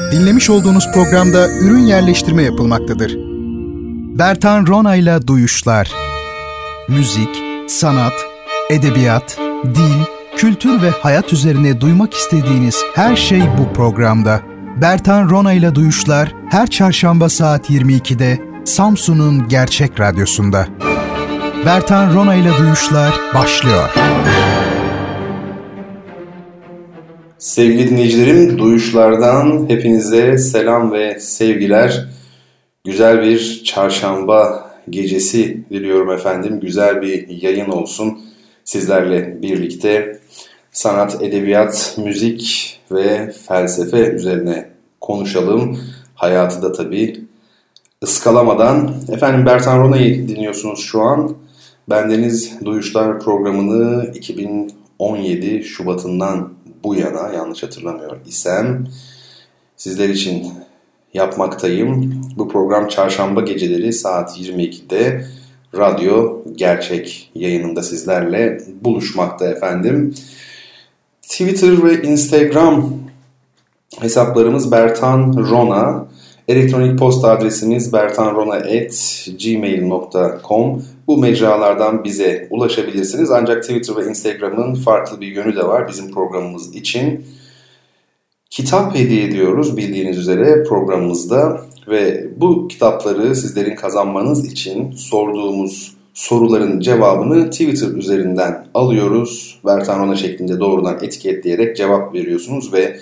Dinlemiş olduğunuz programda ürün yerleştirme yapılmaktadır. Bertan Ronay'la Duyuşlar. Müzik, sanat, edebiyat, dil, kültür ve hayat üzerine duymak istediğiniz her şey bu programda. Bertan Ronay'la Duyuşlar her çarşamba saat 22'de Samsun'un Gerçek Radyosu'nda. Bertan Ronay'la Duyuşlar başlıyor. Sevgili dinleyicilerim, Duyuşlardan hepinize selam ve sevgiler. Güzel bir çarşamba gecesi diliyorum efendim. Güzel bir yayın olsun sizlerle birlikte. Sanat, edebiyat, müzik ve felsefe üzerine konuşalım. Hayatı da tabii ıskalamadan. Efendim Bertan Ronay'ı dinliyorsunuz şu an. Bendeniz Duyuşlar programını 2017 Şubat'ından bu yana, yanlış hatırlamıyor isem, sizler için yapmaktayım. Bu program çarşamba geceleri saat 22'de Radyo Gerçek yayınında sizlerle buluşmakta efendim. Twitter ve Instagram hesaplarımız Bertan Rona. Elektronik posta adresimiz bertanrona@gmail.com. Bu mecralardan bize ulaşabilirsiniz. Ancak Twitter ve Instagram'ın farklı bir yönü de var bizim programımız için. Kitap hediye ediyoruz bildiğiniz üzere programımızda ve bu kitapları sizlerin kazanmanız için sorduğumuz soruların cevabını Twitter üzerinden alıyoruz. Bertan Rona şeklinde doğrudan etiketleyerek cevap veriyorsunuz ve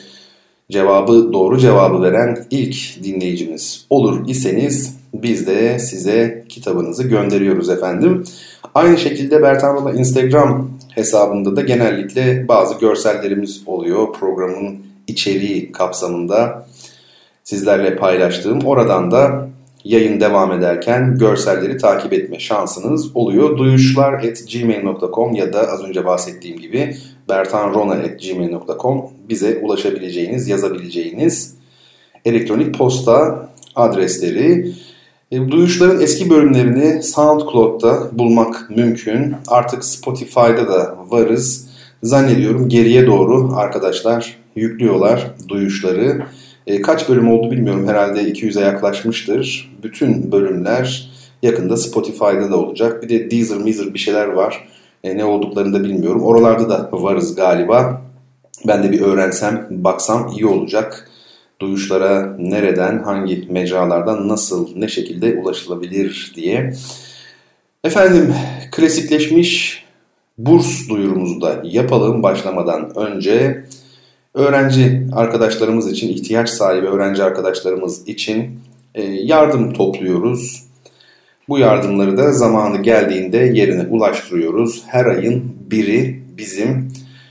doğru cevabı veren ilk dinleyicimiz olur iseniz biz de size kitabınızı gönderiyoruz efendim. Aynı şekilde Bertan Rona Instagram hesabında da genellikle bazı görsellerimiz oluyor. Programın içeriği kapsamında sizlerle paylaştığım. Oradan da yayın devam ederken görselleri takip etme şansınız oluyor. Duyuşlar@gmail.com ya da az önce bahsettiğim gibi bertanrona@gmail.com bize ulaşabileceğiniz, yazabileceğiniz elektronik posta adresleri. Duyuşların eski bölümlerini SoundCloud'da bulmak mümkün. Artık Spotify'da da varız. Zannediyorum geriye doğru arkadaşlar yüklüyorlar duyuşları. Kaç bölüm oldu bilmiyorum. Herhalde 200'e yaklaşmıştır. Bütün bölümler yakında Spotify'da da olacak. Bir de Deezer bir şeyler var. Ne olduklarını da bilmiyorum. Oralarda da varız galiba. Ben de bir öğrensem, baksam iyi olacak. Duyuşlara nereden, hangi mecralardan, nasıl, ne şekilde ulaşılabilir diye. Efendim, klasikleşmiş burs duyurumuzu da yapalım başlamadan önce. Öğrenci arkadaşlarımız için, ihtiyaç sahibi öğrenci arkadaşlarımız için yardım topluyoruz. Bu yardımları da zamanı geldiğinde yerine ulaştırıyoruz. Her ayın biri bizim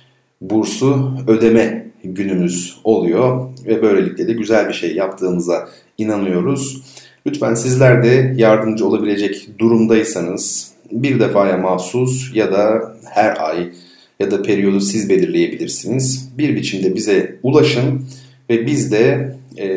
bursu ödeme günümüz oluyor ve böylelikle de güzel bir şey yaptığımıza inanıyoruz. Lütfen sizler de yardımcı olabilecek durumdaysanız bir defaya mahsus ya da her ay ya da periyodu siz belirleyebilirsiniz. Bir biçimde bize ulaşın ve biz de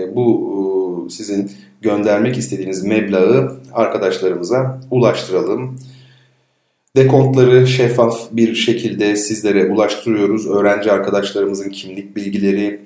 bu sizin göndermek istediğiniz meblağı arkadaşlarımıza ulaştıralım. Dekontları şeffaf bir şekilde sizlere ulaştırıyoruz. Öğrenci arkadaşlarımızın kimlik bilgileri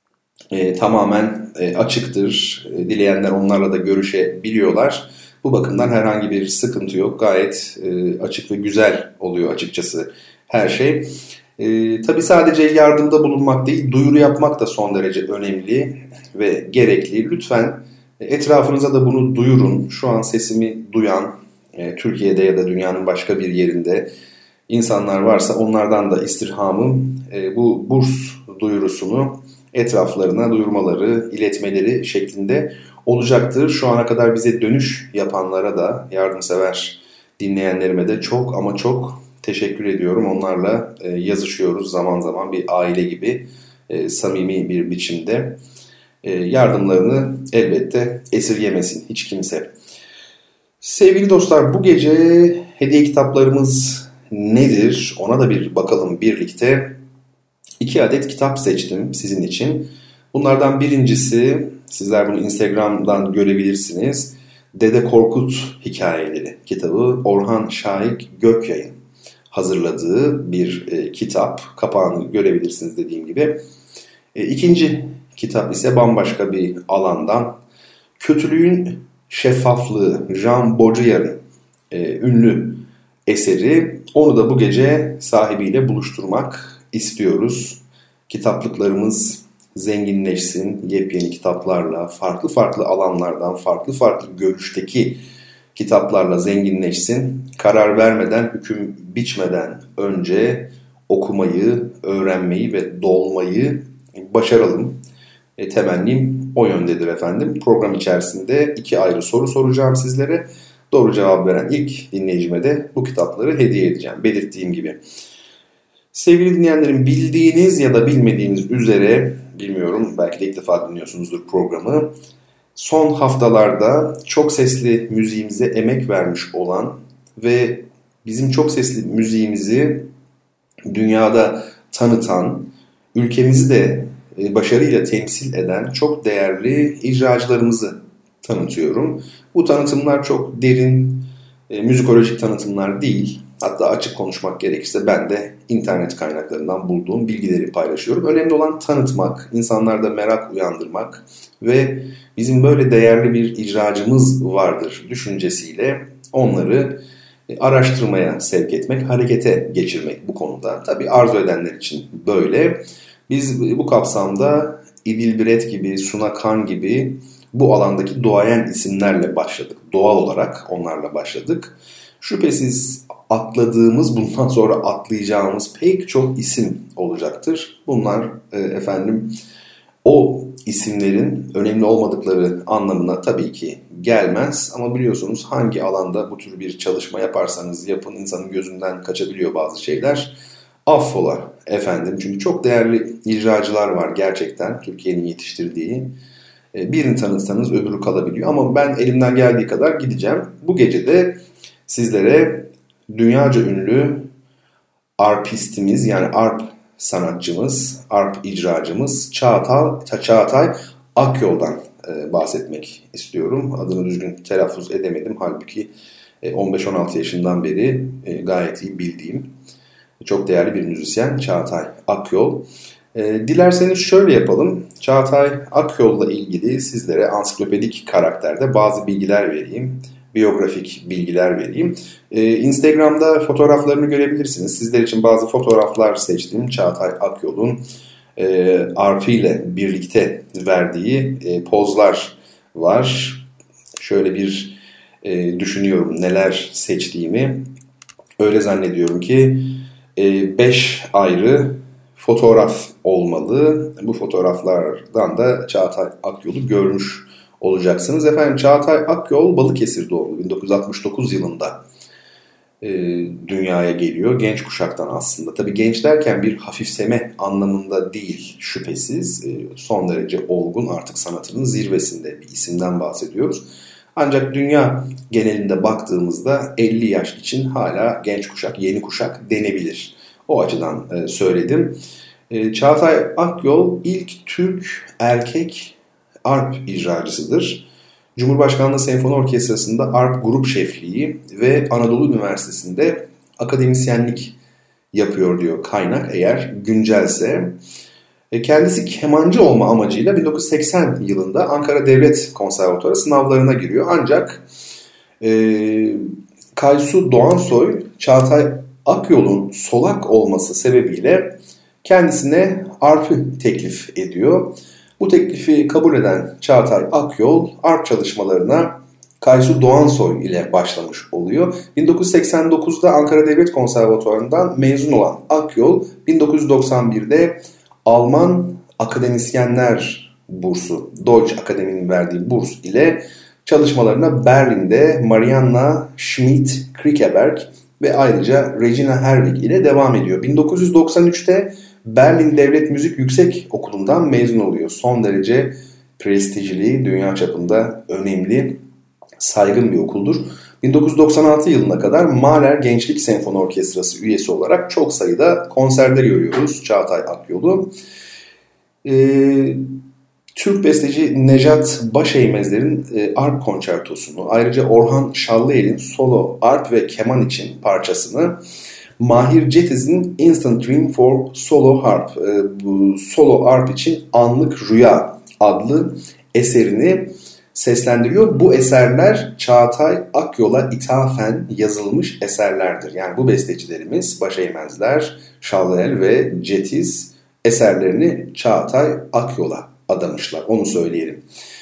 tamamen açıktır. Dileyenler onlarla da görüşebiliyorlar. Bu bakımdan herhangi bir sıkıntı yok. Gayet açık ve güzel oluyor açıkçası her şey. Tabii sadece yardımda bulunmak değil, duyuru yapmak da son derece önemli ve gerekli. Lütfen etrafınıza da bunu duyurun. Şu an sesimi duyan, Türkiye'de ya da dünyanın başka bir yerinde insanlar varsa onlardan da istirhamım bu burs duyurusunu etraflarına duyurmaları, iletmeleri şeklinde olacaktır. Şu ana kadar bize dönüş yapanlara da, yardımsever dinleyenlerime de çok ama çok teşekkür ediyorum. Onlarla yazışıyoruz zaman zaman bir aile gibi samimi bir biçimde. Yardımlarını elbette esirgemesin hiç kimse. Sevgili dostlar, bu gece hediye kitaplarımız nedir? Ona da bir bakalım birlikte. 2 adet kitap seçtim sizin için. Bunlardan birincisi, sizler bunu Instagram'dan görebilirsiniz. Dede Korkut Hikayeleri kitabı, Orhan Şahik Gökyay'ın hazırladığı bir kitap. Kapağını görebilirsiniz dediğim gibi. İkinci kitap ise bambaşka bir alandan. Kötülüğün Şeffaflığı, Jean Baudrillard'ın ünlü eseri. Onu da bu gece sahibiyle buluşturmak istiyoruz. Kitaplıklarımız zenginleşsin, yepyeni kitaplarla, farklı farklı alanlardan, farklı farklı görüşteki kitaplarla zenginleşsin. Karar vermeden, hüküm biçmeden önce okumayı, öğrenmeyi ve dolmayı başaralım. Temennim o yöndedir efendim. Program içerisinde 2 ayrı soru soracağım sizlere. Doğru cevap veren ilk dinleyicime de bu kitapları hediye edeceğim. Belirttiğim gibi. Sevgili dinleyenlerim, bildiğiniz ya da bilmediğiniz üzere, bilmiyorum belki de ilk defa dinliyorsunuzdur programı. Son haftalarda çok sesli müziğimize emek vermiş olan ve bizim çok sesli müziğimizi dünyada tanıtan, ülkemizi de başarıyla temsil eden çok değerli icracılarımızı tanıtıyorum. Bu tanıtımlar çok derin, müzikolojik tanıtımlar değil. Hatta açık konuşmak gerekirse ben de internet kaynaklarından bulduğum bilgileri paylaşıyorum. Önemli olan tanıtmak, insanlarda merak uyandırmak ve bizim böyle değerli bir icracımız vardır düşüncesiyle onları araştırmaya sevk etmek, harekete geçirmek bu konuda. Tabii arzu edenler için böyle. Biz bu kapsamda İdil Biret gibi, Suna Kan gibi bu alandaki duayen isimlerle başladık. Doğal olarak onlarla başladık. Şüphesiz atladığımız, bundan sonra atlayacağımız pek çok isim olacaktır. Bunlar efendim o isimlerin önemli olmadıkları anlamına tabii ki gelmez. Ama biliyorsunuz hangi alanda bu tür bir çalışma yaparsanız yapın insanın gözünden kaçabiliyor bazı şeyler. Affola efendim, çünkü çok değerli icracılar var gerçekten Türkiye'nin yetiştirdiği. Birini tanıtsanız öbürü kalabiliyor ama ben elimden geldiği kadar gideceğim. Bu gece de sizlere dünyaca ünlü arpistimiz, yani arp sanatçımız, arp icracımız Çağatay Akyol'dan bahsetmek istiyorum. Adını düzgün telaffuz edemedim. Halbuki 15-16 yaşından beri gayet iyi bildiğim çok değerli bir müzisyen Çağatay Akyol. Dilerseniz şöyle yapalım. Çağatay Akyol'la ilgili sizlere ansiklopedik karakterde bazı bilgiler vereyim. Biyografik bilgiler vereyim. Instagram'da fotoğraflarını görebilirsiniz. Sizler için bazı fotoğraflar seçtim. Çağatay Akyol'un arp ile birlikte verdiği pozlar var. Şöyle bir düşünüyorum neler seçtiğimi. Öyle zannediyorum ki 5 ayrı fotoğraf olmalı. Bu fotoğraflardan da Çağatay Akyol'u görmüş olacaksınız. Efendim, Çağatay Akyol Balıkesir doğumlu. 1969 yılında dünyaya geliyor. Genç kuşaktan aslında. Tabii genç derken bir hafifseme anlamında değil şüphesiz. Son derece olgun, artık sanatının zirvesinde bir isimden bahsediyoruz. Ancak dünya genelinde baktığımızda 50 yaş için hala genç kuşak, yeni kuşak denebilir. O açıdan söyledim. Çağatay Akyol ilk Türk erkek arp icracısıdır. Cumhurbaşkanlığı Senfoni Orkestrası'nda arp grup şefliği ve Anadolu Üniversitesi'nde akademisyenlik yapıyor diyor kaynak, eğer güncelse. Kendisi kemancı olma amacıyla 1980 yılında Ankara Devlet Konservatuarı sınavlarına giriyor. Ancak Kaysu Doğansoy, Çağatay Akyol'un solak olması sebebiyle kendisine arp'ı teklif ediyor. Bu teklifi kabul eden Çağatay Akyol arp çalışmalarına Kaysu Doğansoy ile başlamış oluyor. 1989'da Ankara Devlet Konservatuarı'ndan mezun olan Akyol 1991'de Alman akademisyenler bursu, Deutsche Akademi'nin verdiği burs ile çalışmalarına Berlin'de Marianna Schmidt-Krikeberg ve ayrıca Regina Herwig ile devam ediyor. 1993'te Berlin Devlet Müzik Yüksek Okulu'ndan mezun oluyor. Son derece prestijli, dünya çapında önemli, saygın bir okuldur. 1996 yılına kadar Mahler Gençlik Senfoni Orkestrası üyesi olarak çok sayıda konserde görüyoruz Çağatay Akyol'u. Türk besteci Nejat Başeymezler'in arp konçertosunu, ayrıca Orhan Şallıel'in solo arp ve keman için parçasını Mahir Cetiz'in Instant Dream for Solo Harp, bu solo harp için Anlık Rüya adlı eserini seslendiriyor. Bu eserler Çağatay Akyol'a ithafen yazılmış eserlerdir. Yani bu bestecilerimiz Baş Eğmezler, Şallel ve Cetiz eserlerini Çağatay Akyol'a adamışlar. Onu söyleyelim.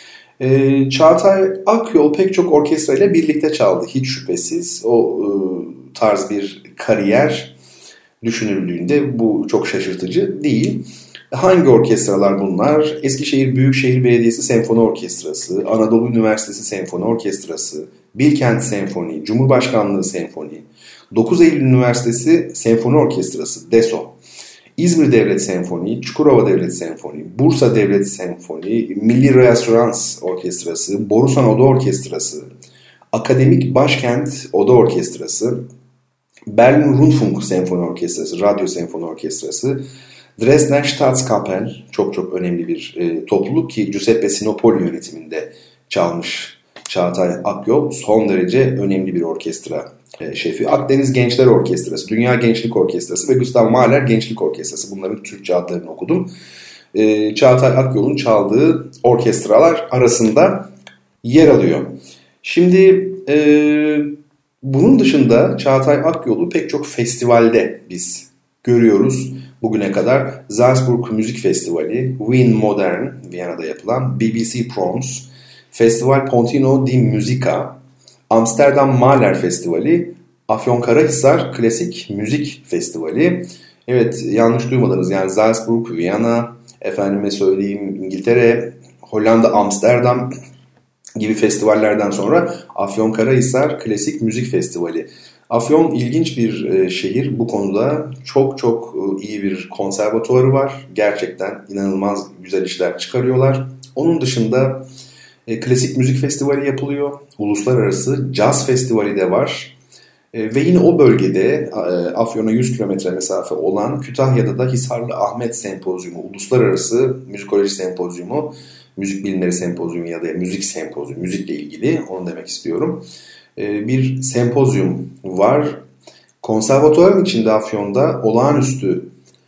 Çağatay Akyol pek çok orkestrayla birlikte çaldı hiç şüphesiz. O tarz bir kariyer düşünüldüğünde bu çok şaşırtıcı değil. Hangi orkestralar bunlar? Eskişehir Büyükşehir Belediyesi Senfoni Orkestrası, Anadolu Üniversitesi Senfoni Orkestrası, Bilkent Senfoni, Cumhurbaşkanlığı Senfoni, 9 Eylül Üniversitesi Senfoni Orkestrası, DESO, İzmir Devlet Senfoni, Çukurova Devlet Senfoni, Bursa Devlet Senfoni, Milli Reasürans Orkestrası, Borusan Oda Orkestrası, Akademik Başkent Oda Orkestrası, Berlin Rundfunk Senfoni Orkestrası, Radyo Senfoni Orkestrası, Dresden Staatskapelle çok önemli bir topluluk ki Giuseppe Sinopoli yönetiminde çalmış Çağatay Akyol. Son derece önemli bir orkestra şefi. Akdeniz Gençler Orkestrası, Dünya Gençlik Orkestrası ve Gustav Mahler Gençlik Orkestrası. Bunların Türkçe adlarını okudum. Çağatay Akyol'un çaldığı orkestralar arasında yer alıyor. Şimdi bunun dışında Çağatay Akyol'u pek çok festivalde biz görüyoruz. Bugüne kadar Salzburg Müzik Festivali, Wien Modern, Viyana'da yapılan BBC Proms, Festival Pontino di Musica, Amsterdam Mahler Festivali, Afyonkarahisar Klasik Müzik Festivali. Evet, yanlış duymadınız, yani Salzburg, Viyana, efendime söyleyeyim İngiltere, Hollanda, Amsterdam gibi festivallerden sonra Afyonkarahisar Klasik Müzik Festivali. Afyon ilginç bir şehir. Bu konuda çok iyi bir konservatuvarı var. Gerçekten inanılmaz güzel işler çıkarıyorlar. Onun dışında klasik müzik festivali yapılıyor. Uluslararası caz festivali de var. Ve yine o bölgede Afyon'a 100 kilometre mesafe olan Kütahya'da da Hisarlı Ahmet Sempozyumu, Uluslararası Müzikoloji Sempozyumu, Müzik Bilimleri Sempozyumu ya da müzik sempozyumu, müzikle ilgili onu demek istiyorum. Bir sempozyum var. Konservatuvarın içinde Afyon'da olağanüstü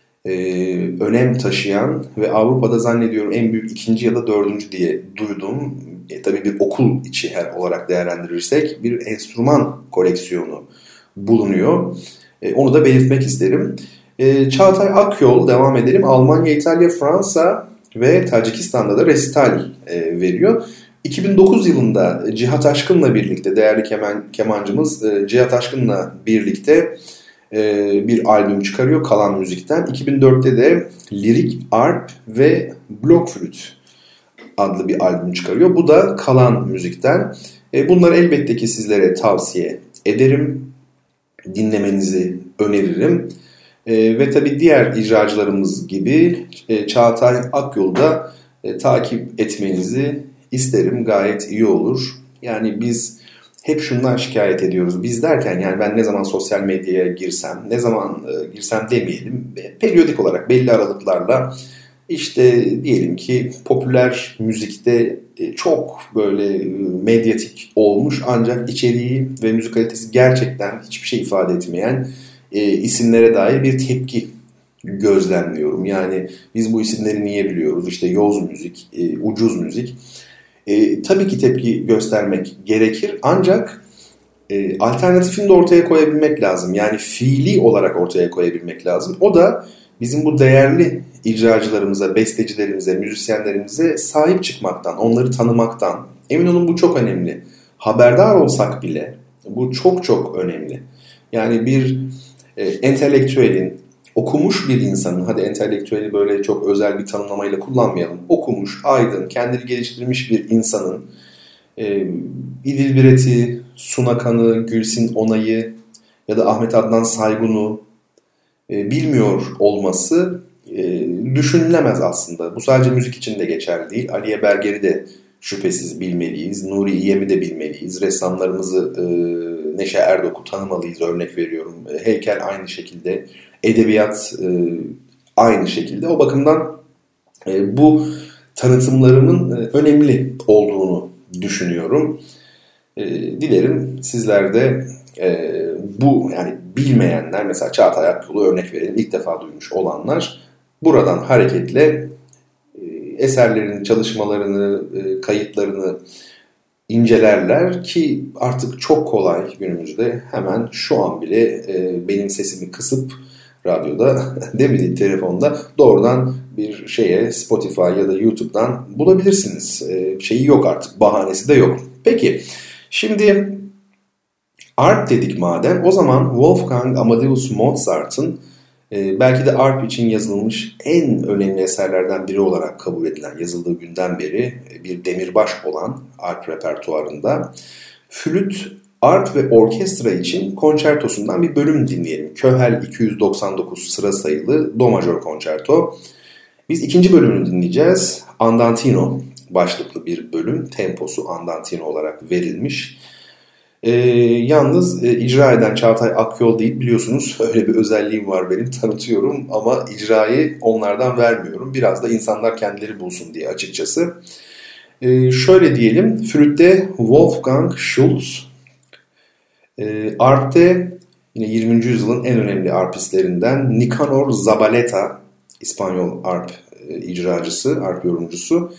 önem taşıyan ve Avrupa'da zannediyorum en büyük 2. ya da 4. diye duydum. Tabii bir okul içi her olarak değerlendirirsek bir enstrüman koleksiyonu bulunuyor. Onu da belirtmek isterim. Çağatay Akyol, devam edelim. Almanya, İtalya, Fransa ve Tacikistan'da da resital veriyor. 2009 yılında Cihat Aşkın'la birlikte, değerli kemancımız Cihat Aşkın'la birlikte bir albüm çıkarıyor Kalan Müzik'ten. 2004'te de Lirik Arp ve Blockflüt adlı bir albüm çıkarıyor. Bu da Kalan Müzik'ten. Bunları elbette ki sizlere tavsiye ederim. Dinlemenizi öneririm. Ve tabii diğer icracılarımız gibi Çağatay Akyol'da takip etmenizi isterim. Gayet iyi olur. Yani biz hep şundan şikayet ediyoruz. Biz derken yani ben ne zaman sosyal medyaya girsem, ne zaman girsem demeyelim. Periyodik olarak belli aralıklarla işte diyelim ki popüler müzikte çok böyle medyatik olmuş ancak içeriği ve müzik kalitesi gerçekten hiçbir şey ifade etmeyen isimlere dair bir tepki gözlemliyorum. Yani biz bu isimleri niye biliyoruz? İşte yoz müzik, ucuz müzik. Tabii ki tepki göstermek gerekir ancak alternatifini de ortaya koyabilmek lazım. Yani fiili olarak ortaya koyabilmek lazım. O da bizim bu değerli icracılarımıza, bestecilerimize, müzisyenlerimize sahip çıkmaktan, onları tanımaktan. Emin olun bu çok önemli. Haberdar olsak bile bu çok önemli. Yani bir entelektüelin, okumuş bir insanın, hadi entelektüeli böyle çok özel bir tanımlamayla kullanmayalım. Okumuş, aydın, kendini geliştirmiş bir insanın İdil Biret'i, Suna Kan'ı, Gülsin Onay'ı ya da Ahmet Adnan Saygun'u bilmiyor olması düşünülemez aslında. Bu sadece müzik için de geçerli değil. Aliye Berger'i de şüphesiz bilmeliyiz. Nuri İyem'i de bilmeliyiz. Ressamlarımızı Neşe Erdok'u tanımalıyız, örnek veriyorum. Heykel aynı şekilde. Edebiyat aynı şekilde. O bakımdan bu tanıtımlarımın önemli olduğunu düşünüyorum. Dilerim sizler de bu yani bilmeyenler, mesela Çağatay Akyol'u örnek verelim, ilk defa duymuş olanlar buradan hareketle eserlerini, çalışmalarını, kayıtlarını incelerler ki artık çok kolay günümüzde, hemen şu an bile benim sesimi kısıp radyoda değil mi, telefonda doğrudan bir şeye Spotify ya da YouTube'dan bulabilirsiniz. Şeyi yok artık, bahanesi de yok. Peki şimdi arp dedik madem, o zaman Wolfgang Amadeus Mozart'ın belki de arp için yazılmış en önemli eserlerden biri olarak kabul edilen, yazıldığı günden beri bir demirbaş olan arp repertuarında flüt, arp ve orkestra için konçertosundan bir bölüm dinleyelim. Köhel 299 sıra sayılı Do majör konçerto. Biz ikinci bölümünü dinleyeceğiz. Andantino başlıklı bir bölüm. Temposu andantino olarak verilmiş. Yalnız icra eden Çağatay Akyol değil, biliyorsunuz öyle bir özelliğim var benim, tanıtıyorum ama icrayı onlardan vermiyorum. Biraz da insanlar kendileri bulsun diye açıkçası. Şöyle diyelim, flütte Wolfgang Schultz, arp'te yine 20. yüzyılın en önemli arpistlerinden Nicanor Zabaleta, İspanyol arp icracısı, arp yorumcusu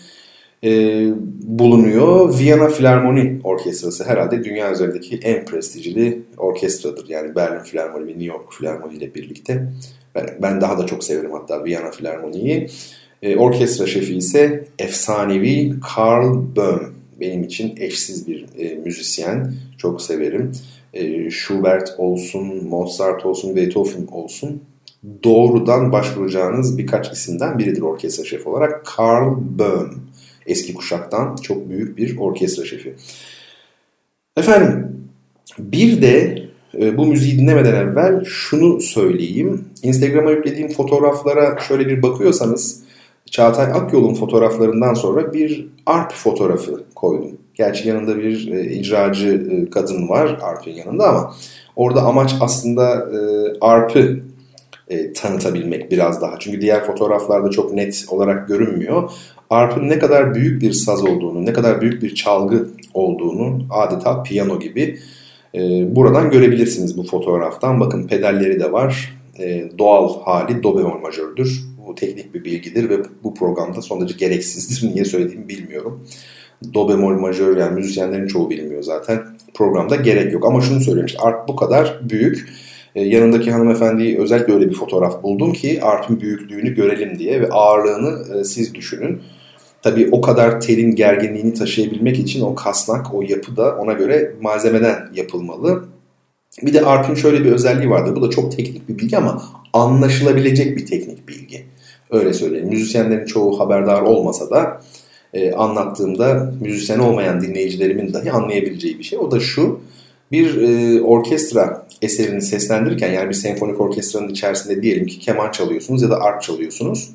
bulunuyor. Viyana Filarmoni Orkestrası herhalde dünya üzerindeki en prestijli orkestradır. Yani Berlin Filarmoni ve New York Filarmoni ile birlikte. Ben daha da çok severim hatta Viyana Filarmoni'yi. Orkestra şefi ise efsanevi Karl Böhm. Benim için eşsiz bir müzisyen. Çok severim. Schubert olsun, Mozart olsun, Beethoven olsun. Doğrudan başvuracağınız birkaç isimden biridir orkestra şefi olarak. Karl Böhm. Eski kuşaktan çok büyük bir orkestra şefi. Efendim, bir de bu müziği dinlemeden evvel şunu söyleyeyim. Instagram'a yüklediğim fotoğraflara şöyle bir bakıyorsanız, Çağatay Akyol'un fotoğraflarından sonra bir arp fotoğrafı koydum. Gerçi yanında bir icracı kadın var arp'in yanında, ama orada amaç aslında arp'ı tanıtabilmek biraz daha. Çünkü diğer fotoğraflarda çok net olarak görünmüyor. Arp'ın ne kadar büyük bir saz olduğunu, ne kadar büyük bir çalgı olduğunu, adeta piyano gibi buradan görebilirsiniz bu fotoğraftan. Bakın, pedalleri de var. Doğal hali do bemol majördür. Bu teknik bir bilgidir ve bu programda son derece gereksizdir. Niye söylediğimi bilmiyorum. Do bemol majör, yani müzisyenlerin çoğu bilmiyor zaten. Programda gerek yok. Ama şunu söyleyeyim, işte arp bu kadar büyük. Yanındaki hanımefendiyi özellikle öyle bir fotoğraf buldum ki arp'ın büyüklüğünü görelim diye ve ağırlığını siz düşünün. Tabii o kadar telin gerginliğini taşıyabilmek için o kasnak, o yapı da ona göre malzemeden yapılmalı. Bir de arp'ın şöyle bir özelliği vardır. Bu da çok teknik bir bilgi ama anlaşılabilecek bir teknik bilgi. Öyle söyleyeyim. Müzisyenlerin çoğu haberdar olmasa da anlattığımda müzisyen olmayan dinleyicilerimin dahi anlayabileceği bir şey. O da şu: bir orkestra eserini seslendirirken, yani bir senfonik orkestranın içerisinde diyelim ki keman çalıyorsunuz ya da arp çalıyorsunuz.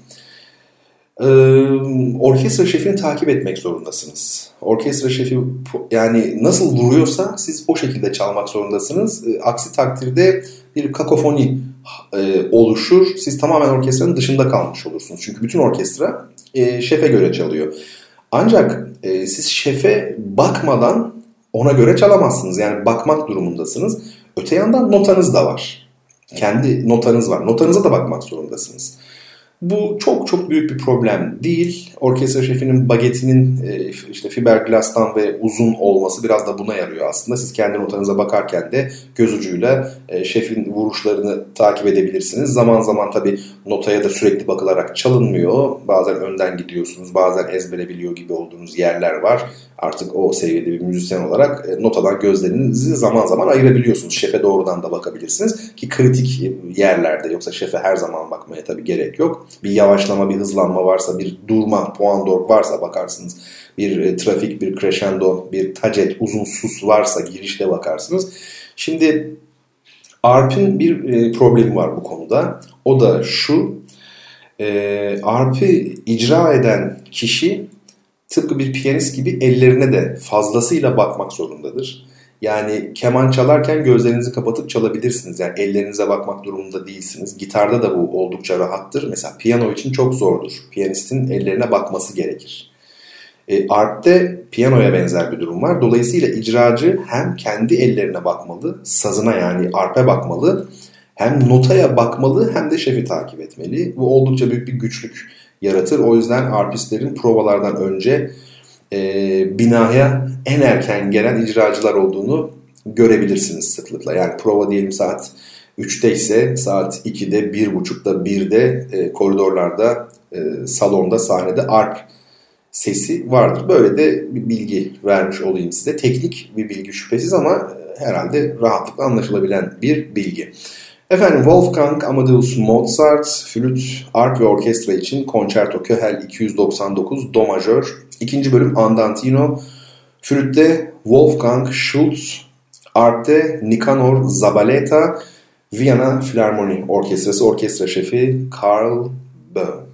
Orkestra şefini takip etmek zorundasınız. Orkestra şefi yani nasıl vuruyorsa siz o şekilde çalmak zorundasınız. Aksi takdirde bir kakofoni oluşur. Siz tamamen orkestranın dışında kalmış olursunuz. Çünkü bütün orkestra şefe göre çalıyor. Ancak siz şefe bakmadan ona göre çalamazsınız. Yani bakmak durumundasınız. Öte yandan notanız da var. Kendi notanız var. Notanıza da bakmak zorundasınız. Bu çok çok büyük bir problem değil. Orkestra şefinin bagetinin işte fiberglass'tan ve uzun olması biraz da buna yarıyor aslında. Siz kendi notanıza bakarken de göz ucuyla şefin vuruşlarını takip edebilirsiniz. Zaman zaman tabii notaya da sürekli bakılarak çalınmıyor. Bazen önden gidiyorsunuz, bazen ezbere biliyor gibi olduğunuz yerler var. Artık o seviyede bir müzisyen olarak notadan gözlerinizi zaman zaman ayırabiliyorsunuz. Şefe doğrudan da bakabilirsiniz ki kritik yerlerde, yoksa şefe her zaman bakmaya tabii gerek yok. Bir yavaşlama, bir hızlanma varsa, bir durma, puan d'orgue varsa bakarsınız. Bir trafik, bir crescendo, bir tacet, uzun sus varsa girişte bakarsınız. Şimdi arp'in bir problemi var bu konuda. O da şu: arp'ı icra eden kişi tıpkı bir piyanist gibi ellerine de fazlasıyla bakmak zorundadır. Yani keman çalarken gözlerinizi kapatıp çalabilirsiniz. Yani ellerinize bakmak durumunda değilsiniz. Gitarda da bu oldukça rahattır. Mesela piyano için çok zordur. Piyanistin ellerine bakması gerekir. Arp'te piyanoya benzer bir durum var. Dolayısıyla icracı hem kendi ellerine bakmalı, sazına yani arp'e bakmalı, hem notaya bakmalı hem de şefi takip etmeli. Bu oldukça büyük bir güçlük yaratır. O yüzden arpistlerin provalardan önce binaya en erken gelen icracılar olduğunu görebilirsiniz sıklıkla. Yani prova diyelim saat 3'te ise saat 2'de, 1.30'da, 1'de koridorlarda, salonda, sahnede arp sesi vardır. Böyle de bir bilgi vermiş olayım size. Teknik bir bilgi şüphesiz ama herhalde rahatlıkla anlaşılabilen bir bilgi. Efendim Wolfgang Amadeus Mozart, flüt, arp ve orkestra için Concerto Köhel 299 Do majör. İkinci bölüm Andantino. Flütte Wolfgang Schultz, arpte Nicanor Zabaleta, Viyana Filarmoni Orkestrası orkestra şefi Karl Böhm.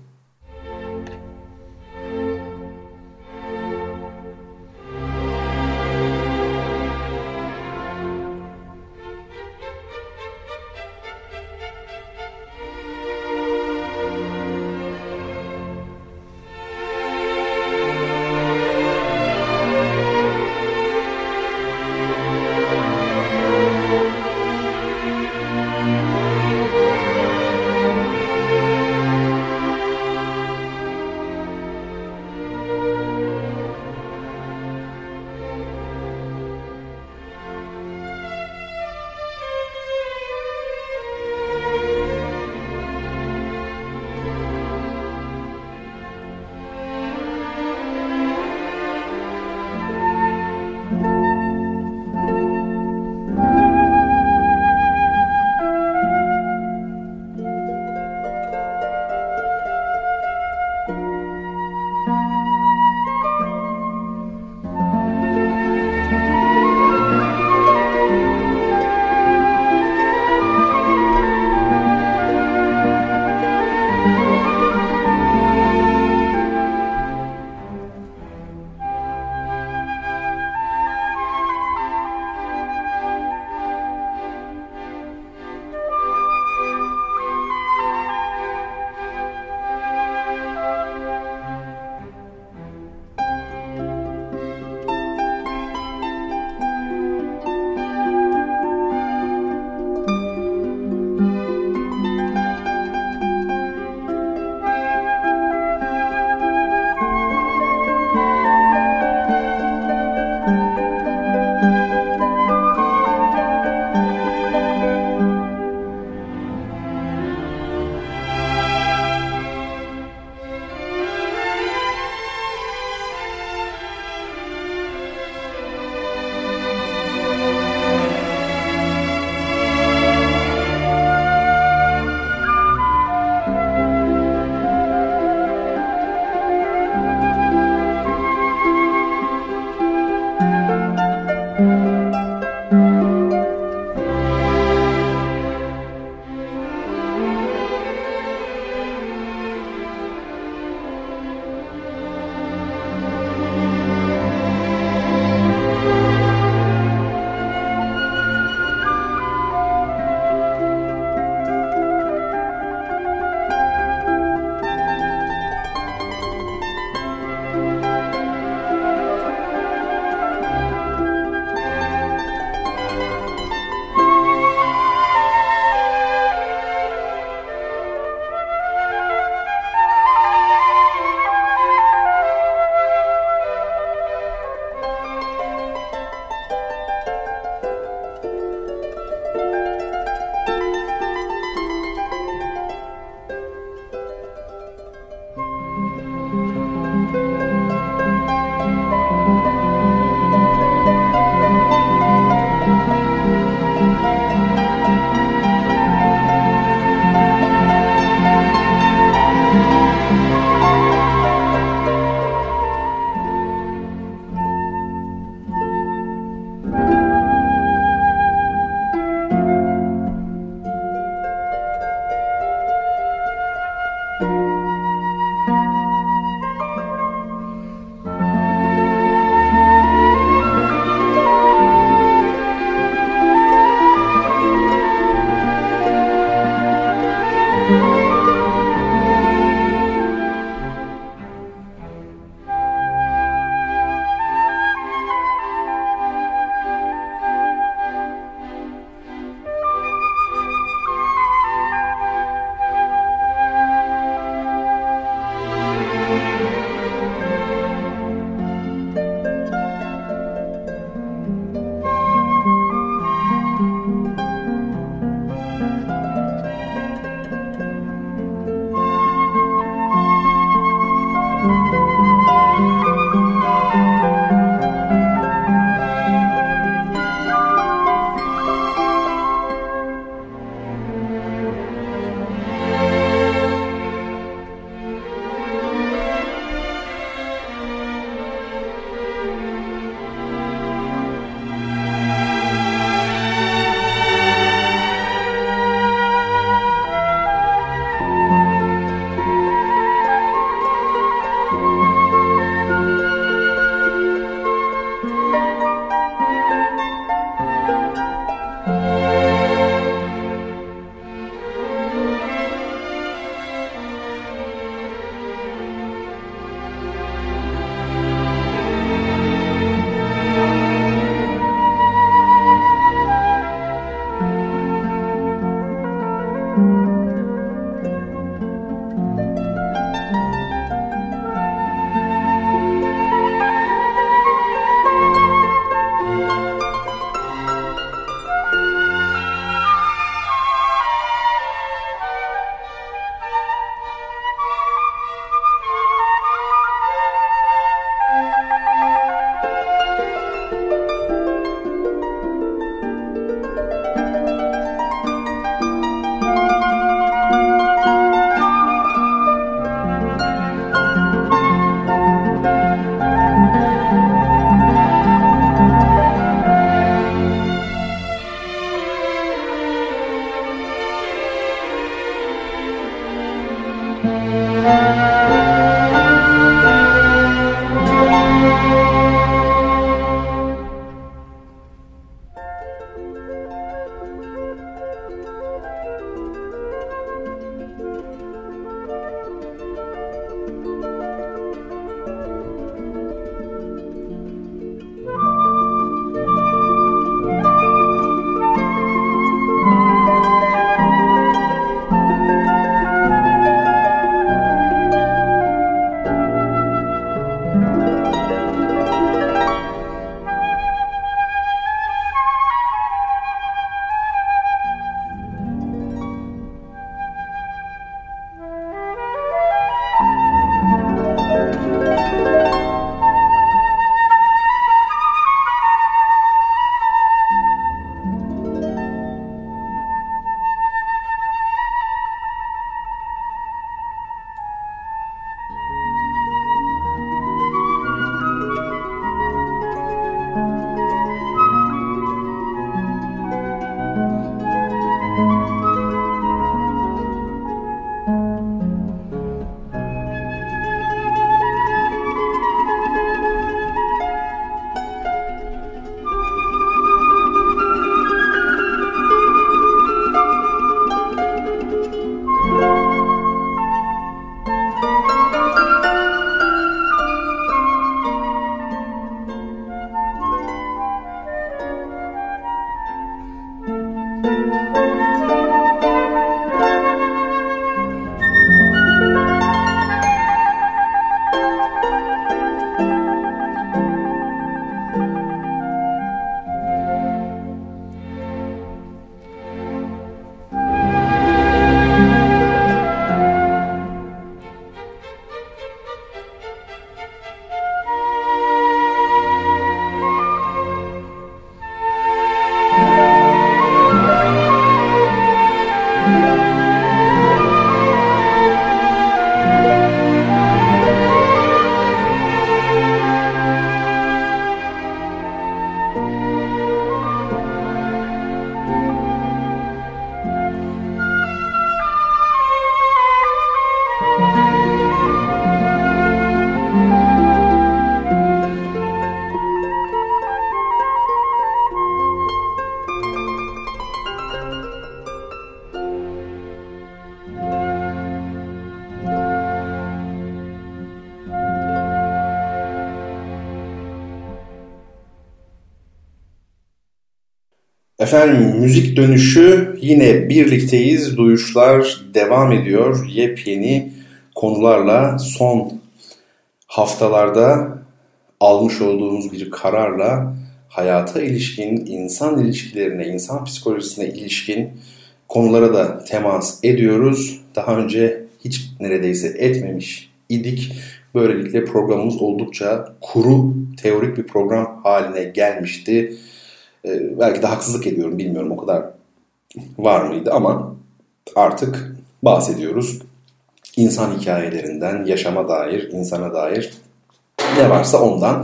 Efendim müzik dönüşü yine birlikteyiz. Duyuşlar devam ediyor. Yepyeni konularla son haftalarda almış olduğumuz bir kararla hayata ilişkin, insan ilişkilerine, insan psikolojisine ilişkin konulara da temas ediyoruz. Daha önce hiç neredeyse etmemiş idik. Böylelikle programımız oldukça kuru, teorik bir program haline gelmişti. Belki de haksızlık ediyorum, bilmiyorum o kadar var mıydı ama artık bahsediyoruz. İnsan hikayelerinden, yaşama dair, insana dair ne varsa ondan.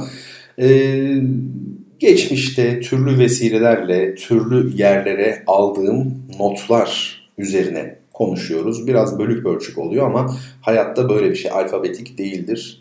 Geçmişte türlü vesilelerle, türlü yerlere aldığım notlar üzerine konuşuyoruz. Biraz bölük pörçük oluyor ama hayatta böyle bir şey alfabetik değildir.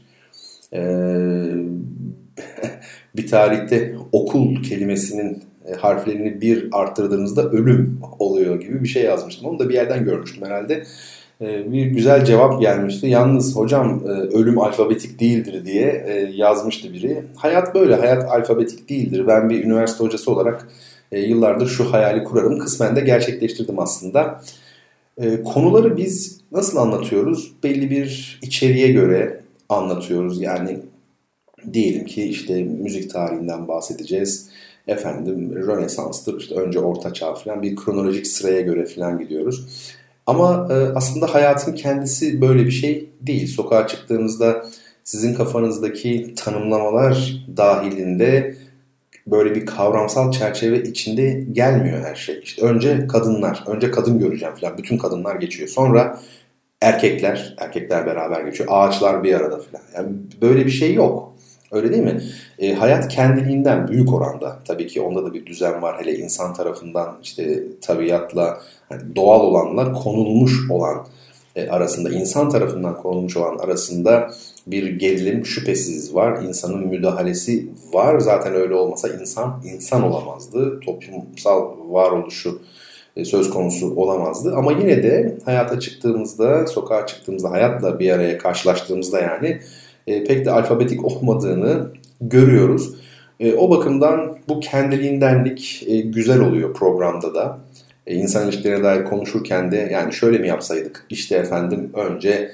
Bir tarihte okul kelimesinin harflerini bir arttırdığınızda ölüm oluyor gibi bir şey yazmıştım. Onu da bir yerden görmüştüm herhalde. Bir güzel cevap gelmişti. Yalnız hocam ölüm alfabetik değildir diye yazmıştı biri. Hayat böyle, hayat alfabetik değildir. Ben bir üniversite hocası olarak yıllardır şu hayali kurarım. Kısmen de gerçekleştirdim aslında. Konuları biz nasıl anlatıyoruz? Belli bir içeriğe göre anlatıyoruz. Yani diyelim ki işte müzik tarihinden bahsedeceğiz. Efendim Rönesans'tır, işte önce Orta Çağ falan, bir kronolojik sıraya göre falan gidiyoruz. Ama aslında hayatın kendisi böyle bir şey değil. Sokağa çıktığınızda sizin kafanızdaki tanımlamalar dahilinde böyle bir kavramsal çerçeve içinde gelmiyor her şey. İşte önce kadınlar, önce kadın göreceğim falan. Bütün kadınlar geçiyor. Sonra erkekler beraber geçiyor. Ağaçlar bir arada falan. Yani böyle bir şey yok. Öyle değil mi? Hayat kendiliğinden büyük oranda. Tabii ki onda da bir düzen var. Hele insan tarafından işte tabiatla hani doğal olanla konulmuş olan arasında, insan tarafından konulmuş olan arasında bir gerilim şüphesiz var. İnsanın müdahalesi var. Zaten öyle olmasa insan olamazdı. Toplumsal varoluşu söz konusu olamazdı. Ama yine de hayata çıktığımızda, sokağa çıktığımızda, hayatla bir araya karşılaştığımızda yani pek de alfabetik olmadığını görüyoruz. O bakımdan bu kendiliğindenlik güzel oluyor programda da. İnsan ilişkilerine dair konuşurken de yani şöyle mi yapsaydık? İşte efendim önce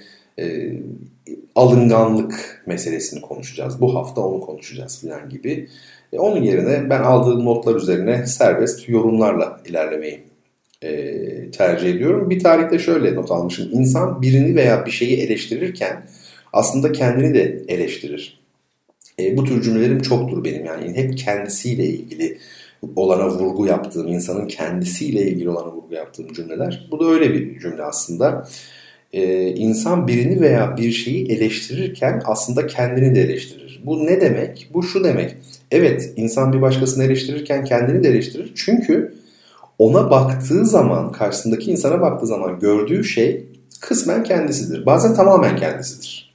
alınganlık meselesini konuşacağız. Bu hafta onu konuşacağız falan gibi. Onun yerine ben aldığım notlar üzerine serbest yorumlarla ilerlemeyi tercih ediyorum. Bir tarihte şöyle not almışım. İnsan birini veya bir şeyi eleştirirken aslında kendini de eleştirir. Bu tür cümlelerim çoktur benim, yani hep kendisiyle ilgili olana vurgu yaptığım, insanın kendisiyle ilgili olana vurgu yaptığım cümleler. Bu da öyle bir cümle aslında. İnsan birini veya bir şeyi eleştirirken aslında kendini de eleştirir. Bu ne demek? Bu şu demek. Evet, insan bir başkasını eleştirirken kendini de eleştirir. Çünkü ona baktığı zaman, karşısındaki insana baktığı zaman gördüğü şey kısmen kendisidir. Bazen tamamen kendisidir.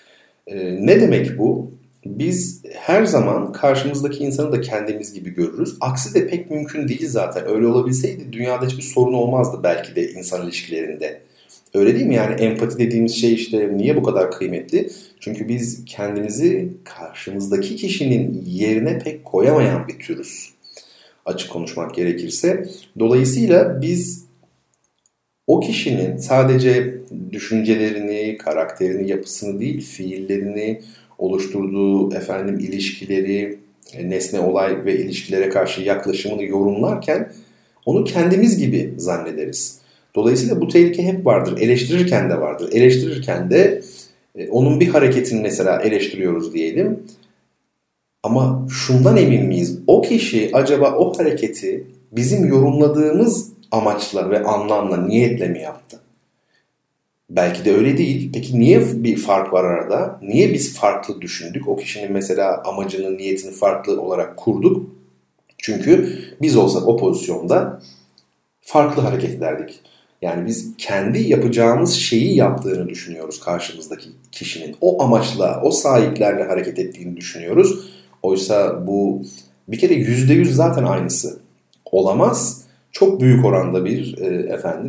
Ne demek bu? Biz her zaman karşımızdaki insanı da kendimiz gibi görürüz. Aksi de pek mümkün değil zaten. Öyle olabilseydi dünyada hiçbir sorun olmazdı belki de insan ilişkilerinde. Öyle değil mi? Yani empati dediğimiz şey işte niye bu kadar kıymetli? Çünkü biz kendimizi karşımızdaki kişinin yerine pek koyamayan bir türüz. Açık konuşmak gerekirse. Dolayısıyla biz o kişinin sadece düşüncelerini, karakterini, yapısını değil, fiillerini, oluşturduğu ilişkileri, nesne, olay ve ilişkilere karşı yaklaşımını yorumlarken onu kendimiz gibi zannederiz. Dolayısıyla bu tehlike hep vardır. Eleştirirken de vardır. Eleştirirken de onun bir hareketini mesela eleştiriyoruz diyelim. Ama şundan emin miyiz? O kişi acaba o hareketi bizim yorumladığımız amaçla ve anlamla, niyetle mi yaptı? Belki de öyle değil. Peki niye bir fark var arada? Niye biz farklı düşündük? O kişinin mesela amacını, niyetini farklı olarak kurduk. Çünkü biz olsak o pozisyonda farklı hareket ederdik. Yani biz kendi yapacağımız şeyi yaptığını düşünüyoruz karşımızdaki kişinin. O amaçla, o sahiplerle hareket ettiğini düşünüyoruz. Oysa bu bir kere %100 zaten aynısı olamaz. Çok büyük oranda bir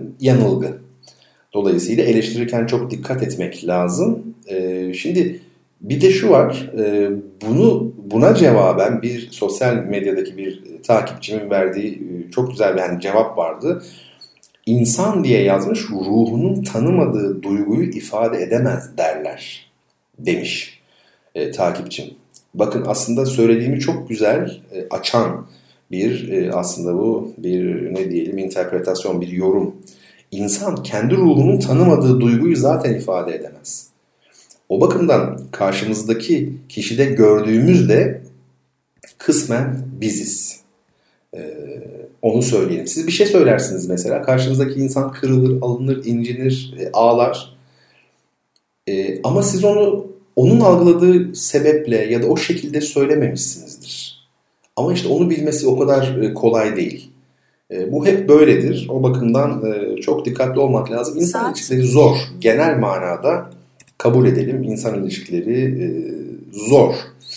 yanılgı. Dolayısıyla eleştirirken çok dikkat etmek lazım. Şimdi Bir de şu var, buna cevaben bir sosyal medyadaki bir takipçimin verdiği çok güzel bir cevap vardı. İnsan diye yazmış, ruhunun tanımadığı duyguyu ifade edemez derler demiş takipçim. Bakın aslında söylediğimi çok güzel açan aslında bu bir ne diyelim interpretasyon, bir yorum. İnsan kendi ruhunun tanımadığı duyguyu zaten ifade edemez. O bakımdan karşımızdaki kişide gördüğümüz de kısmen biziz. Onu söyleyelim. Siz bir şey söylersiniz mesela. Karşınızdaki insan kırılır, alınır, incinir, ağlar. Ama siz onun algıladığı sebeple ya da o şekilde söylememişsinizdir. Ama işte onu bilmesi o kadar kolay değil. Bu hep böyledir. O bakımdan çok dikkatli olmak lazım. İnsan ilişkileri zor. Genel manada kabul edelim. İnsan ilişkileri zor.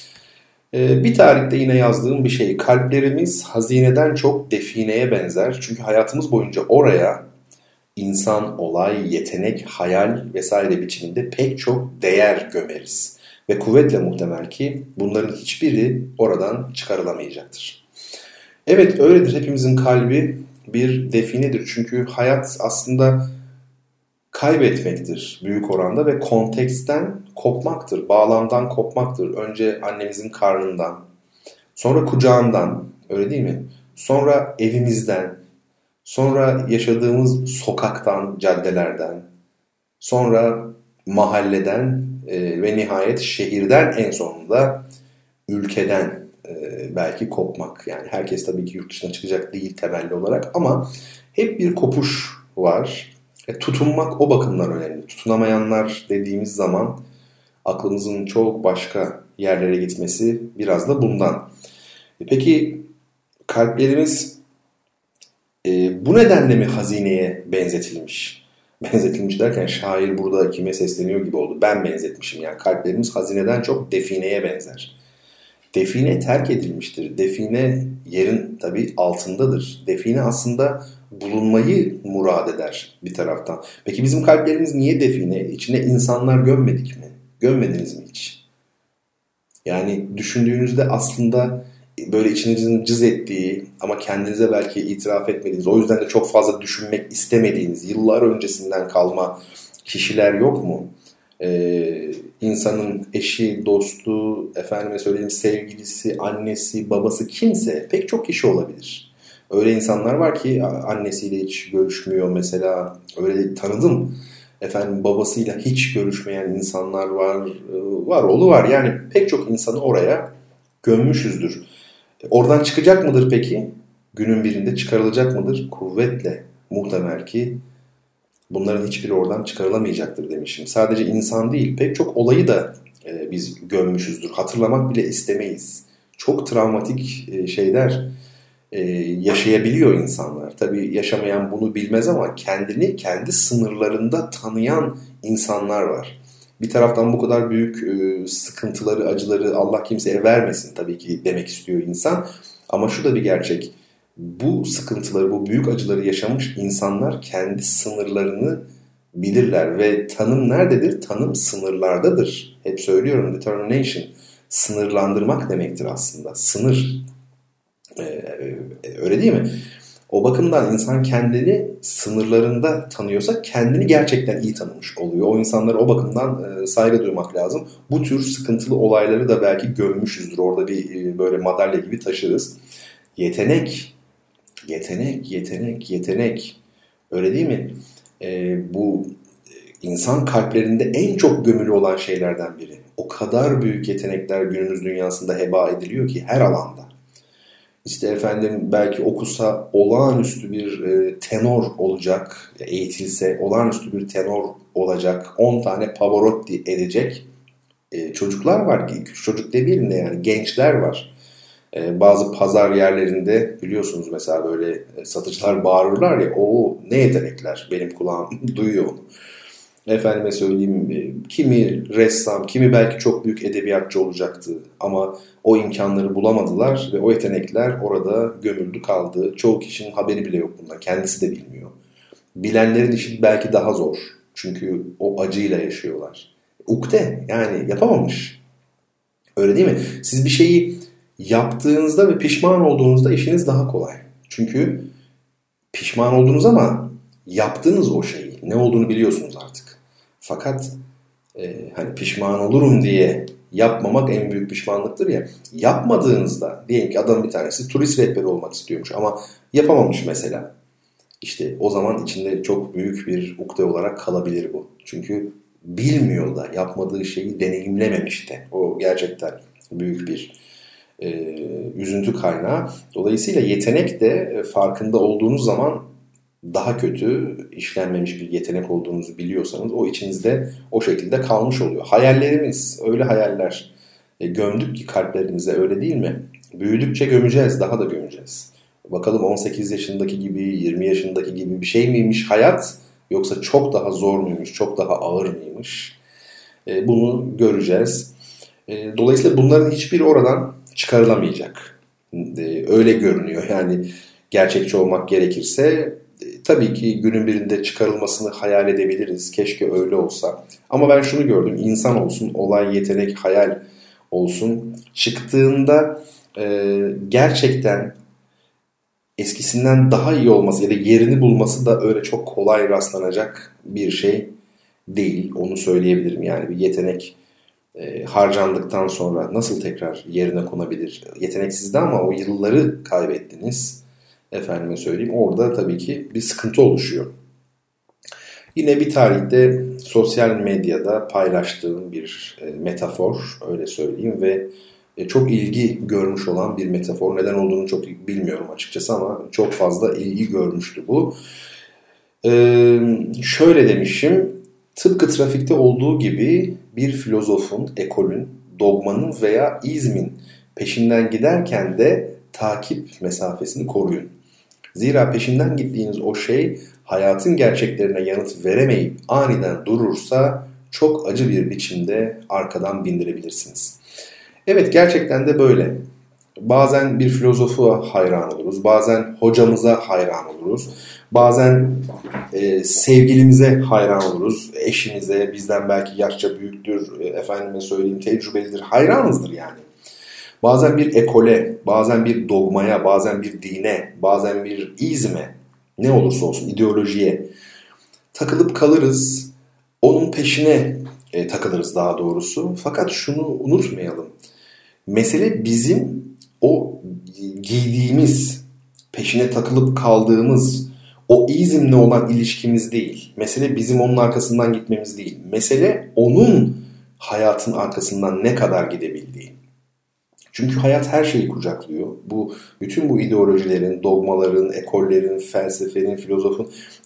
Bir tarihte yine yazdığım bir şey. Kalplerimiz hazineden çok defineye benzer. Çünkü hayatımız boyunca oraya insan, olay, yetenek, hayal vesaire biçiminde pek çok değer gömeriz. Ve kuvvetle muhtemel ki bunların hiçbiri oradan çıkarılamayacaktır. Evet öyledir. Hepimizin kalbi bir definedir. Çünkü hayat aslında kaybetmektir büyük oranda ve konteksten kopmaktır, bağlamdan kopmaktır. Önce annemizin karnından, sonra kucağından, öyle değil mi? Sonra evimizden, sonra yaşadığımız sokaktan, caddelerden, sonra mahalleden ve nihayet şehirden, en sonunda ülkeden belki kopmak. Yani herkes tabii ki yurt dışına çıkacak değil temelli olarak ama hep bir kopuş var. Tutunmak o bakımdan önemli. Tutunamayanlar dediğimiz zaman aklımızın çok başka yerlere gitmesi biraz da bundan. Peki kalplerimiz bu nedenle mi hazineye benzetilmiş? Benzetilmiş derken şair burada kime sesleniyor gibi oldu. Ben benzetmişim yani. Kalplerimiz hazineden çok defineye benzer. Define terk edilmiştir. Define yerin tabii altındadır. Define aslında bulunmayı murad eder bir taraftan. Peki bizim kalplerimiz niye define? İçine insanlar gömmedik mi? Gömmediniz mi hiç? Yani düşündüğünüzde aslında böyle içinizin cız ettiği ama kendinize belki itiraf etmediğiniz, o yüzden de çok fazla düşünmek istemediğiniz yıllar öncesinden kalma kişiler yok mu? İnsanın eşi, dostu, efendime söyleyeyim sevgilisi, annesi, babası kimse pek çok kişi olabilir. Öyle insanlar var ki annesiyle hiç görüşmüyor mesela. Öyle tanıdım. Efendim babasıyla hiç görüşmeyen insanlar var. Var oğlu var. Yani pek çok insanı oraya gömmüşüzdür. Oradan çıkacak mıdır peki? Günün birinde çıkarılacak mıdır? Kuvvetle muhtemel ki bunların hiçbiri oradan çıkarılamayacaktır demişim. Sadece insan değil, pek çok olayı da biz gömmüşüzdür. Hatırlamak bile istemeyiz. Çok travmatik şeyler yaşayabiliyor insanlar. Tabii yaşamayan bunu bilmez ama kendini kendi sınırlarında tanıyan insanlar var. Bir taraftan bu kadar büyük sıkıntıları, acıları Allah kimseye vermesin tabii ki demek istiyor insan. Ama şu da bir gerçek. Bu sıkıntıları, bu büyük acıları yaşamış insanlar kendi sınırlarını bilirler ve tanım nerededir? Tanım sınırlardadır. Hep söylüyorum, determination, sınırlandırmak demektir aslında. Sınır, öyle değil mi? O bakımdan insan kendini sınırlarında tanıyorsa kendini gerçekten iyi tanımış oluyor. O insanlara o bakımdan saygı duymak lazım. Bu tür sıkıntılı olayları da belki gömmüşüzdür. Orada bir böyle madalya gibi taşırız. Yetenek. Öyle değil mi? Bu insan kalplerinde en çok gömülü olan şeylerden biri. O kadar büyük yetenekler günümüz dünyasında heba ediliyor ki her alanda. İşte efendim belki okusa olağanüstü bir tenor olacak, eğitilse olağanüstü bir tenor olacak, 10 tane Pavarotti edecek çocuklar var. Küçük çocuk demeyelim de yani gençler var. Bazı pazar yerlerinde biliyorsunuz mesela böyle satıcılar bağırırlar ya, o ne yetenekler, benim kulağım duyuyor onu. Efendime söyleyeyim, kimi ressam, kimi belki çok büyük edebiyatçı olacaktı ama o imkanları bulamadılar ve o yetenekler orada gömüldü kaldı. Çoğu kişinin haberi bile yok bundan, kendisi de bilmiyor. Bilenlerin işi belki daha zor çünkü o acıyla yaşıyorlar. Ukde, yani yapamamış. Öyle değil mi? Siz bir şeyi yaptığınızda ve pişman olduğunuzda işiniz daha kolay. Çünkü pişman oldunuz ama yaptınız o şeyi. Ne olduğunu biliyorsunuz artık. Fakat hani pişman olurum diye yapmamak en büyük pişmanlıktır ya. Yapmadığınızda, diyelim ki adam bir tanesi turist rehberi olmak istiyormuş ama yapamamış mesela. İşte o zaman içinde çok büyük bir ukde olarak kalabilir bu. Çünkü bilmiyor da, yapmadığı şeyi deneyimlememiş de. O gerçekten büyük bir üzüntü kaynağı. Dolayısıyla yetenek de farkında olduğunuz zaman daha kötü, işlenmemiş bir yetenek olduğunuzu biliyorsanız o içinizde o şekilde kalmış oluyor. Hayallerimiz, öyle hayaller gömdük ki kalplerimize, öyle değil mi? Büyüdükçe gömeceğiz, daha da gömeceğiz. Bakalım 18 yaşındaki gibi, 20 yaşındaki gibi bir şey miymiş hayat? Yoksa çok daha zor muymuş, çok daha ağır mıymış? Bunu göreceğiz. Dolayısıyla bunların hiçbiri oradan çıkarılamayacak. Öyle görünüyor. Yani gerçekçi olmak gerekirse tabii ki günün birinde çıkarılmasını hayal edebiliriz. Keşke öyle olsa. Ama ben şunu gördüm. İnsan olsun, olay, yetenek, hayal olsun. Çıktığında gerçekten eskisinden daha iyi olması ya da yerini bulması da öyle çok kolay rastlanacak bir şey değil. Onu söyleyebilirim. Yani bir yetenek harcandıktan sonra nasıl tekrar yerine konabilir? Yetenek sizde ama o yılları kaybettiniz. Efendime söyleyeyim. Orada tabii ki bir sıkıntı oluşuyor. Yine bir tarihte sosyal medyada paylaştığım bir metafor, öyle söyleyeyim ve çok ilgi görmüş olan bir metafor. Neden olduğunu çok bilmiyorum açıkçası ama çok fazla ilgi görmüştü bu. Şöyle demişim, tıpkı trafikte olduğu gibi bir filozofun, ekolün, dogmanın veya izmin peşinden giderken de takip mesafesini koruyun. Zira peşinden gittiğiniz o şey hayatın gerçeklerine yanıt veremeyip aniden durursa çok acı bir biçimde arkadan bindirebilirsiniz. Evet, gerçekten de böyle. Bazen bir filozofa hayran oluruz, bazen hocamıza hayran oluruz, bazen sevgilimize hayran oluruz, eşimize, bizden belki yaşça büyüktür, efendime söyleyeyim tecrübelidir, hayranızdır yani. Bazen bir ekole, bazen bir dogmaya, bazen bir dine, bazen bir izme, ne olursa olsun ideolojiye takılıp kalırız. Onun peşine takılırız daha doğrusu. Fakat şunu unutmayalım. Mesele bizim o giydiğimiz, peşine takılıp kaldığımız o izmle olan ilişkimiz değil. Mesele bizim onun arkasından gitmemiz değil. Mesele onun hayatın arkasından ne kadar gidebildiği. Çünkü hayat her şeyi kucaklıyor. Bütün bu ideolojilerin, dogmaların, ekollerin, felsefenin, filozofun,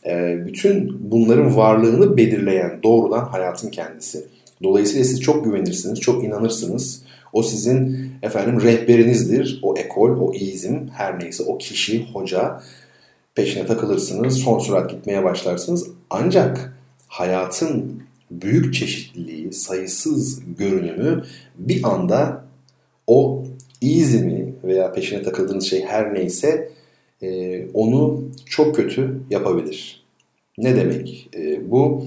bütün bunların varlığını belirleyen doğrudan hayatın kendisi. Dolayısıyla siz çok güvenirsiniz, çok inanırsınız. O sizin rehberinizdir. O ekol, o izm, her neyse o kişi, hoca, peşine takılırsınız, son sürat gitmeye başlarsınız. Ancak hayatın büyük çeşitliliği, sayısız görünümü bir anda o izmi veya peşine takıldığınız şey her neyse onu çok kötü yapabilir. Ne demek? Bu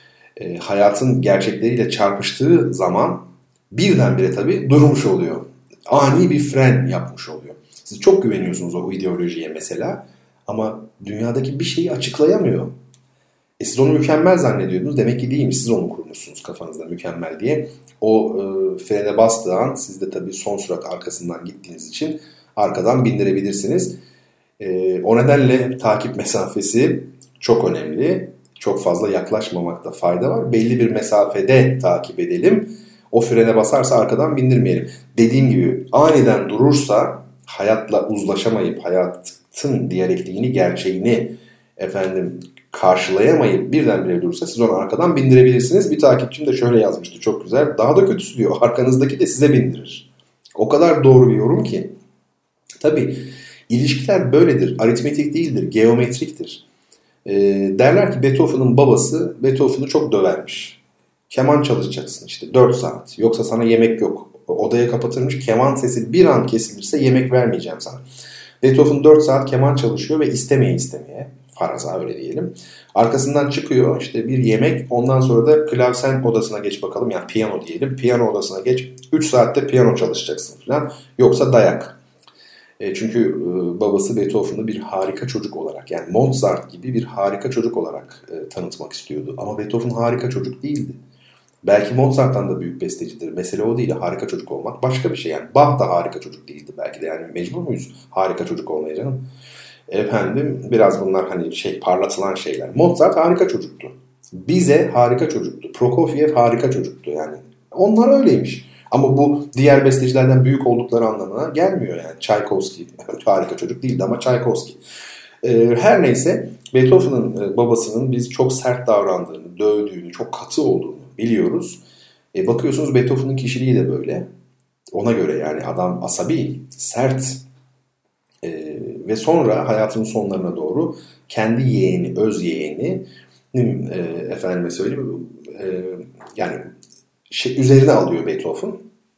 hayatın gerçekleriyle çarpıştığı zaman birdenbire tabii durmuş oluyor. Ani bir fren yapmış oluyor. Siz çok güveniyorsunuz o ideolojiye mesela ama dünyadaki bir şeyi açıklayamıyor. Siz onu mükemmel zannediyordunuz. Demek ki değilmiş. Siz onu kurmuşsunuz kafanızda mükemmel diye. O frene bastığı an siz de tabii son sürat arkasından gittiğiniz için arkadan bindirebilirsiniz. O nedenle takip mesafesi çok önemli. Çok fazla yaklaşmamakta fayda var. Belli bir mesafede takip edelim. O frene basarsa arkadan bindirmeyelim. Dediğim gibi aniden durursa hayatla uzlaşamayıp hayatın diyalektiğini, gerçeğini karşılayamayıp birdenbire durursa siz onu arkadan bindirebilirsiniz. Bir takipçim de şöyle yazmıştı, çok güzel. Daha da kötüsü diyor, arkanızdaki de size bindirir. O kadar doğru bir yorum ki. Tabii ilişkiler böyledir. Aritmetik değildir, geometriktir. Derler ki Beethoven'ın babası Beethoven'ı çok dövermiş. Keman çalışacaksın işte 4 saat. Yoksa sana yemek yok. Odaya kapatılmış, keman sesi bir an kesilirse yemek vermeyeceğim sana. Beethoven 4 saat keman çalışıyor ve istemeye Faraza öyle diyelim. Arkasından çıkıyor işte bir yemek, ondan sonra da klavsen odasına geç bakalım, yani piyano diyelim. Piyano odasına geç, 3 saatte piyano çalışacaksın falan. Yoksa dayak. Çünkü babası Beethoven'ı bir harika çocuk olarak, yani Mozart gibi bir harika çocuk olarak tanıtmak istiyordu. Ama Beethoven harika çocuk değildi. Belki Mozart'tan da büyük bestecidir. Mesele o değil. Harika çocuk olmak başka bir şey. Yani Bach da harika çocuk değildi belki de. Yani mecbur muyuz harika çocuk olmaya canım? Efendim biraz bunlar hani parlatılan şeyler. Mozart harika çocuktu. Bize harika çocuktu. Prokofiev harika çocuktu yani. Onlar öyleymiş. Ama bu diğer bestecilerden büyük oldukları anlamına gelmiyor yani. Tchaikovsky harika çocuk değildi ama Tchaikovsky. Her neyse Beethoven'ın babasının biz çok sert davrandığını, dövdüğünü, çok katı olduğunu biliyoruz. Bakıyorsunuz Beethoven'ın kişiliği de böyle. Ona göre yani adam asabi, sert ve sonra hayatının sonlarına doğru kendi yeğeni, öz yeğeni efendime söyleyeyim yani üzerine alıyor Beethoven.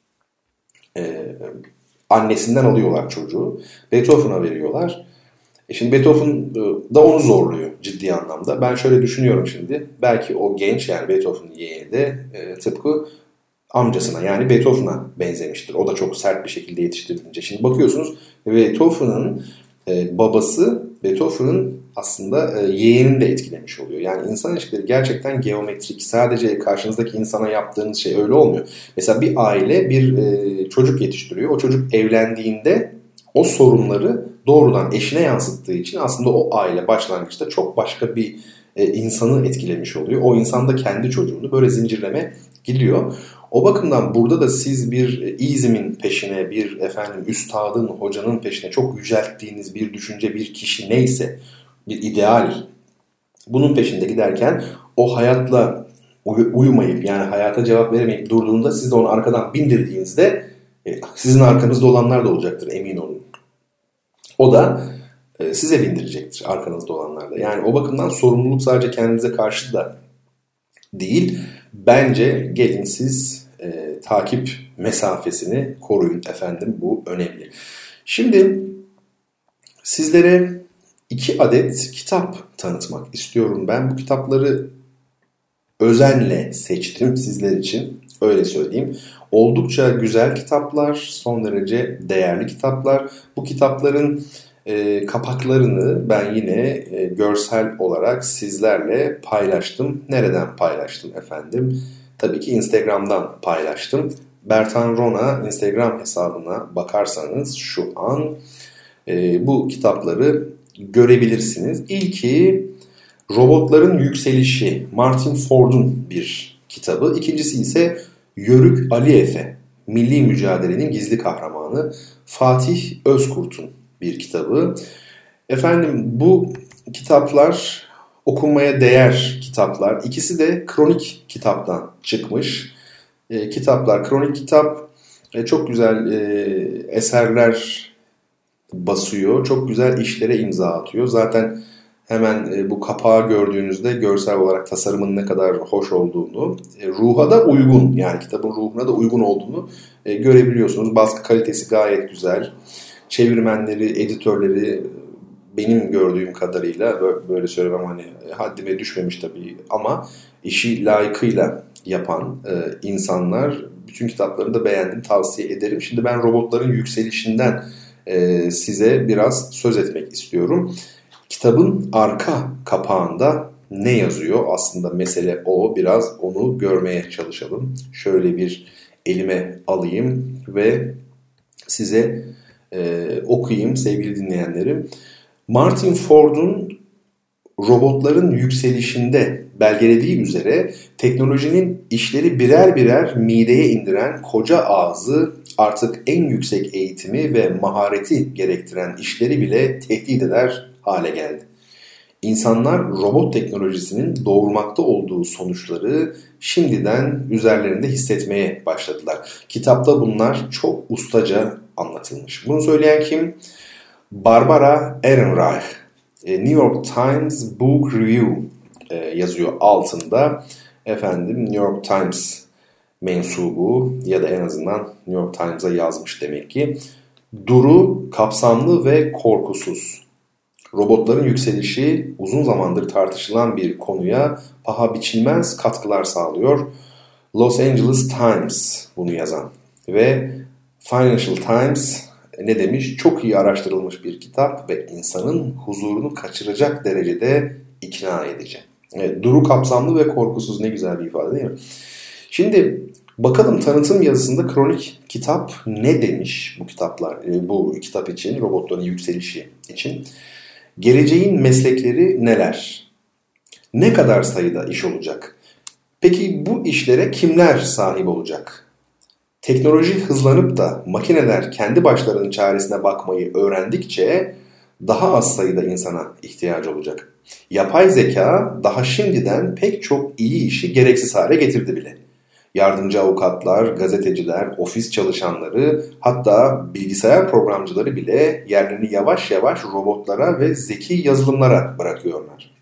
Annesinden alıyorlar çocuğu. Beethoven'a veriyorlar. Şimdi Beethoven da onu zorluyor ciddi anlamda. Ben şöyle düşünüyorum şimdi. Belki o genç yani Beethoven'ın yeğeni de tıpkı amcasına yani Beethoven'a benzemiştir. O da çok sert bir şekilde yetiştirilince. Şimdi bakıyorsunuz Beethoven'ın babası Beethoven'ın aslında yeğenini de etkilemiş oluyor. Yani insan ilişkileri gerçekten geometrik. Sadece karşınızdaki insana yaptığınız şey öyle olmuyor. Mesela bir aile bir çocuk yetiştiriyor. O çocuk evlendiğinde o sorunları doğrudan eşine yansıttığı için aslında o aile başlangıçta çok başka bir insanı etkilemiş oluyor. O insan da kendi çocuğunu böyle zincirleme gidiyor. O bakımdan burada da siz bir izmin peşine, bir üstadın, hocanın peşine çok yücelttiğiniz bir düşünce, bir kişi neyse, bir ideal, bunun peşinde giderken o hayatla uyumayıp yani hayata cevap veremeyip durduğunda siz de onu arkadan bindirdiğinizde sizin arkanızda olanlar da olacaktır, emin olun. O da size bindirecektir arkanızda olanlar da. Yani o bakımdan sorumluluk sadece kendinize karşı da değil. Bence gelin siz takip mesafesini koruyun efendim, bu önemli. Şimdi sizlere 2 adet kitap tanıtmak istiyorum. Ben bu kitapları özenle seçtim sizler için, öyle söyleyeyim. Oldukça güzel kitaplar, son derece değerli kitaplar. Bu kitapların kapaklarını ben yine görsel olarak sizlerle paylaştım. Nereden paylaştım efendim? Tabii ki Instagram'dan paylaştım. Bertan Rona Instagram hesabına bakarsanız şu an bu kitapları görebilirsiniz. İlki Robotların Yükselişi, Martin Ford'un bir kitabı. İkincisi ise Yörük Ali Efe, Milli Mücadelenin Gizli Kahramanı, Fatih Özkurt'un bir kitabı. Efendim bu kitaplar okunmaya değer kitaplar. İkisi de kronik kitaptan çıkmış kitaplar. Kronik kitap çok güzel eserler basıyor. Çok güzel işlere imza atıyor. Zaten hemen bu kapağı gördüğünüzde görsel olarak tasarımın ne kadar hoş olduğunu, ruha da uygun, yani kitabın ruhuna da uygun olduğunu görebiliyorsunuz. Baskı kalitesi gayet güzel. Çevirmenleri, editörleri benim gördüğüm kadarıyla, böyle söylemem hani haddime düşmemiş tabii ama işi layıkıyla yapan insanlar. Bütün kitaplarını da beğendim, tavsiye ederim. Şimdi ben Robotların Yükselişinden size biraz söz etmek istiyorum. Kitabın arka kapağında ne yazıyor? Aslında mesele o. Biraz onu görmeye çalışalım. Şöyle bir elime alayım ve size okuyayım sevgili dinleyenlerim. Martin Ford'un Robotların Yükselişinde belgelediği üzere teknolojinin işleri birer birer mideye indiren koca ağzı artık en yüksek eğitimi ve mahareti gerektiren işleri bile tehdit eder hale geldi. İnsanlar robot teknolojisinin doğurmakta olduğu sonuçları şimdiden üzerlerinde hissetmeye başladılar. Kitapta bunlar çok ustaca anlatılmış. Bunu söyleyen kim? Barbara Ehrenreich. New York Times Book Review yazıyor altında. Efendim New York Times mensubu ya da en azından New York Times'a yazmış demek ki. Duru, kapsamlı ve korkusuz. Robotların yükselişi uzun zamandır tartışılan bir konuya paha biçilmez katkılar sağlıyor. Los Angeles Times bunu yazan ve Financial Times ne demiş? Çok iyi araştırılmış bir kitap ve insanın huzurunu kaçıracak derecede ikna edici. Evet, duru kapsamlı ve korkusuz, ne güzel bir ifade değil mi? Şimdi bakalım tanıtım yazısında Kronik Kitap ne demiş bu kitap için, robotların yükselişi için. Geleceğin meslekleri neler? Ne kadar sayıda iş olacak? Peki bu işlere kimler sahip olacak? Teknoloji hızlanıp da makineler kendi başlarının çaresine bakmayı öğrendikçe daha az sayıda insana ihtiyacı olacak. Yapay zeka daha şimdiden pek çok iyi işi gereksiz hale getirdi bile. Yardımcı avukatlar, gazeteciler, ofis çalışanları, hatta bilgisayar programcıları bile yerlerini yavaş yavaş robotlara ve zeki yazılımlara bırakıyorlar.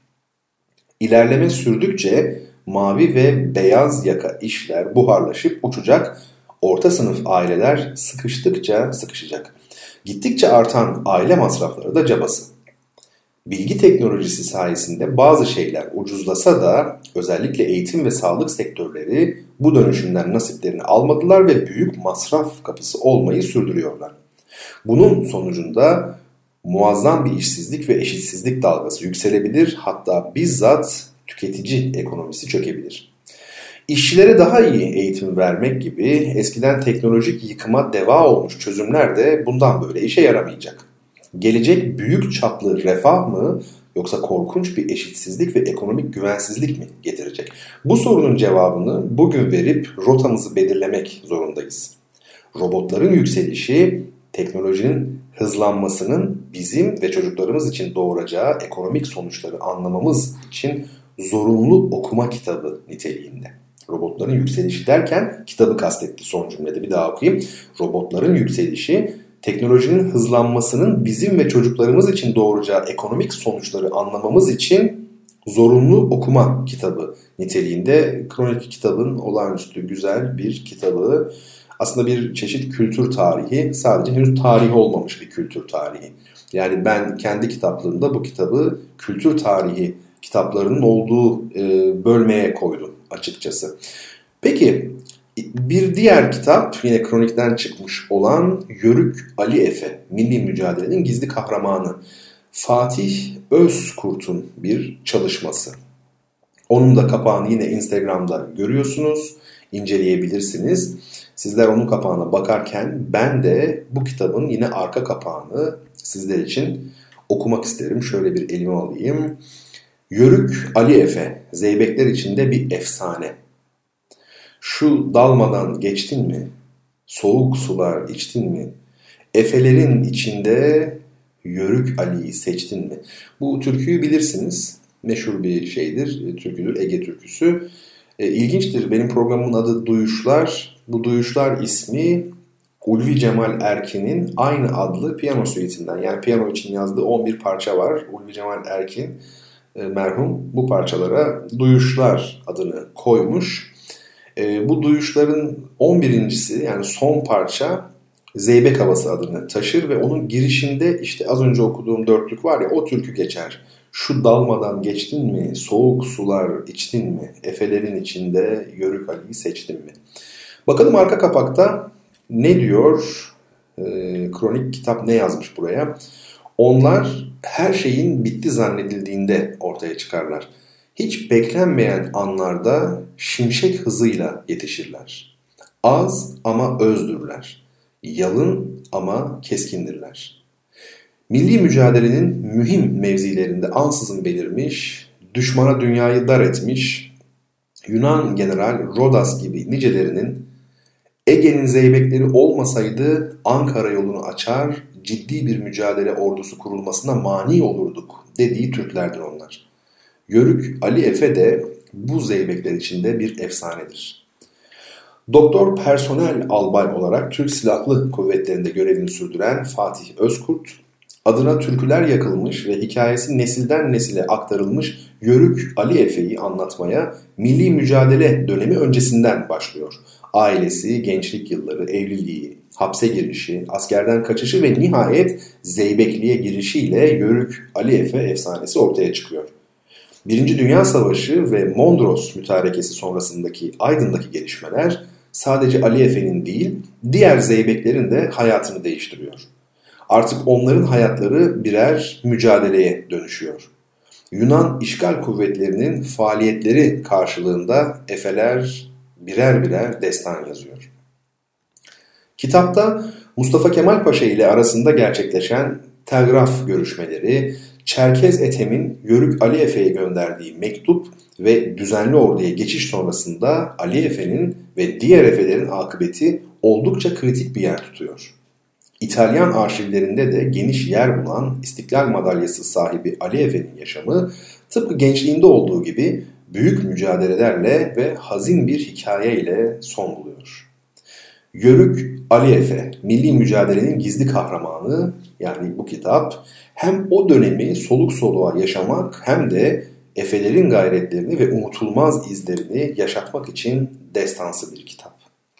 İlerleme sürdükçe mavi ve beyaz yaka işler buharlaşıp uçacak, orta sınıf aileler sıkıştıkça sıkışacak. Gittikçe artan aile masrafları da cabası. Bilgi teknolojisi sayesinde bazı şeyler ucuzlasa da özellikle eğitim ve sağlık sektörleri bu dönüşümden nasiplerini almadılar ve büyük masraf kapısı olmayı sürdürüyorlar. Bunun sonucunda muazzam bir işsizlik ve eşitsizlik dalgası yükselebilir, hatta bizzat tüketici ekonomisi çökebilir. İşçilere daha iyi eğitim vermek gibi eskiden teknolojik yıkıma deva olmuş çözümler de bundan böyle işe yaramayacak. Gelecek büyük çaplı refah mı yoksa korkunç bir eşitsizlik ve ekonomik güvensizlik mi getirecek? Bu sorunun cevabını bugün verip rotamızı belirlemek zorundayız. Robotların yükselişi, teknolojinin hızlanmasının bizim ve çocuklarımız için doğuracağı ekonomik sonuçları anlamamız için zorunlu okuma kitabı niteliğinde. Robotların yükselişi derken kitabı kastetti son cümlede, bir daha okuyayım. Robotların yükselişi, teknolojinin hızlanmasının bizim ve çocuklarımız için doğuracağı ekonomik sonuçları anlamamız için zorunlu okuma kitabı niteliğinde. Kronik kitabın olağanüstü güzel bir kitabı. Aslında bir çeşit kültür tarihi, sadece henüz tarihi olmamış bir kültür tarihi. Yani ben kendi kitaplığımda bu kitabı kültür tarihi kitaplarının olduğu bölmeye koydum açıkçası. Peki bir diğer kitap yine Kronik'ten çıkmış olan Yörük Ali Efe, Milli Mücadele'nin Gizli Kahramanı. Fatih Özkurt'un bir çalışması. Onun da kapağını yine Instagram'da görüyorsunuz, inceleyebilirsiniz. Sizler onun kapağına bakarken ben de bu kitabın yine arka kapağını sizler için okumak isterim. Şöyle bir elime alayım. Yörük Ali Efe, zeybekler içinde bir efsane. Şu dalmadan geçtin mi? Soğuk sular içtin mi? Efelerin içinde Yörük Ali'yi seçtin mi? Bu türküyü bilirsiniz. Meşhur bir şeydir, türküdür, Ege türküsü. İlginçtir, benim programımın adı Duyuşlar. Bu Duyuşlar ismi Ulvi Cemal Erkin'in aynı adlı piyano suitinden, yani piyano için yazdığı 11 parça var. Ulvi Cemal Erkin merhum bu parçalara Duyuşlar adını koymuş. Bu duyuşların 11.'si, yani son parça Zeybek Havası adını taşır ve onun girişinde işte az önce okuduğum dörtlük var ya, o türkü geçer. Şu dalmadan geçtin mi, soğuk sular içtin mi, efelerin içinde Yörük Ali'yi seçtin mi? Bakalım arka kapakta ne diyor? Kronik kitap ne yazmış buraya? Onlar her şeyin bitti zannedildiğinde ortaya çıkarlar. Hiç beklenmeyen anlarda şimşek hızıyla yetişirler. Az ama özdürler. Yalın ama keskindirler. Milli mücadelenin mühim mevzilerinde ansızın belirmiş, düşmana dünyayı dar etmiş, Yunan General Rodas gibi nicelerinin Ege'nin zeybekleri olmasaydı Ankara yolunu açar, ciddi bir mücadele ordusu kurulmasına mani olurduk dediği Türklerdir onlar. Yörük Ali Efe de bu zeybekler içinde bir efsanedir. Doktor personel albay olarak Türk Silahlı Kuvvetleri'nde görevini sürdüren Fatih Özkurt, adına türküler yakılmış ve hikayesi nesilden nesile aktarılmış Yörük Ali Efe'yi anlatmaya milli mücadele dönemi öncesinden başlıyor. Ailesi, gençlik yılları, evliliği, hapse girişi, askerden kaçışı ve nihayet Zeybekli'ye girişiyle Yörük Ali Efe efsanesi ortaya çıkıyor. Birinci Dünya Savaşı ve Mondros mütarekesi sonrasındaki Aydın'daki gelişmeler sadece Ali Efe'nin değil, diğer Zeybeklerin de hayatını değiştiriyor. Artık onların hayatları birer mücadeleye dönüşüyor. Yunan işgal kuvvetlerinin faaliyetleri karşılığında Efeler birer birer destan yazıyor. Kitapta Mustafa Kemal Paşa ile arasında gerçekleşen telgraf görüşmeleri, Çerkez Ethem'in Yörük Ali Efe'ye gönderdiği mektup ve düzenli orduya geçiş sonrasında Ali Efe'nin ve diğer Efelerin akıbeti oldukça kritik bir yer tutuyor. İtalyan arşivlerinde de geniş yer bulan İstiklal Madalyası sahibi Ali Efe'nin yaşamı tıpkı gençliğinde olduğu gibi büyük mücadelelerle ve hazin bir hikayeyle son buluyor. Yörük Ali Efe, milli mücadelenin gizli kahramanı, yani bu kitap hem o dönemi soluk soluğa yaşamak hem de Efelerin gayretlerini ve unutulmaz izlerini yaşatmak için destansı bir kitap.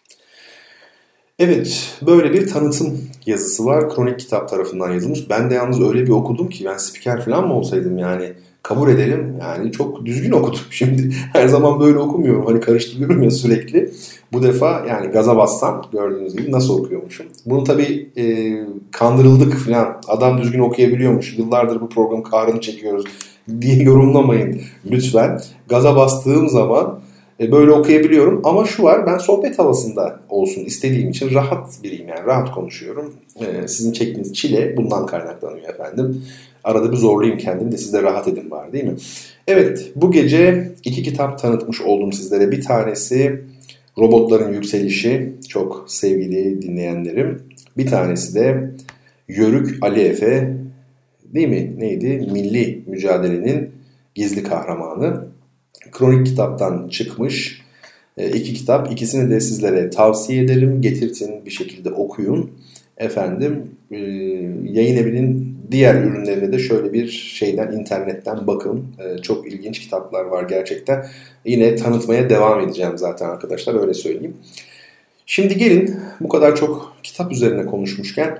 Evet, böyle bir tanıtım yazısı var. Kronik Kitap tarafından yazılmış. Ben de yalnız öyle bir okudum ki ben spiker falan mı olsaydım yani kabul edelim. Yani çok düzgün okudum. Şimdi her zaman böyle okumuyorum. Hani karıştırıyorum ya sürekli. Bu defa yani gaza bassam gördüğünüz gibi nasıl okuyormuşum. Bunu tabii kandırıldık falan. Adam düzgün okuyabiliyormuş. Yıllardır bu programın kahrını çekiyoruz diye yorumlamayın lütfen. Gaza bastığım zaman böyle okuyabiliyorum ama şu var, ben sohbet havasında olsun istediğim için rahat biriyim, yani rahat konuşuyorum. Sizin çektiğiniz çile bundan kaynaklanıyor efendim. Arada bir zorlayayım kendimi de siz de rahat edin var değil mi? Evet, bu gece 2 kitap tanıtmış oldum sizlere. Bir tanesi Robotların Yükselişi, çok sevgili dinleyenlerim. Bir tanesi de Yörük Ali Efe, değil mi? Neydi? Milli mücadelenin gizli kahramanı. Kronik Kitap'tan çıkmış 2 kitap. İkisini de sizlere tavsiye ederim. Getirtin, bir şekilde okuyun. Efendim, yayın evinin diğer ürünlerine de şöyle bir şeyden, internetten bakın. Çok ilginç kitaplar var gerçekten. Yine tanıtmaya devam edeceğim zaten arkadaşlar, öyle söyleyeyim. Şimdi gelin, bu kadar çok kitap üzerine konuşmuşken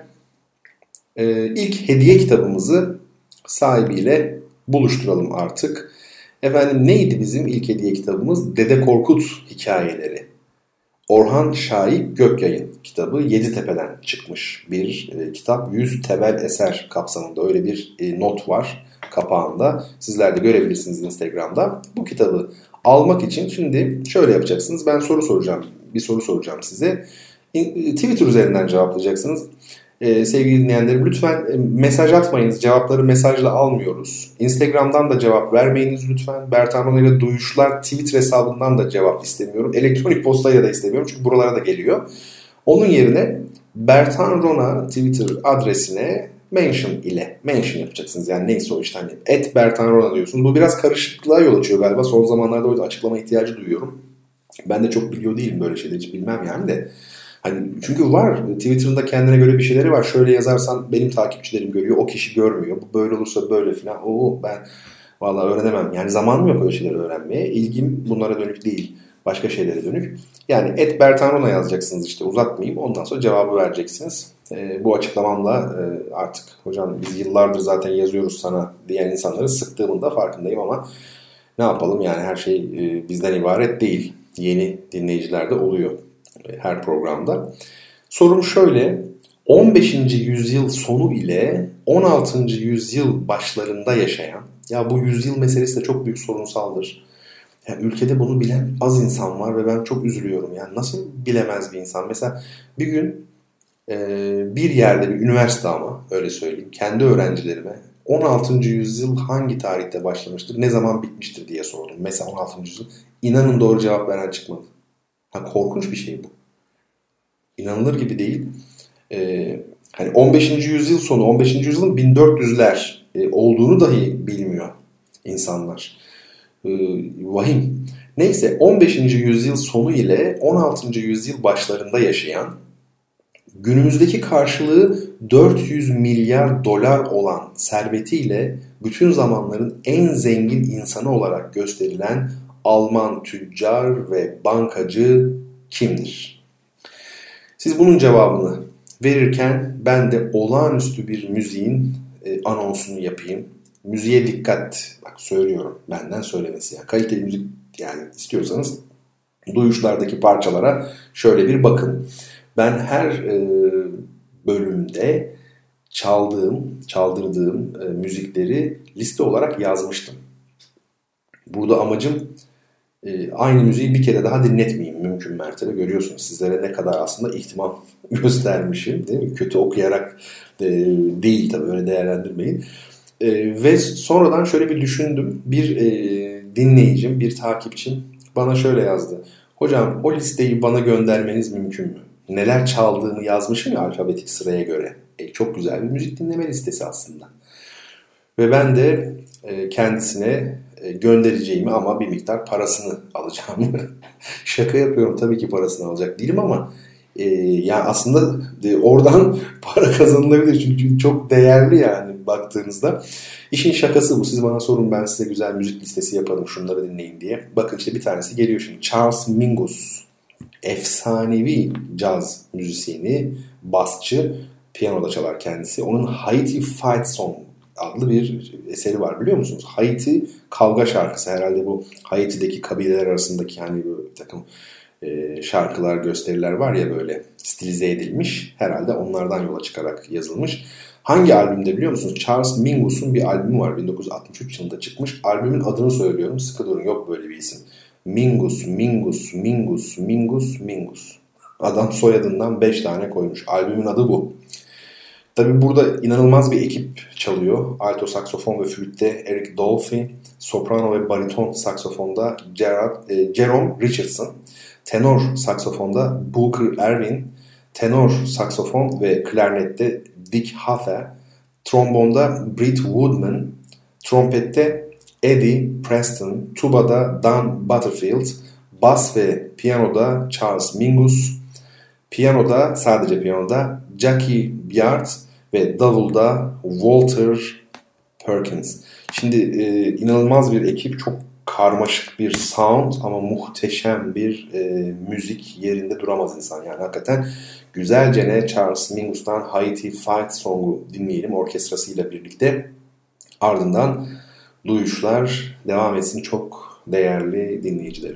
ilk hediye kitabımızı sahibiyle buluşturalım artık. Efendim, neydi bizim ilk hediye kitabımız? Dede Korkut Hikayeleri. Orhan Şahik Gökyayın kitabı, Yeditepe'den çıkmış bir kitap. 100 temel eser kapsamında, öyle bir not var kapağında. Sizler de görebilirsiniz Instagram'da. Bu kitabı almak için şimdi şöyle yapacaksınız. Ben bir soru soracağım size. Twitter üzerinden cevaplayacaksınız. Sevgili dinleyenlerim, lütfen mesaj atmayınız. Cevapları mesajla almıyoruz. Instagram'dan da cevap vermeyiniz lütfen. Bertan Rona ile Duyuşlar Twitter hesabından da cevap istemiyorum. Elektronik postayla da istemiyorum çünkü buralara da geliyor. Onun yerine Bertan Rona Twitter adresine mention yapacaksınız. Yani neyse o işte, hani @bertanrona diyorsunuz. Bu biraz karışıklığa yol açıyor galiba. Son zamanlarda o yüzden açıklama ihtiyacı duyuyorum. Ben de çok biliyor değilim böyle şeyleri, hiç bilmem yani de. Hani çünkü var, Twitter'ında kendine göre bir şeyleri var. Şöyle yazarsan benim takipçilerim görüyor, o kişi görmüyor. Bu böyle olursa böyle filan. Ben vallahi öğrenemem. Yani zamanım yok öyle şeyleri öğrenmeye. İlgim bunlara dönük değil. Başka şeylere dönük. Yani @bertanrona yazacaksınız işte, uzatmayayım. Ondan sonra cevabı vereceksiniz. Bu açıklamamla artık hocam biz yıllardır zaten yazıyoruz sana diyen insanları sıktığımın da farkındayım ama ne yapalım yani, her şey bizden ibaret değil. Yeni dinleyiciler de oluyor her programda. Sorum şöyle: 15. yüzyıl sonu ile 16. yüzyıl başlarında yaşayan, ya bu yüzyıl meselesi de çok büyük sorunsaldır. Yani ülkede bunu bilen az insan var ve ben çok üzülüyorum. Yani nasıl bilemez bir insan? Mesela bir gün bir yerde, bir üniversite ama öyle söyleyeyim, kendi öğrencilerime 16. yüzyıl hangi tarihte başlamıştır, ne zaman bitmiştir diye sordum. Mesela 16. yüzyıl. İnanın doğru cevap veren çıkmadı. Korkunç bir şey bu. İnanılır gibi değil. Hani 15. yüzyıl sonu, 15. yüzyılın 1400'ler olduğunu dahi bilmiyor insanlar. Vahim. Neyse, 15. yüzyıl sonu ile 16. yüzyıl başlarında yaşayan, günümüzdeki karşılığı 400 milyar dolar olan servetiyle bütün zamanların en zengin insanı olarak gösterilen Alman tüccar ve bankacı kimdir? Siz bunun cevabını verirken ben de olağanüstü bir müziğin anonsunu yapayım. Müziğe dikkat, bak söylüyorum, benden söylemesi. Yani kaliteli müzik yani istiyorsanız duyuşlardaki parçalara şöyle bir bakın. Ben her bölümde çaldırdığım müzikleri liste olarak yazmıştım. Burada amacım aynı müziği bir kere daha dinletmeyeyim mümkün mertebe. Görüyorsunuz sizlere ne kadar aslında ihtimam göstermişim, değil mi? Kötü okuyarak değil tabii, öyle değerlendirmeyin. Ve sonradan şöyle bir düşündüm. Bir dinleyicim, bir takipçim bana şöyle yazdı. Hocam o listeyi bana göndermeniz mümkün mü? Neler çaldığımı yazmışım ya alfabetik sıraya göre. Çok güzel bir müzik dinleme listesi aslında. Ve ben de kendisine göndereceğimi ama bir miktar parasını alacağımı şaka yapıyorum, tabii ki parasını alacak değilim ama yani aslında oradan para kazanılabilir çünkü çok değerli yani baktığınızda. İşin şakası bu. Siz bana sorun, ben size güzel müzik listesi yaparım şunları dinleyin diye. Bakın işte bir tanesi geliyor şimdi. Charles Mingus, efsanevi caz müzisyeni, basçı, piyanoda çalar kendisi. Onun Haiti Fight Song adlı bir eseri var, biliyor musunuz? Haiti kavga şarkısı, herhalde bu Haiti'deki kabileler arasındaki hani böyle bir takım şarkılar, gösteriler var ya böyle stilize edilmiş. Herhalde onlardan yola çıkarak yazılmış. Hangi albümde biliyor musunuz? Charles Mingus'un bir albümü var. 1963 yılında çıkmış. Albümün adını söylüyorum. Sıkı durun, yok böyle bir isim. Mingus, Mingus, Mingus, Mingus, Mingus. Adam soyadından 5 tane koymuş. Albümün adı bu. Tabii burada inanılmaz bir ekip çalıyor. Alto saksofon ve flütte Eric Dolphy, soprano ve bariton saksofonda Jerome Richardson, tenor saksofonda Booker Ervin, tenor saksofon ve klarnette Dick Hather, trombonda Britt Woodman, trompette Eddie Preston, tubada Don Butterfield, bas ve piyanoda Charles Mingus, piyanoda, sadece piyanoda Jackie Byard ve davulda Walter Perkins. Şimdi inanılmaz bir ekip, çok karmaşık bir sound ama muhteşem bir müzik, yerinde duramaz insan. Yani hakikaten güzelce Charles Mingus'tan Haiti Fight Song'u dinleyelim orkestrasıyla birlikte. Ardından duyuşlar devam etsin çok değerli dinleyicilerim.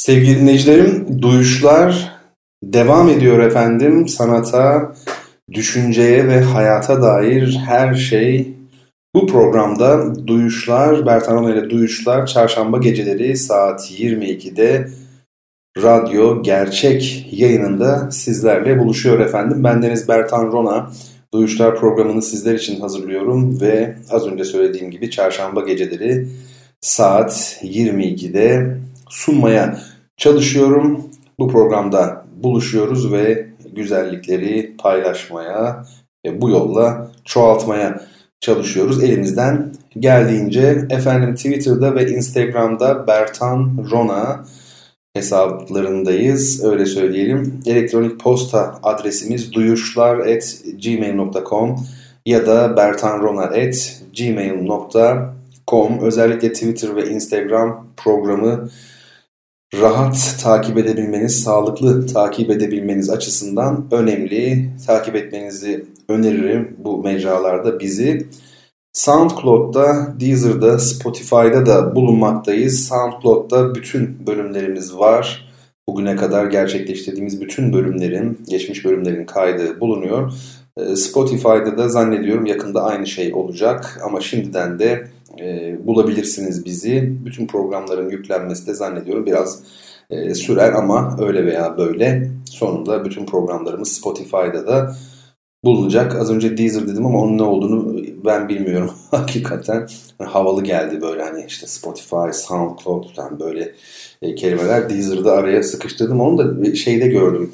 Sevgili dinleyicilerim, Duyuşlar devam ediyor efendim. Sanata, düşünceye ve hayata dair her şey bu programda. Duyuşlar, Bertan Rona ile Duyuşlar çarşamba geceleri saat 22'de Radyo Gerçek yayınında sizlerle buluşuyor efendim. Bendeniz Bertan Rona. Duyuşlar programını sizler için hazırlıyorum ve az önce söylediğim gibi çarşamba geceleri saat 22'de sunmaya çalışıyorum. Bu programda buluşuyoruz ve güzellikleri paylaşmaya ve bu yolla çoğaltmaya çalışıyoruz. Elimizden geldiğince efendim Twitter'da ve Instagram'da Bertan Rona hesaplarındayız. Öyle söyleyelim. Elektronik posta adresimiz duyuşlar@gmail.com ya da bertanrona@gmail.com. Özellikle Twitter ve Instagram programı rahat takip edebilmeniz, sağlıklı takip edebilmeniz açısından önemli. Takip etmenizi öneririm bu mecralarda bizi. SoundCloud'da, Deezer'da, Spotify'da da bulunmaktayız. SoundCloud'da bütün bölümlerimiz var. Bugüne kadar gerçekleştirdiğimiz bütün bölümlerin, geçmiş bölümlerin kaydı bulunuyor. Spotify'da da zannediyorum yakında aynı şey olacak ama şimdiden de bulabilirsiniz bizi. Bütün programların yüklenmesi de zannediyorum biraz sürer ama öyle veya böyle sonunda bütün programlarımız Spotify'da da bulunacak. Az önce Deezer dedim ama onun ne olduğunu ben bilmiyorum. Hakikaten havalı geldi böyle hani işte Spotify, SoundCloud falan böyle kelimeler. Deezer'da araya sıkıştırdım. Onu da şeyde gördüm.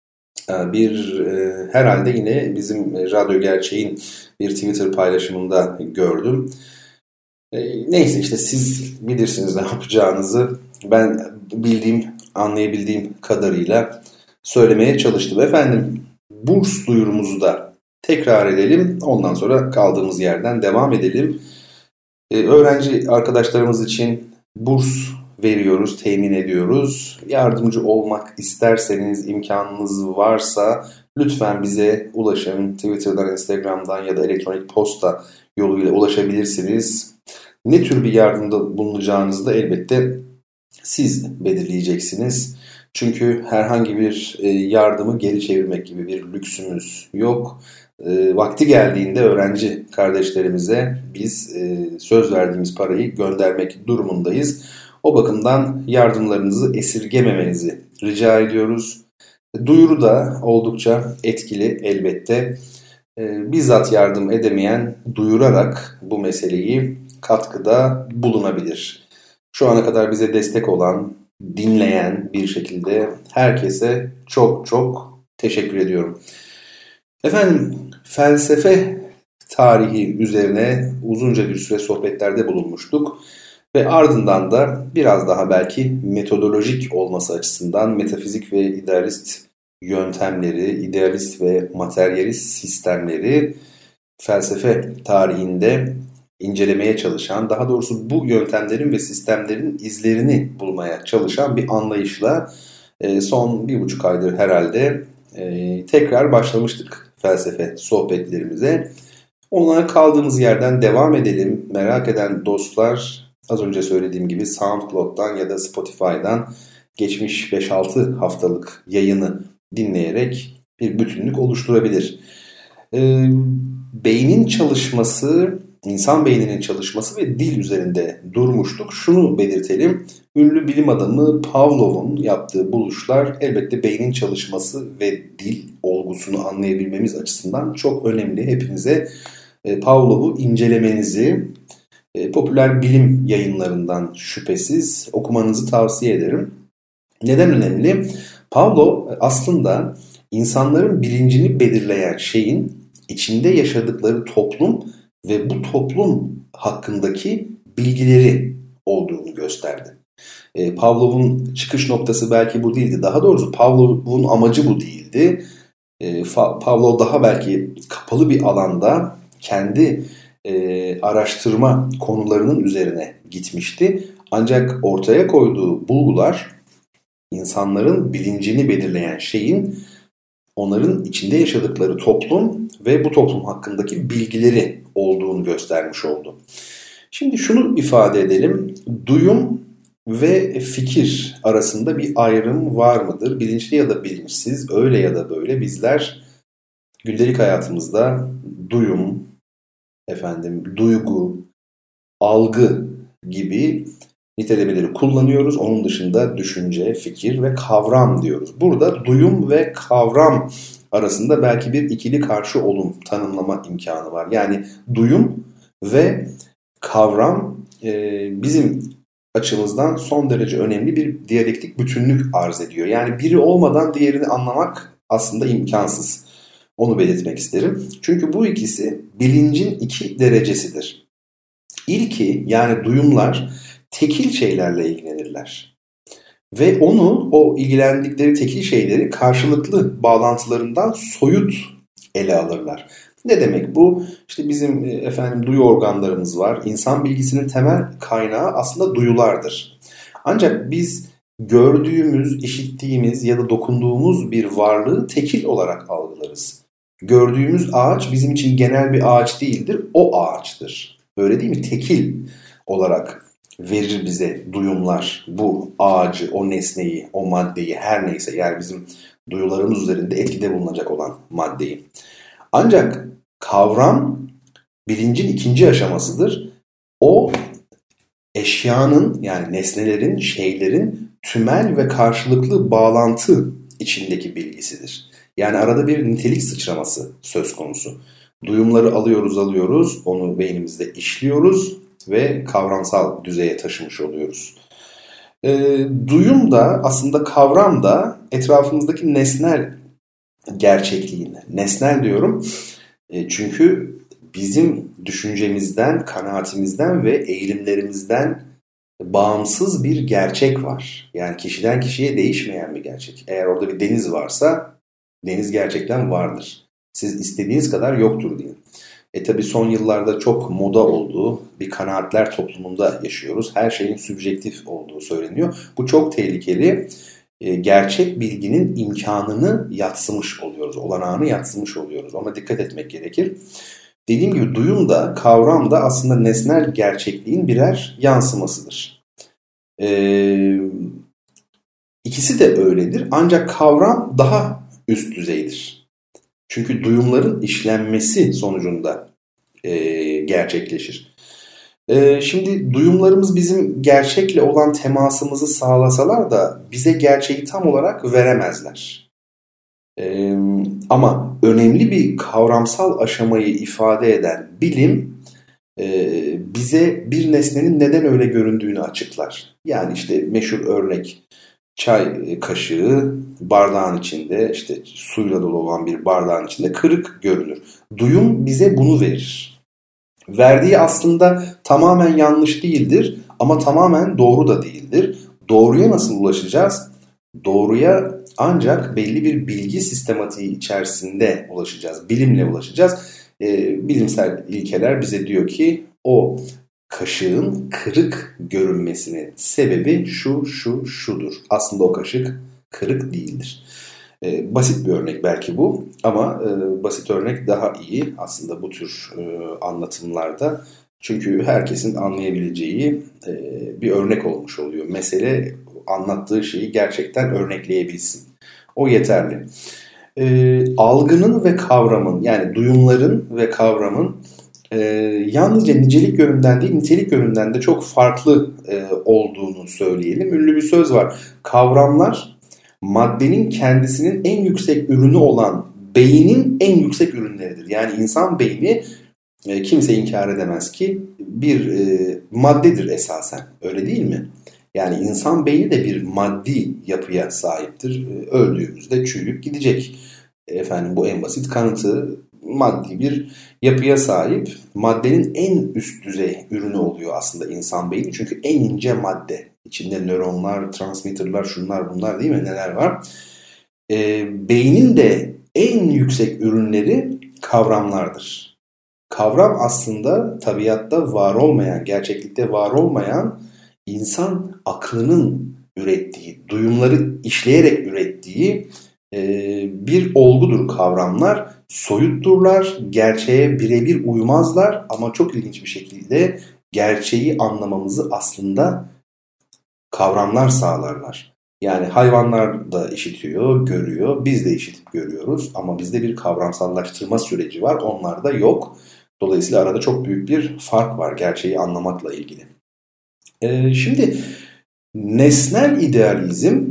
Herhalde yine bizim Radyo Gerçeğin bir Twitter paylaşımında gördüm. Neyse işte siz bilirsiniz ne yapacağınızı. Ben anlayabildiğim kadarıyla söylemeye çalıştım. Efendim burs duyurumuzu da tekrar edelim. Ondan sonra kaldığımız yerden devam edelim. Öğrenci arkadaşlarımız için burs veriyoruz, temin ediyoruz. Yardımcı olmak isterseniz, imkanınız varsa lütfen bize ulaşın. Twitter'dan, Instagram'dan ya da elektronik posta yoluyla ulaşabilirsiniz. Ne tür bir yardımda bulunacağınızı da elbette siz belirleyeceksiniz. Çünkü herhangi bir yardımı geri çevirmek gibi bir lüksümüz yok. Vakti geldiğinde öğrenci kardeşlerimize biz söz verdiğimiz parayı göndermek durumundayız. O bakımdan yardımlarınızı esirgememenizi rica ediyoruz. Duyuru da oldukça etkili elbette. Bizzat yardım edemeyen duyurarak bu meseleyi katkıda bulunabilir. Şu ana kadar bize destek olan, dinleyen bir şekilde herkese çok çok teşekkür ediyorum. Efendim felsefe tarihi üzerine uzunca bir süre sohbetlerde bulunmuştuk. Ve ardından da biraz daha belki metodolojik olması açısından metafizik ve idealist yöntemleri, idealist ve materyalist sistemleri felsefe tarihinde incelemeye çalışan, daha doğrusu bu yöntemlerin ve sistemlerin izlerini bulmaya çalışan bir anlayışla son 1,5 aydır herhalde tekrar başlamıştık felsefe sohbetlerimize. Onlara kaldığımız yerden devam edelim. Merak eden dostlar az önce söylediğim gibi SoundCloud'dan ya da Spotify'dan geçmiş 5-6 haftalık yayını dinleyerek bir bütünlük oluşturabilir. Beynin çalışması, insan beyninin çalışması ve dil üzerinde durmuştuk. Şunu belirtelim, ünlü bilim adamı Pavlov'un yaptığı buluşlar elbette beynin çalışması ve dil olgusunu anlayabilmemiz açısından çok önemli. Hepinize Pavlov'u incelemenizi, popüler bilim yayınlarından şüphesiz okumanızı tavsiye ederim. Neden önemli? Pavlov aslında insanların bilincini belirleyen şeyin içinde yaşadıkları toplum ve bu toplum hakkındaki bilgileri olduğunu gösterdi. Pavlov'un çıkış noktası belki bu değildi. Daha doğrusu Pavlov'un amacı bu değildi. Pavlov daha belki kapalı bir alanda kendi araştırma konularının üzerine gitmişti. Ancak ortaya koyduğu bulgular insanların bilincini belirleyen şeyin onların içinde yaşadıkları toplum ve bu toplum hakkındaki bilgileri olduğunu göstermiş oldu. Şimdi şunu ifade edelim. Duyum ve fikir arasında bir ayrım var mıdır? Bilinçli ya da bilinçsiz, öyle ya da böyle bizler gündelik hayatımızda duyum, duygu, algı gibi nitelemeleri kullanıyoruz. Onun dışında düşünce, fikir ve kavram diyoruz. Burada duyum ve kavram arasında belki bir ikili karşı olum tanımlama imkanı var. Yani duyum ve kavram bizim açımızdan son derece önemli bir diyalektik bütünlük arz ediyor. Yani biri olmadan diğerini anlamak aslında imkansız. Onu belirtmek isterim. Çünkü bu ikisi bilincin iki derecesidir. İlki, yani duyumlar tekil şeylerle ilgilenirler. Ve o ilgilendikleri tekil şeyleri karşılıklı bağlantılarından soyut ele alırlar. Ne demek bu? İşte bizim duyu organlarımız var. İnsan bilgisinin temel kaynağı aslında duyulardır. Ancak biz gördüğümüz, işittiğimiz ya da dokunduğumuz bir varlığı tekil olarak algılarız. Gördüğümüz ağaç bizim için genel bir ağaç değildir, o ağaçtır. Öyle değil mi? Tekil olarak verir bize duyumlar bu ağacı, o nesneyi, o maddeyi, her neyse, yani bizim duyularımız üzerinde etkide bulunacak olan maddeyi. Ancak kavram bilincin ikinci aşamasıdır. O eşyanın, yani nesnelerin, şeylerin tümel ve karşılıklı bağlantı içindeki bilgisidir. Yani arada bir nitelik sıçraması söz konusu. Duyumları alıyoruz, onu beynimizde işliyoruz ve kavramsal düzeye taşımış oluyoruz. Duyum da aslında kavram da etrafımızdaki nesnel gerçekliğin, nesnel diyorum çünkü bizim düşüncemizden, kanaatimizden ve eğilimlerimizden bağımsız bir gerçek var. Yani kişiden kişiye değişmeyen bir gerçek. Eğer orada bir deniz varsa deniz gerçekten vardır. Siz istediğiniz kadar yoktur diyin. Tabii son yıllarda çok moda olduğu bir kanaatler toplumunda yaşıyoruz. Her şeyin sübjektif olduğu söyleniyor. Bu çok tehlikeli. Gerçek bilginin imkanını yadsımış oluyoruz. Olanağını yadsımış oluyoruz. Ona dikkat etmek gerekir. Dediğim gibi duyum da kavram da aslında nesnel gerçekliğin birer yansımasıdır. İkisi de öyledir. Ancak kavram daha üst düzeydir. Çünkü duyumların işlenmesi sonucunda gerçekleşir. Şimdi duyumlarımız bizim gerçekle olan temasımızı sağlasalar da bize gerçeği tam olarak veremezler. Ama önemli bir kavramsal aşamayı ifade eden bilim bize bir nesnenin neden öyle göründüğünü açıklar. Yani işte meşhur örnek, çay kaşığı bardağın içinde, işte suyla dolu olan bir bardağın içinde kırık görünür. Duyum bize bunu verir. Verdiği aslında tamamen yanlış değildir ama tamamen doğru da değildir. Doğruya nasıl ulaşacağız? Doğruya ancak belli bir bilgi sistematiği içerisinde ulaşacağız. Bilimle ulaşacağız. Bilimsel ilkeler bize diyor ki o kaşığın kırık görünmesinin sebebi şudur. Aslında o kaşık kırık değildir. Basit bir örnek belki bu ama basit örnek daha iyi aslında bu tür anlatımlarda. Çünkü herkesin anlayabileceği bir örnek olmuş oluyor. Mesele anlattığı şeyi gerçekten örnekleyebilsin. O yeterli. Algının ve kavramın, yani duyumların ve kavramın yalnızca nicelik yönünden değil, nitelik yönünden de çok farklı olduğunu söyleyelim. Ünlü bir söz var. Kavramlar maddenin kendisinin en yüksek ürünü olan beynin en yüksek ürünleridir. Yani insan beyni kimse inkar edemez ki bir maddedir esasen. Öyle değil mi? Yani insan beyni de bir maddi yapıya sahiptir. Öldüğümüzde çürüyüp gidecek. Bu en basit kanıtı, maddi bir yapıya sahip. Maddenin en üst düzey ürünü oluyor aslında insan beyni. Çünkü en ince madde. İçinde nöronlar, transmitterler, şunlar bunlar değil mi? Neler var? Beynin de en yüksek ürünleri kavramlardır. Kavram aslında tabiatta var olmayan, gerçeklikte var olmayan insan aklının ürettiği, duyumları işleyerek ürettiği bir olgudur kavramlar. Soyutturlar, gerçeğe birebir uymazlar ama çok ilginç bir şekilde gerçeği anlamamızı aslında kavramlar sağlarlar. Yani hayvanlar da işitiyor, görüyor, biz de işitip görüyoruz ama bizde bir kavramsallaştırma süreci var, onlarda yok. Dolayısıyla arada çok büyük bir fark var gerçeği anlamakla ilgili. Şimdi nesnel idealizm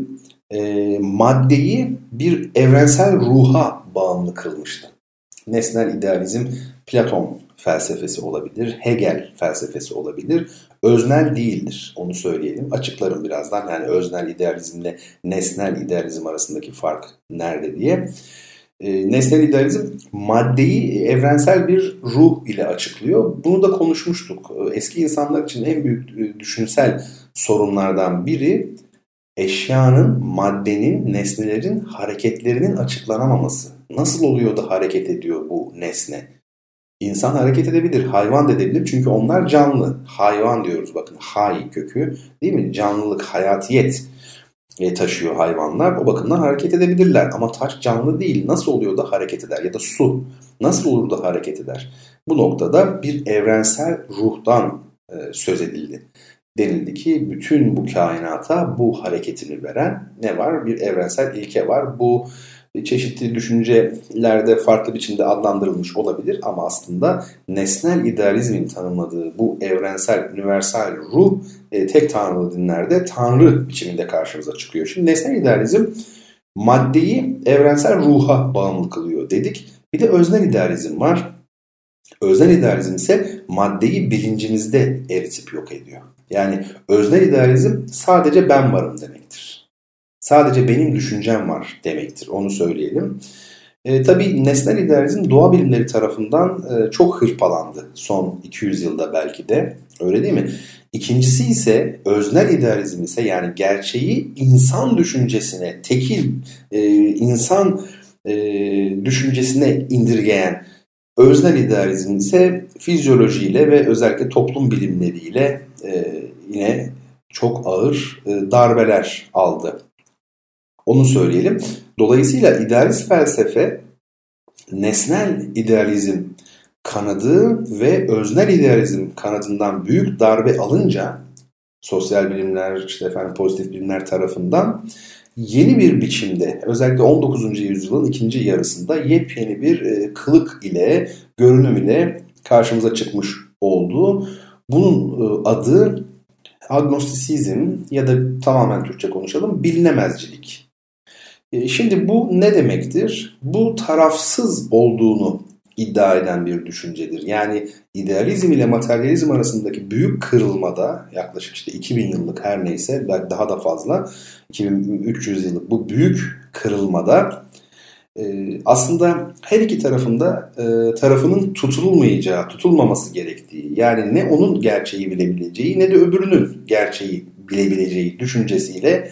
maddeyi bir evrensel ruha bağımlı kılmıştı. Nesnel idealizm Platon felsefesi olabilir, Hegel felsefesi olabilir. Öznel değildir, onu söyleyelim. Açıklarım birazdan yani öznel idealizmle nesnel idealizm arasındaki fark nerede diye. Nesnel idealizm maddeyi evrensel bir ruh ile açıklıyor. Bunu da konuşmuştuk. Eski insanlar için en büyük düşünsel sorunlardan biri eşyanın, maddenin, nesnelerin hareketlerinin açıklanamaması. Nasıl oluyor da hareket ediyor bu nesne? İnsan hareket edebilir, hayvan da edebilir çünkü onlar canlı. Hayvan diyoruz bakın, hay kökü değil mi? Canlılık, hayatiyet taşıyor hayvanlar. O bakımdan hareket edebilirler ama taş canlı değil. Nasıl oluyor da hareket eder? Ya da su nasıl olur da hareket eder? Bu noktada bir evrensel ruhtan söz edildi. Denildi ki bütün bu kainata bu hareketini veren ne var? Bir evrensel ilke var. Bu çeşitli düşüncelerde farklı biçimde adlandırılmış olabilir ama aslında nesnel idealizmin tanımladığı bu evrensel, universal ruh tek tanrılı dinlerde tanrı biçiminde karşımıza çıkıyor. Şimdi nesnel idealizm maddeyi evrensel ruha bağımlı kılıyor dedik. Bir de öznel idealizm var. Öznel idealizm ise maddeyi bilincimizde eritip yok ediyor. Yani öznel idealizm sadece ben varım demektir. Sadece benim düşüncem var demektir. Onu söyleyelim. Tabii nesnel idealizm doğa bilimleri tarafından çok hırpalandı son 200 yılda belki de. Öyle değil mi? İkincisi ise öznel idealizm ise yani gerçeği insan düşüncesine, tekil insan düşüncesine indirgeyen öznel idealizm ise fizyolojiyle ve özellikle toplum bilimleriyle yine çok ağır darbeler aldı. Onu söyleyelim. Dolayısıyla idealist felsefe nesnel idealizm kanadı ve öznel idealizm kanadından büyük darbe alınca sosyal bilimler, pozitif bilimler tarafından yeni bir biçimde özellikle 19. yüzyılın ikinci yarısında yepyeni bir kılık ile, görünüm ile karşımıza çıkmış oldu. Bunun adı agnostisizm ya da tamamen Türkçe konuşalım bilinemezcilik. Şimdi bu ne demektir? Bu tarafsız olduğunu iddia eden bir düşüncedir. Yani idealizm ile materyalizm arasındaki büyük kırılmada yaklaşık 2000 yıllık her neyse belki daha da fazla 2300 yıllık bu büyük kırılmada aslında her iki tarafının tutulmaması gerektiği yani ne onun gerçeği bilebileceği ne de öbürünün gerçeği bilebileceği düşüncesiyle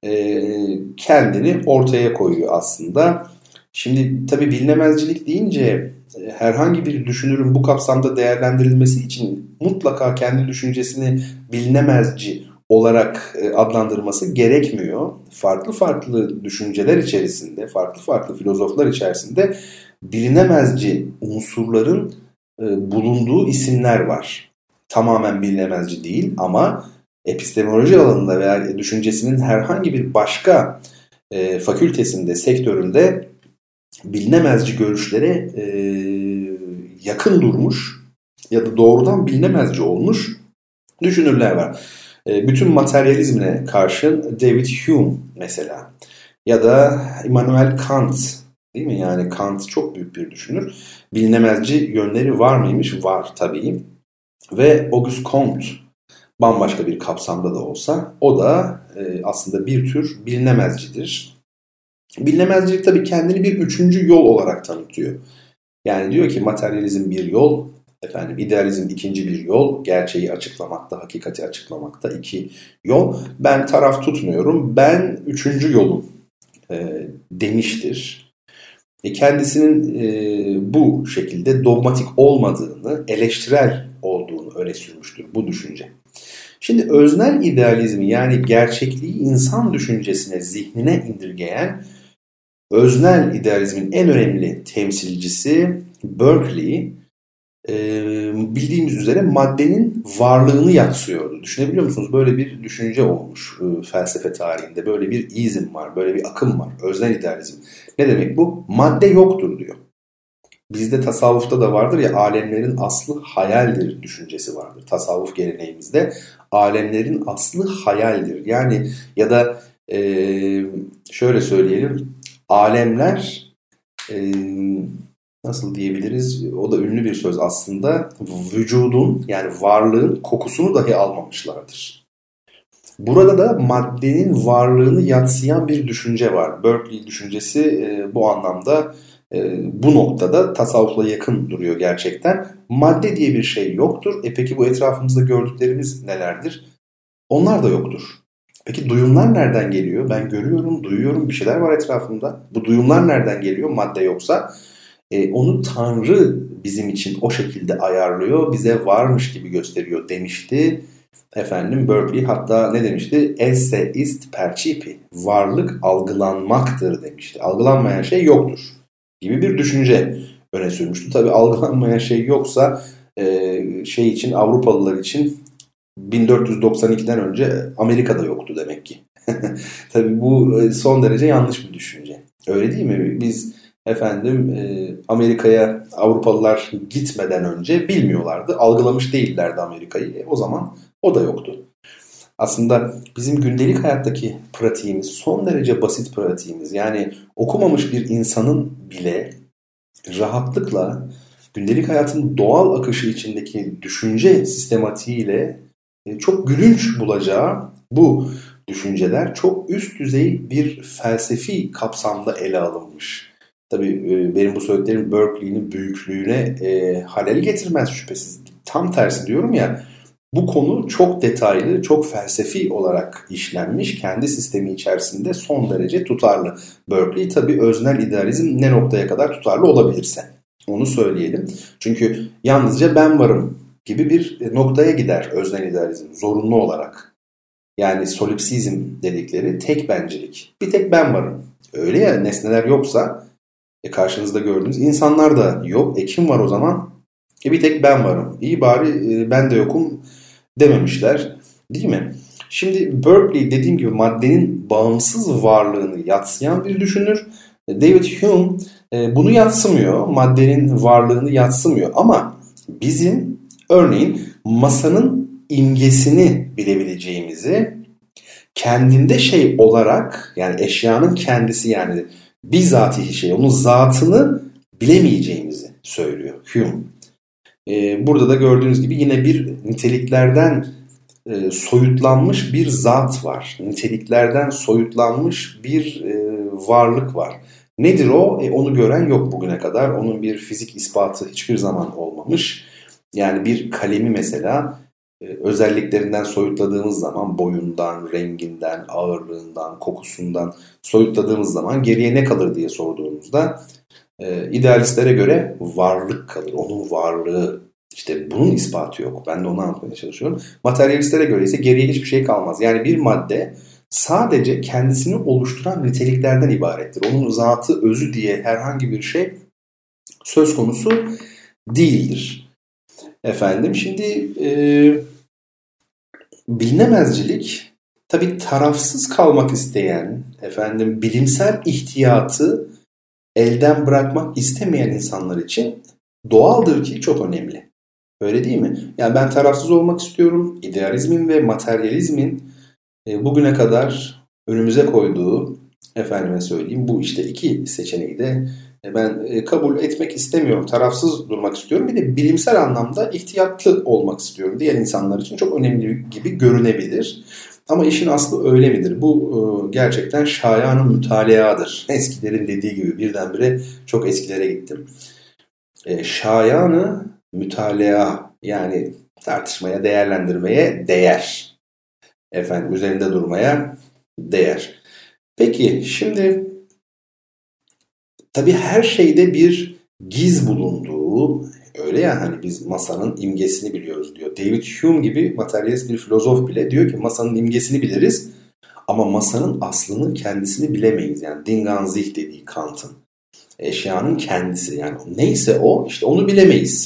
kendini ortaya koyuyor aslında. Şimdi tabii bilinemezcilik deyince herhangi bir düşünürün bu kapsamda değerlendirilmesi için mutlaka kendi düşüncesini bilinemezci olarak adlandırması gerekmiyor. Farklı farklı düşünceler içerisinde, farklı farklı filozoflar içerisinde bilinemezci unsurların bulunduğu isimler var. Tamamen bilinemezci değil ama epistemoloji alanında veya düşüncesinin herhangi bir başka fakültesinde, sektöründe bilinemezci görüşlere yakın durmuş ya da doğrudan bilinemezci olmuş düşünürler var. Bütün materyalizmine karşın David Hume mesela ya da Immanuel Kant değil mi? Yani Kant çok büyük bir düşünür. Bilinemezci yönleri var mıymış? Var tabii. Ve Auguste Comte bambaşka bir kapsamda da olsa o da aslında bir tür bilinemezcidir. Bilinemezcilik tabii kendini bir üçüncü yol olarak tanıtıyor. Yani diyor ki materyalizm bir yol, idealizm ikinci bir yol, gerçeği açıklamakta, hakikati açıklamakta iki yol. Ben taraf tutmuyorum, ben üçüncü yolum demiştir. Kendisinin bu şekilde dogmatik olmadığını, eleştirel olduğunu öne sürmüştür bu düşünce. Şimdi öznel idealizmi yani gerçekliği insan düşüncesine, zihnine indirgeyen öznel idealizmin en önemli temsilcisi Berkeley. bildiğimiz üzere maddenin varlığını yadsıyordu. Düşünebiliyor musunuz? Böyle bir düşünce olmuş felsefe tarihinde. Böyle bir izm var, böyle bir akım var. Öznel idealizm. Ne demek bu? Madde yoktur diyor. Bizde tasavvufta da vardır ya, alemlerin aslı hayaldir düşüncesi vardır. Tasavvuf geleneğimizde alemlerin aslı hayaldir. Yani ya da şöyle söyleyelim, alemler nasıl diyebiliriz? O da ünlü bir söz aslında. Vücudun, yani varlığın kokusunu dahi almamışlardır. Burada da maddenin varlığını yadsıyan bir düşünce var. Berkeley düşüncesi bu anlamda, bu noktada tasavvufla yakın duruyor gerçekten. Madde diye bir şey yoktur. Peki bu etrafımızda gördüklerimiz nelerdir? Onlar da yoktur. Peki duyumlar nereden geliyor? Ben görüyorum, duyuyorum, bir şeyler var etrafımda. Bu duyumlar nereden geliyor? Madde yoksa onu Tanrı bizim için o şekilde ayarlıyor, bize varmış gibi gösteriyor demişti. Berkeley hatta ne demişti? Esse ist percipi. Varlık algılanmaktır demişti. Algılanmayan şey yoktur gibi bir düşünce öne sürmüştü. Tabii algılanmayan şey yoksa Avrupalılar için 1492'den önce Amerika'da yoktu demek ki. Tabii bu son derece yanlış bir düşünce. Öyle değil mi? Biz Amerika'ya Avrupalılar gitmeden önce bilmiyorlardı. Algılamış değillerdi Amerika'yı. O zaman o da yoktu. Aslında bizim gündelik hayattaki pratiğimiz son derece basit pratiğimiz. Yani okumamış bir insanın bile rahatlıkla gündelik hayatın doğal akışı içindeki düşünce sistematiğiyle çok gülünç bulacağı bu düşünceler çok üst düzey bir felsefi kapsamda ele alınmış. Tabii benim bu söylediklerim Berkeley'nin büyüklüğüne halel getirmez şüphesiz. Tam tersi diyorum ya, bu konu çok detaylı, çok felsefi olarak işlenmiş. Kendi sistemi içerisinde son derece tutarlı. Berkeley tabii öznel idealizm ne noktaya kadar tutarlı olabilirse onu söyleyelim. Çünkü yalnızca ben varım gibi bir noktaya gider öznel idealizm zorunlu olarak. Yani solipsizm dedikleri tek bencilik. Bir tek ben varım. Öyle ya, nesneler yoksa karşınızda gördüğünüz insanlar da yok. Kim var o zaman? Bir tek ben varım. İyi bari ben de yokum dememişler. Değil mi? Şimdi Berkeley dediğim gibi maddenin bağımsız varlığını yadsıyan bir düşünür. David Hume bunu yadsımıyor. Maddenin varlığını yadsımıyor. Ama bizim örneğin masanın imgesini bilebileceğimizi, kendinde şey olarak, yani eşyanın kendisi, yani bizatihi şey, onun zatını bilemeyeceğimizi söylüyor Hume. Burada da gördüğünüz gibi yine bir niteliklerden soyutlanmış bir zat var. Niteliklerden soyutlanmış bir varlık var. Nedir o? Onu gören yok bugüne kadar. Onun bir fizik ispatı hiçbir zaman olmamış. Yani bir kalemi mesela özelliklerinden soyutladığımız zaman, boyundan, renginden, ağırlığından, kokusundan soyutladığımız zaman geriye ne kalır diye sorduğumuzda idealistlere göre varlık kalır. Onun varlığı. İşte bunun ispatı yok. Ben de onu anlatmaya çalışıyorum. Materyalistlere göre ise geriye hiçbir şey kalmaz. Yani bir madde sadece kendisini oluşturan niteliklerden ibarettir. Onun zatı, özü diye herhangi bir şey söz konusu değildir. Şimdi bilinemezcilik tabii tarafsız kalmak isteyen, bilimsel ihtiyatı elden bırakmak istemeyen insanlar için doğaldır ki çok önemli. Öyle değil mi? Yani ben tarafsız olmak istiyorum. İdealizmin ve materyalizmin bugüne kadar önümüze koyduğu, bu işte iki seçeneği de ben kabul etmek istemiyorum. Tarafsız durmak istiyorum. Bir de bilimsel anlamda ihtiyatlı olmak istiyorum. Diğer insanlar için çok önemli gibi görünebilir. Ama işin aslı öyle midir? Bu gerçekten şayan-ı mütaladır. Eskilerin dediği gibi birdenbire çok eskilere gittim. Şayan-ı mütalaa, yani tartışmaya, değerlendirmeye değer. Üzerinde durmaya değer. Peki şimdi tabii her şeyde bir giz bulunduğu, öyle ya, biz masanın imgesini biliyoruz diyor. David Hume gibi materyalist bir filozof bile diyor ki masanın imgesini biliriz ama masanın aslını, kendisini bilemeyiz. Yani Ding an sich dediği Kant'ın. Eşyanın kendisi, yani neyse o, işte onu bilemeyiz.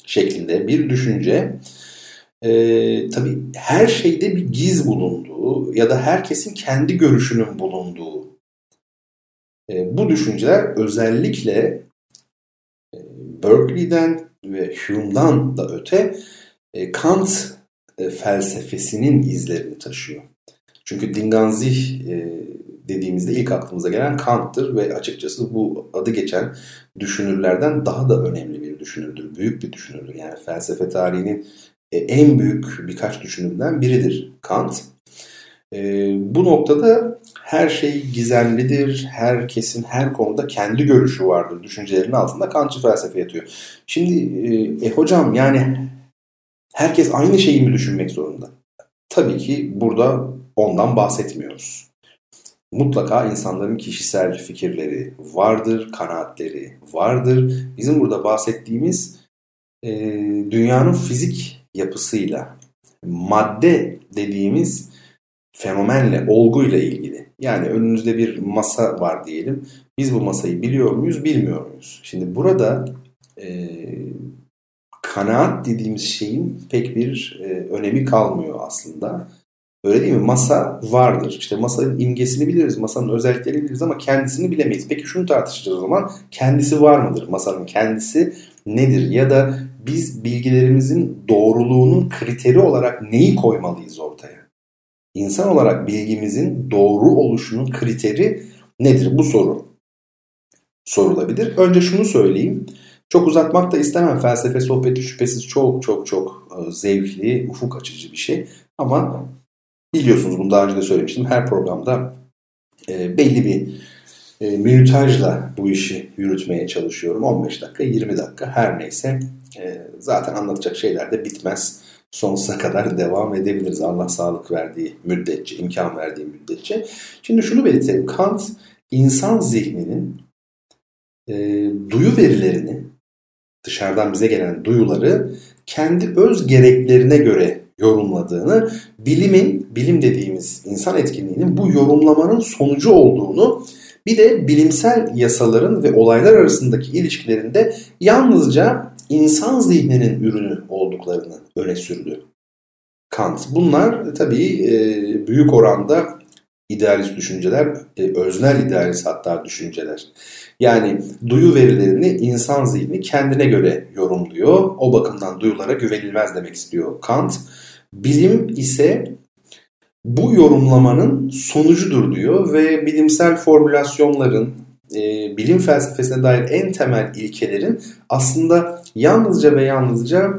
şeklinde bir düşünce. Tabii her şeyde bir giz bulunduğu ya da herkesin kendi görüşünün bulunduğu bu düşünceler özellikle Berkeley'den ve Hume'dan da öte Kant felsefesinin izlerini taşıyor. Çünkü Dinganzih dediğimizde ilk aklımıza gelen Kant'tır ve açıkçası bu adı geçen düşünürlerden daha da önemli bir düşünürdür. Büyük bir düşünürdür. Yani felsefe tarihinin en büyük birkaç düşünürden biridir Kant. Bu noktada her şey gizemlidir. Herkesin her konuda kendi görüşü vardır. Düşüncelerinin altında Kantçı felsefe yatıyor. Şimdi hocam yani herkes aynı şeyi mi düşünmek zorunda? Tabii ki burada ondan bahsetmiyoruz. Mutlaka insanların kişisel fikirleri vardır, kanaatleri vardır. Bizim burada bahsettiğimiz dünyanın fizik yapısıyla, madde dediğimiz fenomenle, olguyla ilgili. Yani önünüzde bir masa var diyelim. Biz bu masayı biliyor muyuz, bilmiyor muyuz? Şimdi burada kanaat dediğimiz şeyin pek bir önemi kalmıyor aslında. Öyle değil mi? Masa vardır. İşte masanın imgesini biliriz, masanın özelliklerini biliriz ama kendisini bilemeyiz. Peki şunu tartışacağız o zaman. Kendisi var mıdır? Masanın kendisi nedir? Ya da biz bilgilerimizin doğruluğunun kriteri olarak neyi koymalıyız ortaya? İnsan olarak bilgimizin doğru oluşunun kriteri nedir? Bu soru sorulabilir. Önce şunu söyleyeyim. Çok uzatmak da istemem. Felsefe sohbeti şüphesiz çok çok çok zevkli, ufuk açıcı bir şey. Ama biliyorsunuz bunu daha önce de söylemiştim. Her programda belli bir minütajla bu işi yürütmeye çalışıyorum. 15 dakika, 20 dakika her neyse. Zaten anlatacak şeyler de bitmez. Sonsuza kadar devam edebiliriz. Allah sağlık verdiği müddetçe, imkan verdiği müddetçe. Şimdi şunu belirtelim. Kant insan zihninin duyu verilerini, dışarıdan bize gelen duyuları kendi öz gereklerine göre yorumladığını, bilim dediğimiz insan etkinliğinin bu yorumlamanın sonucu olduğunu, bir de bilimsel yasaların ve olaylar arasındaki ilişkilerinde yalnızca insan zihninin ürünü olduklarını öne sürdü Kant. Bunlar tabii büyük oranda idealist düşünceler, öznel idealist hatta düşünceler. Yani duyu verilerini insan zihni kendine göre yorumluyor. O bakımdan duyulara güvenilmez demek istiyor Kant. Bilim ise bu yorumlamanın sonucudur diyor ve bilimsel formülasyonların, bilim felsefesine dair en temel ilkelerin aslında yalnızca ve yalnızca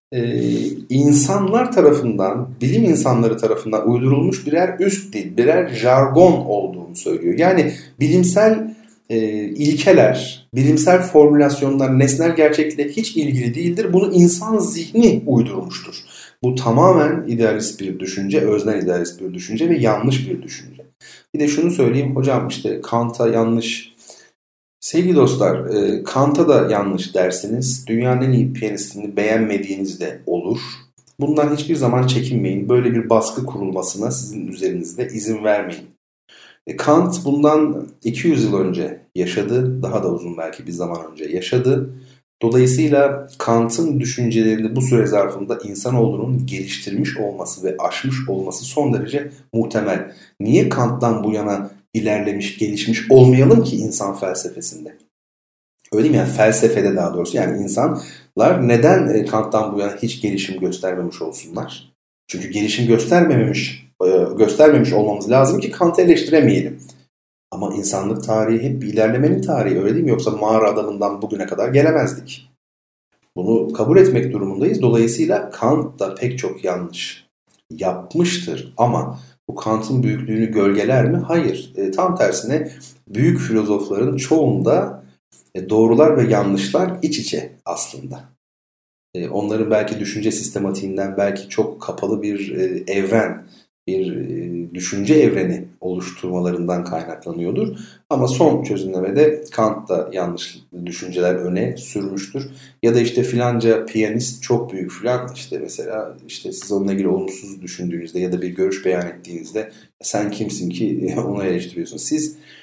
insanlar tarafından, bilim insanları tarafından uydurulmuş birer üst dil, birer jargon olduğunu söylüyor. Yani bilimsel ilkeler, bilimsel formülasyonlar nesnel gerçeklikle hiç ilgili değildir. Bunu insan zihni uydurmuştur. Bu tamamen idealist bir düşünce, öznel idealist bir düşünce ve yanlış bir düşünce. Bir de şunu söyleyeyim hocam, işte Kant'a yanlış. Sevgili dostlar, Kant'a da yanlış dersiniz. Dünyanın en iyi piyanistini beğenmediğiniz de olur. Bundan hiçbir zaman çekinmeyin. Böyle bir baskı kurulmasına sizin üzerinizde izin vermeyin. Kant bundan 200 yıl önce yaşadı. Daha da uzun belki bir zaman önce yaşadı. Dolayısıyla Kant'ın düşüncelerini bu süre zarfında insanoğlunun geliştirmiş olması ve aşmış olması son derece muhtemel. Niye Kant'tan bu yana ilerlemiş, gelişmiş olmayalım ki insan felsefesinde? Öyle mi? Yani felsefede daha doğrusu. Yani insanlar neden Kant'tan bu yana hiç gelişim göstermemiş olsunlar? Çünkü gelişim göstermemiş olmamız lazım ki Kant'ı eleştiremeyelim. Ama insanlık tarihi hep bir ilerlemenin tarihi, öyle değil mi? Yoksa mağara adamından bugüne kadar gelemezdik. Bunu kabul etmek durumundayız. Dolayısıyla Kant da pek çok yanlış yapmıştır. Ama bu Kant'ın büyüklüğünü gölgeler mi? Hayır. Tam tersine büyük filozofların çoğunda doğrular ve yanlışlar iç içe aslında. Onların belki düşünce sistematiğinden, belki çok kapalı bir evren, bir düşünce evreni oluşturmalarından kaynaklanıyordur. Ama son çözümlemede Kant da yanlış düşünceler öne sürmüştür. Ya da işte filanca piyanist çok büyük filan, işte mesela işte siz onunla ilgili olumsuz düşündüğünüzde ya da bir görüş beyan ettiğinizde sen kimsin ki onu eleştiriyorsun? Siz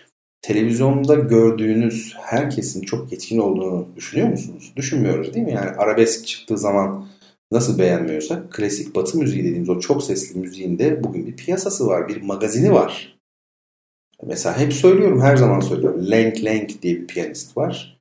televizyonda gördüğünüz herkesin çok yetkin olduğunu düşünüyor musunuz? Düşünmüyoruz değil mi? Yani arabesk çıktığı zaman nasıl beğenmiyorsak klasik batı müziği dediğimiz o çok sesli müziğin de bugün bir piyasası var, bir magazini var. Mesela hep söylüyorum, her zaman söylüyorum. Lenk Lenk diye bir piyanist var.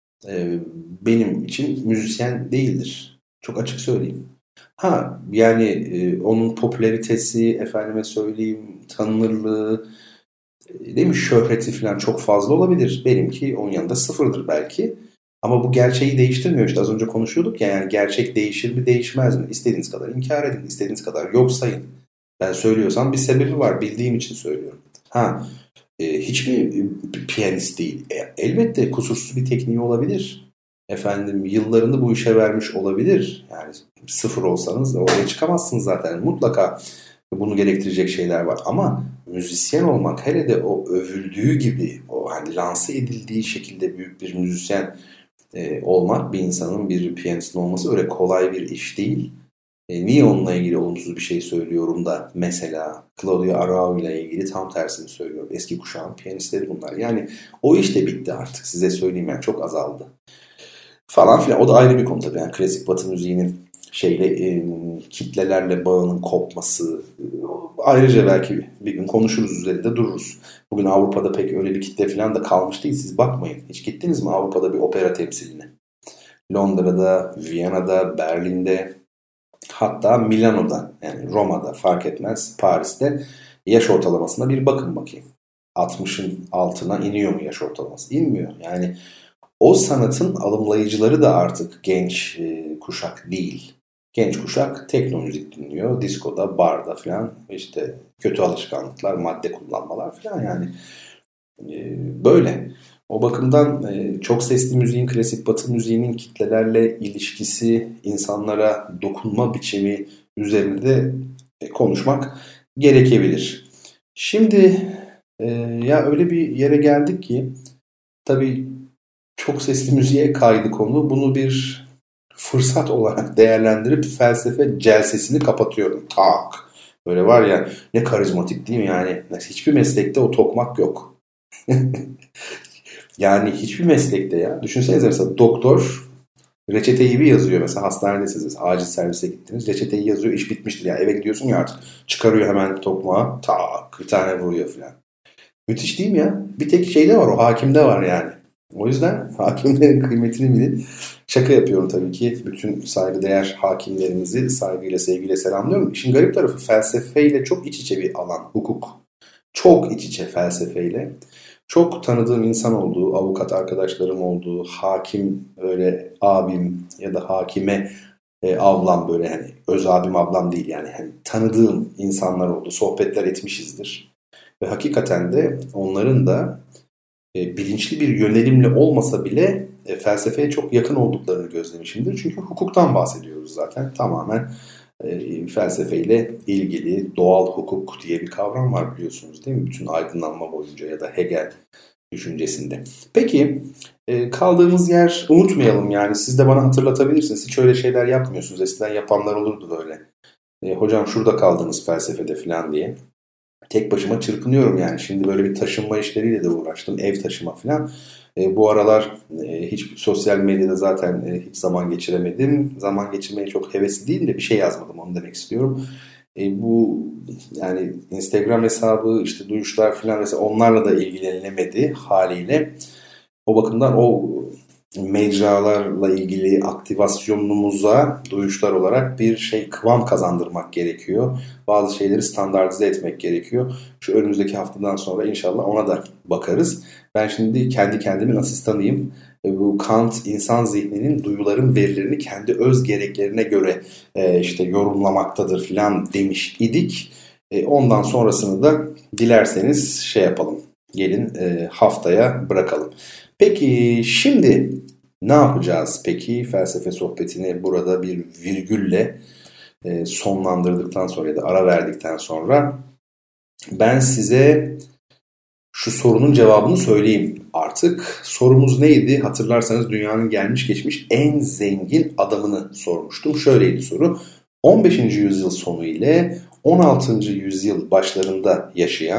Benim için müzisyen değildir. Çok açık söyleyeyim. Ha yani onun popülaritesi, efendime söyleyeyim, tanınırlığı, değil mi, şöhreti falan çok fazla olabilir. Benimki onun yanında sıfırdır belki. Ama bu gerçeği değiştirmiyor. İşte az önce konuşuyorduk ya, yani gerçek değişir mi değişmez mi? İstediğiniz kadar inkar edin, istediğiniz kadar yok sayın. Ben söylüyorsam bir sebebi var, bildiğim için söylüyorum. Ha hiçbir piyanist değil. Elbette kusursuz bir tekniği olabilir. Efendim yıllarını bu işe vermiş olabilir. Yani sıfır olsanız oraya çıkamazsınız zaten. Mutlaka bunu gerektirecek şeyler var. Ama müzisyen olmak, hele de o övüldüğü gibi, o hani lanse edildiği şekilde büyük bir müzisyen olmak, bir insanın, bir piyanistin olması öyle kolay bir iş değil. Niye onunla ilgili olumsuz bir şey söylüyorum da mesela Claudio Arrau ile ilgili tam tersini söylüyorum. Eski kuşağın piyanistleri bunlar. Yani o iş de bitti artık, size söyleyeyim, yani çok azaldı. Falan filan. O da ayrı bir konu tabii. Yani klasik batı müziğinin kitlelerle bağının kopması, ayrıca belki bir gün konuşuruz, üzerinde dururuz. Bugün Avrupa'da pek öyle bir kitle falan da kalmış değil. Siz bakmayın. Hiç gittiniz mi Avrupa'da bir opera temsiline? Londra'da, Viyana'da, Berlin'de, hatta Milano'da, yani Roma'da, fark etmez, Paris'te yaş ortalamasına bir bakın bakayım. 60'ın altına iniyor mu yaş ortalaması? İnmiyor. Yani o sanatın alımlayıcıları da artık genç kuşak değil. Genç kuşak tekno müzik dinliyor. Diskoda, barda falan, işte kötü alışkanlıklar, madde kullanmalar falan, yani böyle. O bakımdan çok sesli müziğin, klasik batı müziğinin kitlelerle ilişkisi, insanlara dokunma biçimi üzerinde konuşmak gerekebilir. Şimdi ya öyle bir yere geldik ki tabii çok sesli müziğe kaydı konu. Bunu bir fırsat olarak değerlendirip felsefe celsesini kapatıyorum. Tak. Böyle var ya, ne karizmatik değil mi? Yani hiçbir meslekte o tokmak yok. Yani hiçbir meslekte ya. Düşünsenize mesela doktor reçeteyi bir yazıyor, mesela hastanedesiniz, acil servise gittiniz, reçeteyi yazıyor, iş bitmiştir. Yani eve gidiyorsun ya artık, çıkarıyor hemen tokmağı, tak bir tane vuruyor falan. Müthiş değil mi ya? Bir tek şeyde var, o hakimde var yani. O yüzden hakimlerin kıymetini bilin. Şaka yapıyorum tabii ki. Bütün saygıdeğer hakimlerimizi saygıyla, sevgiyle selamlıyorum. İşin garip tarafı, felsefeyle çok iç içe bir alan, hukuk. Çok iç içe felsefeyle. Çok tanıdığım insan olduğu, avukat arkadaşlarım olduğu, hakim öyle abim ya da hakime ablam, böyle hani öz abim ablam değil yani, hani tanıdığım insanlar oldu, sohbetler etmişizdir. Ve hakikaten de onların da bilinçli bir yönelimle olmasa bile felsefeye çok yakın olduklarını gözlemişimdir. Çünkü hukuktan bahsediyoruz zaten, tamamen felsefeyle ilgili. Doğal hukuk diye bir kavram var, biliyorsunuz değil mi? Bütün aydınlanma boyunca ya da Hegel düşüncesinde. Peki kaldığımız yer unutmayalım, yani siz de bana hatırlatabilirsiniz. Hiç öyle şeyler yapmıyorsunuz. Eskiden yapanlar olurdu böyle. Hocam şurada kaldınız felsefede falan diye. Tek başıma çırpınıyorum yani. Şimdi böyle bir taşınma işleriyle de uğraştım. Ev taşıma falan. Bu aralar hiç sosyal medyada zaten hiç zaman geçiremedim. Zaman geçirmeye çok hevesli değilim de bir şey yazmadım, onu demek istiyorum. Bu yani Instagram hesabı, işte duyuşlar falan mesela, onlarla da ilgilenilemedi haliyle. O bakımdan o mecralarla ilgili aktivasyonumuza duyuşlar olarak bir şey, kıvam kazandırmak gerekiyor. Bazı şeyleri standartize etmek gerekiyor. Şu önümüzdeki haftadan sonra inşallah ona da bakarız. Ben şimdi kendi kendimin asistanıyım. Bu Kant insan zihninin duyuların verilerini kendi öz gereklerine göre işte yorumlamaktadır filan demiş idik. Ondan sonrasını da dilerseniz şey yapalım. Gelin haftaya bırakalım. Peki şimdi ne yapacağız peki? Felsefe sohbetini burada bir virgülle sonlandırdıktan sonra ya da ara verdikten sonra ben size şu sorunun cevabını söyleyeyim artık. Sorumuz neydi? Hatırlarsanız dünyanın gelmiş geçmiş en zengin adamını sormuştum. Şöyleydi soru: 15. yüzyıl sonu ile 16. yüzyıl başlarında yaşayan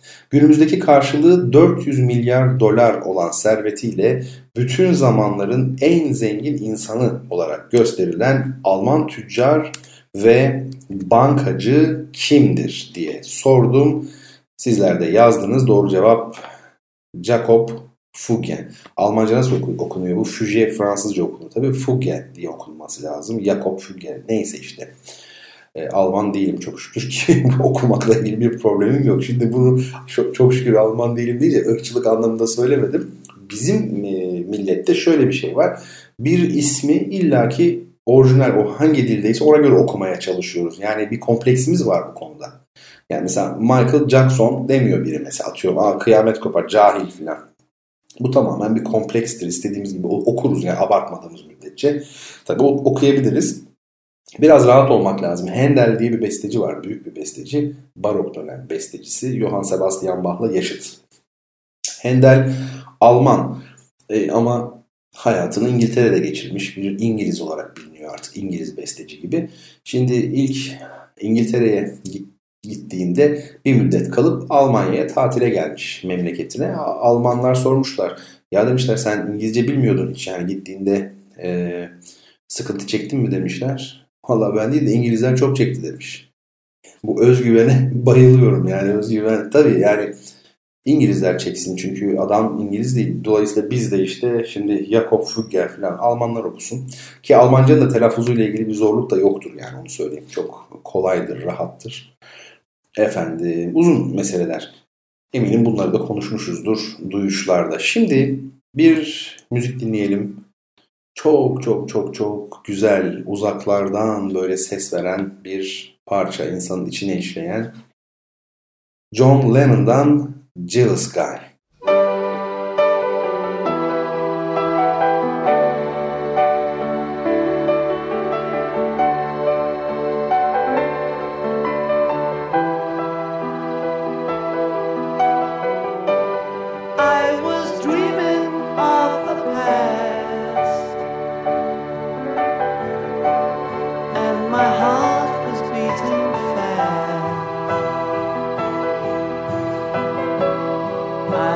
Günümüzdeki karşılığı 400 milyar dolar olan servetiyle bütün zamanların en zengin insanı olarak gösterilen Alman tüccar ve bankacı kimdir diye sordum. Sizler de yazdınız. Doğru cevap Jakob Fugge. Almanca nasıl okunuyor bu? Fugge Fransızca okunuyor. Tabii Fugge diye okunması lazım. Jakob Fugge. Neyse işte. Alman değilim çok şükür ki okumakla ilgili bir problemim yok. Şimdi bunu çok şükür Alman değilim deyince ırkçılık anlamında söylemedim. Bizim millette şöyle bir şey var. Bir ismi illaki orijinal o hangi dildeyse ona göre okumaya çalışıyoruz. Yani bir kompleksimiz var bu konuda. Yani mesela Michael Jackson demiyor biri mesela atıyorum. Kıyamet kopar cahil filan. Bu tamamen bir komplekstir. İstediğimiz gibi okuruz yani abartmadığımız müddetçe. Tabii okuyabiliriz. Biraz rahat olmak lazım. Handel diye bir besteci var. Büyük bir besteci. Barok dönem bestecisi. Johann Sebastian Bach'la yaşıt. Handel Alman ama hayatını İngiltere'de geçirmiş bir İngiliz olarak biliniyor artık. İngiliz besteci gibi. Şimdi ilk İngiltere'ye gittiğinde bir müddet kalıp Almanya'ya tatile gelmiş memleketine. Almanlar sormuşlar. Ya demişler sen İngilizce bilmiyordun hiç yani gittiğinde sıkıntı çektin mi demişler. Vallahi ben değil de İngilizler çok çekti demiş. Bu özgüvene bayılıyorum yani özgüven tabii yani İngilizler çeksin çünkü adam İngiliz değil. Dolayısıyla biz de işte şimdi Jakob Fugger falan Almanlar okusun. Ki Almancanın da telaffuzuyla ilgili bir zorluk da yoktur yani onu söyleyeyim. Çok kolaydır, rahattır. Efendim uzun meseleler. Eminim bunları da konuşmuşuzdur duyuşlarda. Şimdi bir müzik dinleyelim. Çok çok çok çok güzel uzaklardan böyle ses veren bir parça insanın içine işleyen John Lennon'dan Jealous Guy. I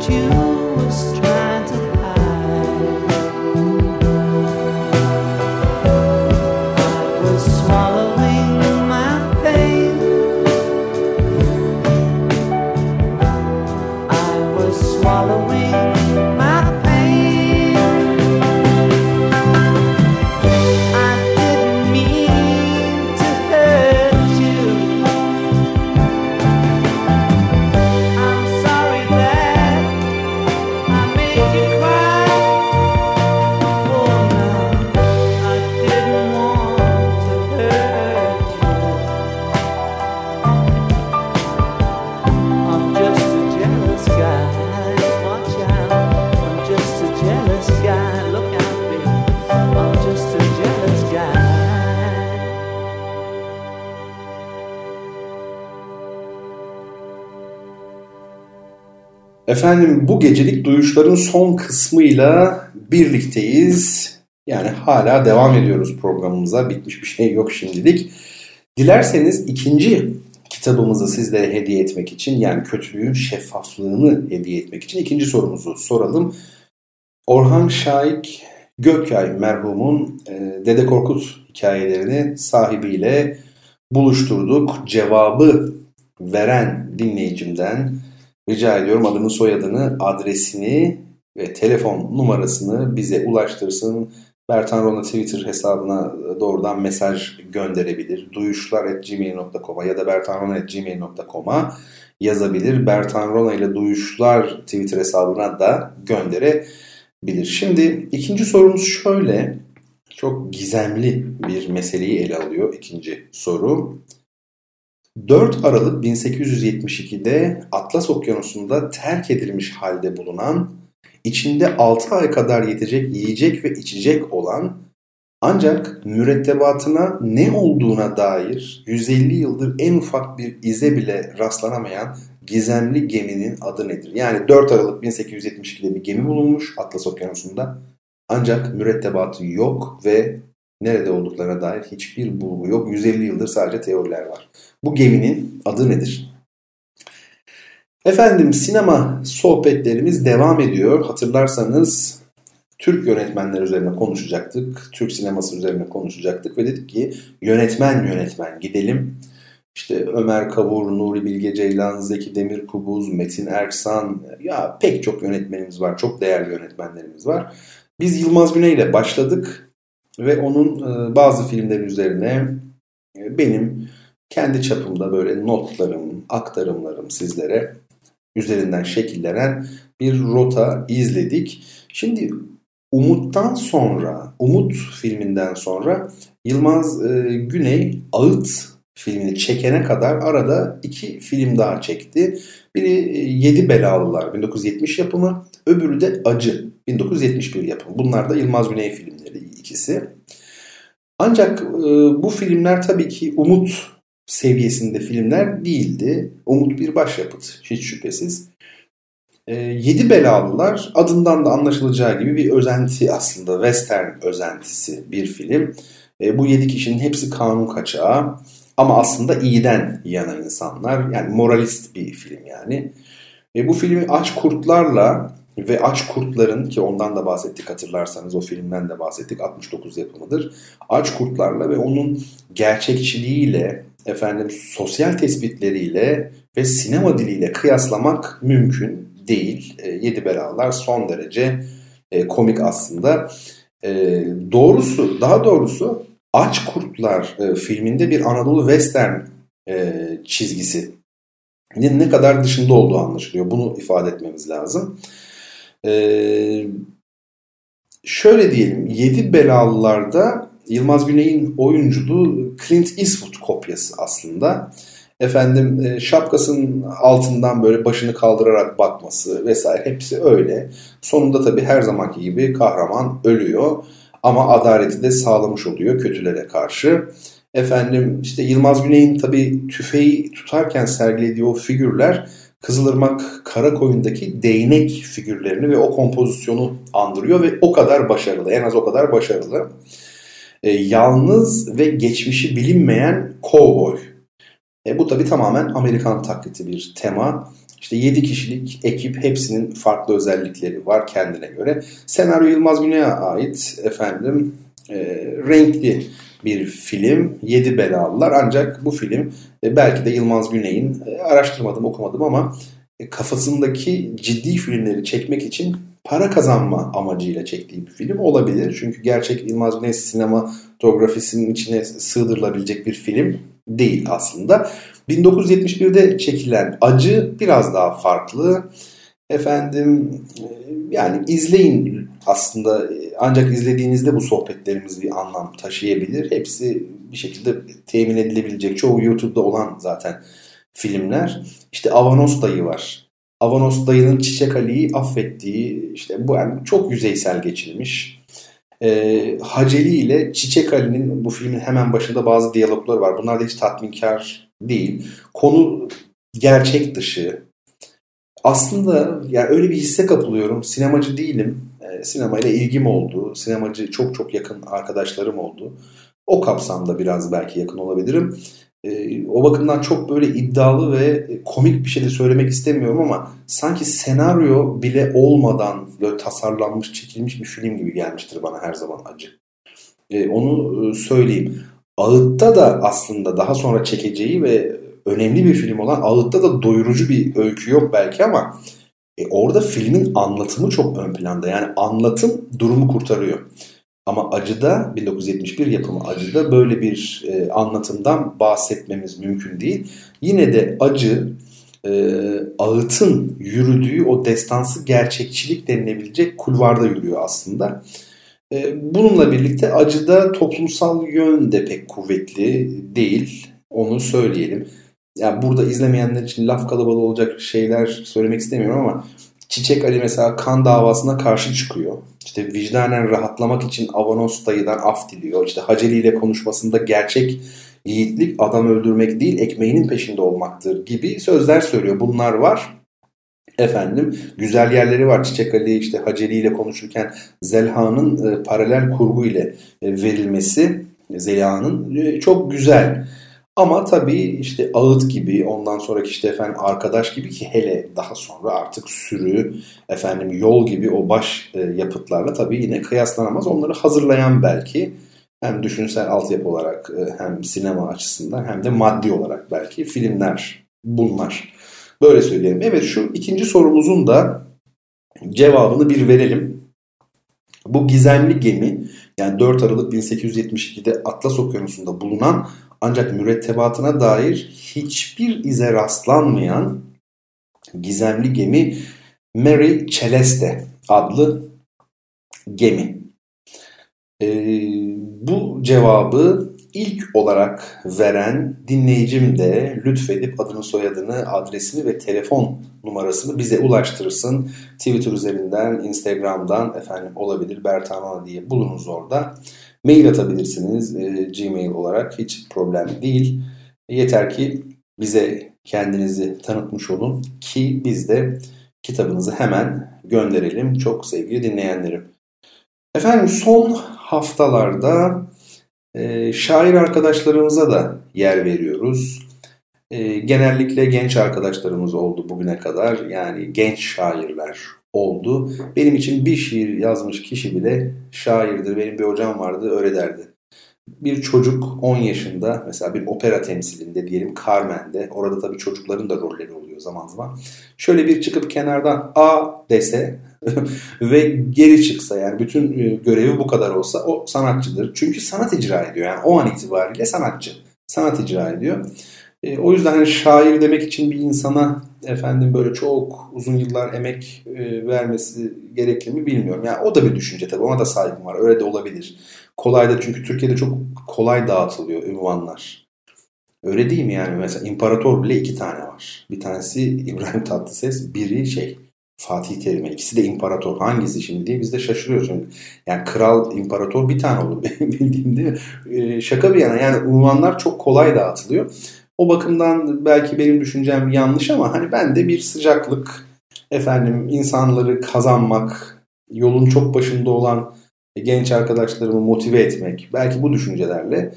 Efendim bu gecelik duyuşların son kısmıyla birlikteyiz. Yani hala devam ediyoruz programımıza. Bitmiş bir şey yok şimdilik. Dilerseniz ikinci kitabımızı sizlere hediye etmek için, yani kötülüğün şeffaflığını hediye etmek için ikinci sorumuzu soralım. Orhan Şahik Gökyay merhumun Dede Korkut hikayelerini sahibiyle buluşturduk. Cevabı veren dinleyicimden rica ediyorum adını, soyadını, adresini ve telefon numarasını bize ulaştırsın. Bertan Rona Twitter hesabına doğrudan mesaj gönderebilir. duyuşlar@gmail.com'a ya da bertanrona@gmail.com'a yazabilir. Bertan Rona ile Duyuşlar Twitter hesabına da gönderebilir. Şimdi ikinci sorumuz şöyle. Çok gizemli bir meseleyi ele alıyor ikinci soru. 4 Aralık 1872'de Atlas Okyanusu'nda terk edilmiş halde bulunan, içinde 6 ay kadar yetecek yiyecek ve içecek olan, ancak mürettebatına ne olduğuna dair 150 yıldır en ufak bir ize bile rastlanamayan gizemli geminin adı nedir? Yani 4 Aralık 1872'de bir gemi bulunmuş Atlas Okyanusu'nda, ancak mürettebatı yok ve nerede olduklarına dair hiçbir bulgu yok. 150 yıldır sadece teoriler var. Bu geminin adı nedir? Efendim sinema sohbetlerimiz devam ediyor. Hatırlarsanız Türk yönetmenler üzerine konuşacaktık. Türk sineması üzerine konuşacaktık ve dedik ki yönetmen gidelim. İşte Ömer Kavur, Nuri Bilge Ceylan, Zeki Demirkubuz, Metin Erksan, ya pek çok yönetmenimiz var. Çok değerli yönetmenlerimiz var. Biz Yılmaz Güney ile başladık ve onun bazı filmleri üzerine benim kendi çapımda böyle notlarım, aktarımlarım sizlere üzerinden şekillenen bir rota izledik. Şimdi Umut filminden sonra Yılmaz Güney Ağıt filmini çekene kadar arada 2 film daha çekti. Biri Yedi Belalılar 1970 yapımı, öbürü de Acı 1971 yapımı. Bunlar da Yılmaz Güney filmleri ikisi. Ancak bu filmler tabii ki Umut seviyesinde filmler değildi. Umut bir başyapıt hiç şüphesiz. Yedi Belalılar adından da anlaşılacağı gibi bir özenti aslında. Western özentisi bir film. Bu 7 kişinin hepsi kanun kaçağı ama aslında iyiden yana insanlar. Yani moralist bir film yani. Bu filmi aç kurtlarla ve aç kurtların, ki ondan da bahsettik hatırlarsanız, o filmden de bahsettik, 69 yapımıdır. Aç kurtlarla ve onun gerçekçiliğiyle, sosyal tespitleriyle ve sinema diliyle kıyaslamak mümkün değil. Yedi Belalılar son derece komik aslında. Daha doğrusu Aç Kurtlar filminde bir Anadolu Western çizgisinin ne kadar dışında olduğu anlaşılıyor. Bunu ifade etmemiz lazım. Şöyle diyelim, Yedi Belalılar'da Yılmaz Güney'in oyunculuğu Clint Eastwood kopyası aslında. Şapkasının altından böyle başını kaldırarak bakması vesaire hepsi öyle. Sonunda tabii her zamanki gibi kahraman ölüyor ama adaleti de sağlamış oluyor kötülere karşı. Yılmaz Güney'in tabii tüfeği tutarken sergilediği o figürler Kızılırmak Karakoyun'daki değnek figürlerini ve o kompozisyonu andırıyor ve o kadar başarılı, en az o kadar başarılı. Yalnız ve geçmişi bilinmeyen kovboy Bu tabii tamamen Amerikan taklidi bir tema. İşte 7 kişilik ekip, hepsinin farklı özellikleri var kendine göre. Senaryo Yılmaz Güney'e ait renkli bir film. 7 belalılar, ancak bu film belki de Yılmaz Güney'in araştırmadım okumadım ama kafasındaki ciddi filmleri çekmek için para kazanma amacıyla çektiği bir film olabilir. Çünkü gerçek Yılmaz Güney sinematografisinin içine sığdırılabilecek bir film değil aslında. 1971'de çekilen Acı biraz daha farklı. Yani izleyin aslında, ancak izlediğinizde bu sohbetlerimiz bir anlam taşıyabilir. Hepsi bir şekilde temin edilebilecek, çoğu YouTube'da olan zaten filmler. İşte Avanos Dayı var. Avanos Dayı'nın Çiçek Ali'yi affettiği, işte bu yani çok yüzeysel geçilmiş. Haceli ile Çiçek Ali'nin bu filmin hemen başında bazı diyalogları var. Bunlar da hiç tatminkar değil. Konu gerçek dışı. Aslında yani öyle bir hisse kapılıyorum. Sinemacı değilim. Sinemayla ilgim oldu. Sinemacı çok çok yakın arkadaşlarım oldu. O kapsamda biraz belki yakın olabilirim. O bakımdan çok böyle iddialı ve komik bir şey de söylemek istemiyorum ama sanki senaryo bile olmadan böyle tasarlanmış, çekilmiş bir film gibi gelmiştir bana her zaman Acı. Onu söyleyeyim. Ağıt'ta da aslında daha sonra çekeceği ve önemli bir film olan Ağıt'ta da doyurucu bir öykü yok belki ama orada filmin anlatımı çok ön planda. Yani anlatım durumu kurtarıyor. Ama Acı'da, 1971 yapımı Acı'da böyle bir anlatımdan bahsetmemiz mümkün değil. Yine de Acı, Ağıt'ın yürüdüğü o destansı gerçekçilik denilebilecek kulvarda yürüyor aslında. Bununla birlikte Acı'da toplumsal yön de pek kuvvetli değil, onu söyleyelim. Yani burada izlemeyenler için laf kalabalığı olacak şeyler söylemek istemiyorum ama Çiçek Ali mesela kan davasına karşı çıkıyor. İşte vicdanen rahatlamak için Avanos Dayı'dan af diliyor. İşte Haceli ile konuşmasında gerçek yiğitlik adam öldürmek değil, ekmeğinin peşinde olmaktır gibi sözler söylüyor. Bunlar var. Güzel yerleri var. Çiçek Ali işte Haceli ile konuşurken Zelha'nın paralel kurgu ile verilmesi, Zelha'nın çok güzel. Ama tabii işte Ağıt gibi, ondan sonraki işte Arkadaş gibi, ki hele daha sonra artık Sürü, Yol gibi o baş yapıtlarla tabii yine kıyaslanamaz. Onları hazırlayan belki hem düşünsel altyapı olarak hem sinema açısından hem de maddi olarak belki filmler bunlar. Böyle söyleyelim. Evet, şu ikinci sorumuzun da cevabını bir verelim. Bu gizemli gemi, yani 4 Aralık 1872'de Atlas Okyanusu'nda bulunan ancak mürettebatına dair hiçbir ize rastlanmayan gizemli gemi Mary Celeste adlı gemi. Bu cevabı ilk olarak veren dinleyicim de lütfedip adını, soyadını, adresini ve telefon numarasını bize ulaştırsın. Twitter üzerinden, Instagram'dan olabilir, Bertan diye bulunuz orada. Mail atabilirsiniz Gmail olarak, hiç problem değil. Yeter ki bize kendinizi tanıtmış olun ki biz de kitabınızı hemen gönderelim çok sevgili dinleyenlerim. Son haftalarda şair arkadaşlarımıza da yer veriyoruz. Genellikle genç arkadaşlarımız oldu bugüne kadar, yani genç şairler oldu. Benim için bir şiir yazmış kişi bile şairdir. Benim bir hocam vardı, öyle derdi. Bir çocuk 10 yaşında mesela bir opera temsilinde, diyelim Carmen'de, orada tabii çocukların da rolleri oluyor zaman zaman. Şöyle bir çıkıp kenardan A dese ve geri çıksa, yani bütün görevi bu kadar olsa, o sanatçıdır. Çünkü sanat icra ediyor, yani o an itibariyle sanatçı. Sanat icra ediyor. O yüzden şair demek için bir insana böyle çok uzun yıllar emek vermesi gerekli mi bilmiyorum. Yani o da bir düşünce tabii, ona da saygım var. Öyle de olabilir. Kolay da, çünkü Türkiye'de çok kolay dağıtılıyor ünvanlar. Öyle değil mi yani? Mesela imparator bile 2 tane var. Bir tanesi İbrahim Tatlıses, biri Fatih Terim. İkisi de imparator. Hangisi şimdi diye biz de şaşırıyoruz. Yani kral, imparator bir tane olur bildiğim, değil mi? Şaka bir yana, yani unvanlar çok kolay dağıtılıyor. O bakımdan belki benim düşüncem yanlış ama ben de bir sıcaklık, insanları kazanmak, yolun çok başında olan genç arkadaşlarımı motive etmek, belki bu düşüncelerle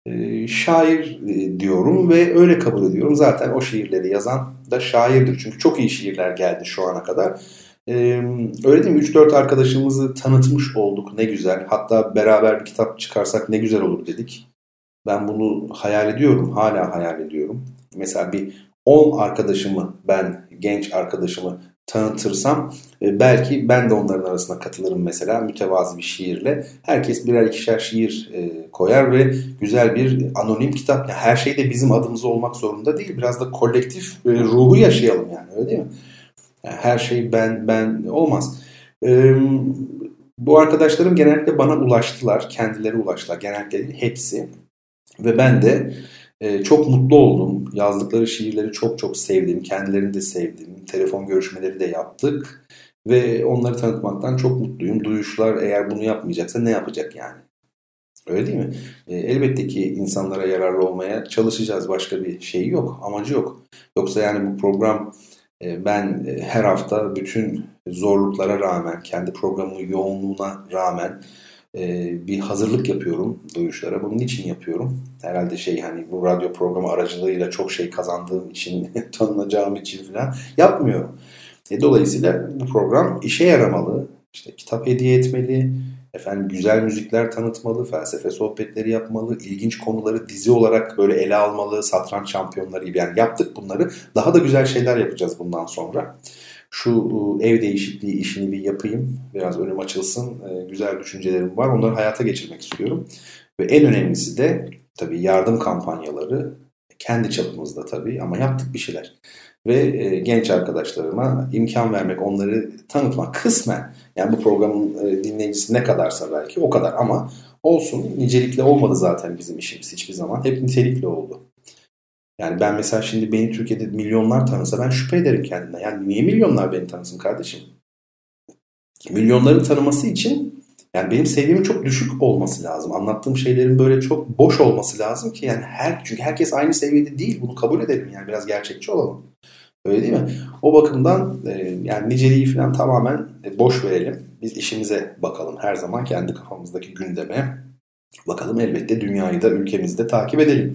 Şair diyorum ve öyle kabul ediyorum. Zaten o şiirleri yazan da şairdir. Çünkü çok iyi şiirler geldi şu ana kadar. Öyle değil mi? 3-4 arkadaşımızı tanıtmış olduk. Ne güzel. Hatta beraber bir kitap çıkarsak ne güzel olur dedik. Ben bunu hayal ediyorum. Hala hayal ediyorum. Mesela bir 10 arkadaşımı, ben genç arkadaşımı tanıtırsam belki ben de onların arasına katılırım mesela mütevazi bir şiirle. Herkes birer ikişer şiir koyar ve güzel bir anonim kitap. Yani her şey de bizim adımıza olmak zorunda değil. Biraz da kolektif ruhu yaşayalım yani, öyle değil mi? Yani her şey ben olmaz. Bu arkadaşlarım genellikle bana ulaştılar. Kendileri ulaştılar. Genellikle hepsi. Ve ben de çok mutlu oldum. Yazdıkları şiirleri çok çok sevdim. Kendilerini de sevdim. Telefon görüşmeleri de yaptık. Ve onları tanıtmaktan çok mutluyum. Duyuşlar eğer bunu yapmayacaksa ne yapacak yani? Öyle değil mi? Elbette ki insanlara yararlı olmaya çalışacağız. Başka bir şeyi yok. Amacı yok. Yoksa yani bu program ben her hafta bütün zorluklara rağmen, kendi programımın yoğunluğuna rağmen bir hazırlık yapıyorum duyuşlara. Bunun için yapıyorum. Herhalde hani bu radyo programı aracılığıyla çok şey kazandığım için, tanınacağım için falan yapmıyorum. Dolayısıyla bu program işe yaramalı. İşte kitap hediye etmeli, güzel müzikler tanıtmalı, felsefe sohbetleri yapmalı, ilginç konuları dizi olarak böyle ele almalı, satranç şampiyonları gibi. Yani yaptık bunları. Daha da güzel şeyler yapacağız bundan sonra. Şu ev değişikliği işini bir yapayım. Biraz önüm açılsın. Güzel düşüncelerim var. Onları hayata geçirmek istiyorum. Ve en önemlisi de tabii yardım kampanyaları. Kendi çapımızda tabii ama yaptık bir şeyler. Ve genç arkadaşlarıma imkan vermek, onları tanıtmak kısmen. Yani bu programın dinleyicisi ne kadarsa belki o kadar ama olsun. Nicelikle olmadı zaten bizim işimiz hiçbir zaman. Hep nitelikli oldu. Yani ben mesela şimdi beni Türkiye'de milyonlar tanısa ben şüphe ederim kendimden. Yani niye milyonlar beni tanısın kardeşim? Milyonların tanıması için yani benim seviyemin çok düşük olması lazım. Anlattığım şeylerin böyle çok boş olması lazım ki yani çünkü herkes aynı seviyede değil. Bunu kabul edelim yani biraz gerçekçi olalım. Öyle değil mi? O bakımdan yani niceliği falan tamamen boş verelim. Biz işimize bakalım. Her zaman kendi kafamızdaki gündeme bakalım. Elbette dünyayı da ülkemizde takip edelim.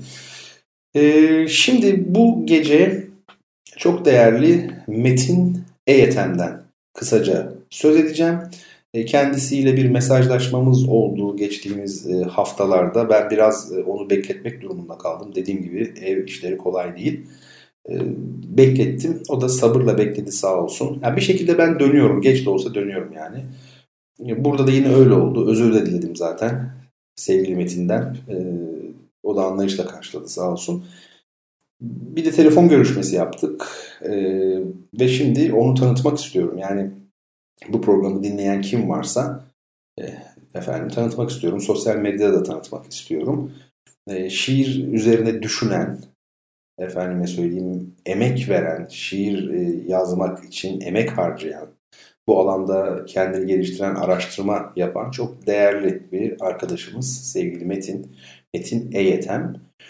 Şimdi bu gece çok değerli Metin Eyetem'den kısaca söz edeceğim. Kendisiyle bir mesajlaşmamız oldu geçtiğimiz haftalarda. Ben biraz onu bekletmek durumunda kaldım. Dediğim gibi ev işleri kolay değil. Beklettim. O da sabırla bekledi sağ olsun. Yani bir şekilde ben dönüyorum. Geç de olsa dönüyorum yani. Burada da yine öyle oldu. Özür de diledim zaten sevgili Metin'den. O da anlayışla karşıladı sağ olsun. Bir de telefon görüşmesi yaptık. Ve şimdi onu tanıtmak istiyorum. Yani bu programı dinleyen kim varsa tanıtmak istiyorum. Sosyal medyada da tanıtmak istiyorum. Şiir üzerine düşünen, efendime söyleyeyim, emek veren, şiir yazmak için emek harcayan, bu alanda kendini geliştiren, araştırma yapan çok değerli bir arkadaşımız sevgili Metin Eyetem.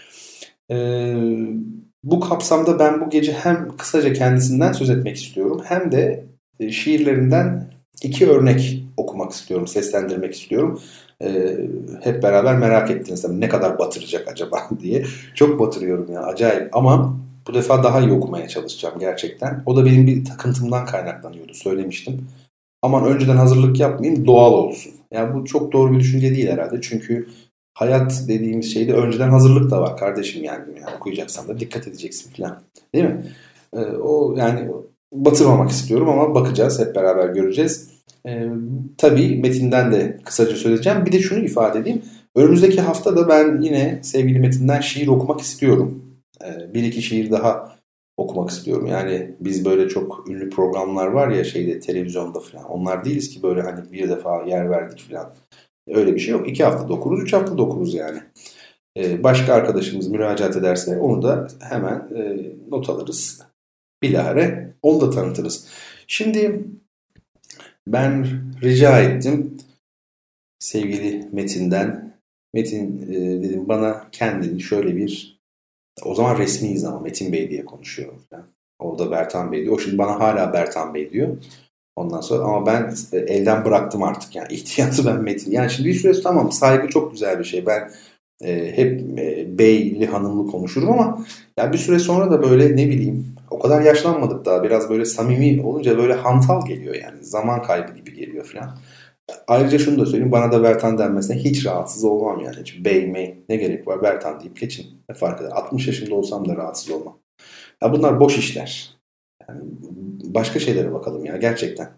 Bu kapsamda ben bu gece hem kısaca kendisinden söz etmek istiyorum hem de şiirlerinden 2 örnek okumak istiyorum, seslendirmek istiyorum. Hep beraber merak ettiniz ne kadar batıracak acaba diye. Çok batırıyorum ya, acayip, ama bu defa daha iyi okumaya çalışacağım gerçekten. O da benim bir takıntımdan kaynaklanıyordu, söylemiştim. Aman önceden hazırlık yapmayayım, doğal olsun. Yani bu çok doğru bir düşünce değil herhalde. Çünkü hayat dediğimiz şeyde önceden hazırlık da var kardeşim yani okuyacaksan da dikkat edeceksin falan. Değil mi? O yani batırmamak istiyorum ama bakacağız, hep beraber göreceğiz. Tabii Metin'den de kısaca söyleyeceğim. Bir de şunu ifade edeyim. Önümüzdeki hafta da ben yine sevgili Metin'den şiir okumak istiyorum. 1-2 şiir daha okumak istiyorum. Yani biz böyle çok ünlü programlar var ya televizyonda falan. Onlar değiliz ki böyle hani bir defa yer verdik falan. Öyle bir şey yok. 2 haftada okuruz, 3 haftada okuruz yani. Başka arkadaşımız müracaat ederse onu da hemen not alırız. Bilahare onu da tanıtırız. Şimdi ben rica ettim sevgili Metin'den. Metin dedim bana kendini şöyle bir, o zaman resmiyiz ama Metin Bey diye konuşuyorum falan. Orada Bertan Bey diyor. O şimdi bana hala Bertan Bey diyor. Ondan sonra ama ben elden bıraktım artık yani ihtiyatı ben Metin. Yani şimdi bir süre tamam, saygı çok güzel bir şey. Ben Hep beyli hanımlı konuşurum ama ya bir süre sonra da böyle ne bileyim o kadar yaşlanmadık daha biraz böyle samimi olunca böyle hantal geliyor yani. Zaman kaybı gibi geliyor falan. Ayrıca şunu da söyleyeyim, bana da Bertan denmesine hiç rahatsız olmam yani. Hiç bey mey ne gerek var, Bertan deyip geçin. Ne fark eder? 60 yaşında olsam da rahatsız olmam. Ya bunlar boş işler. Yani başka şeylere bakalım ya gerçekten.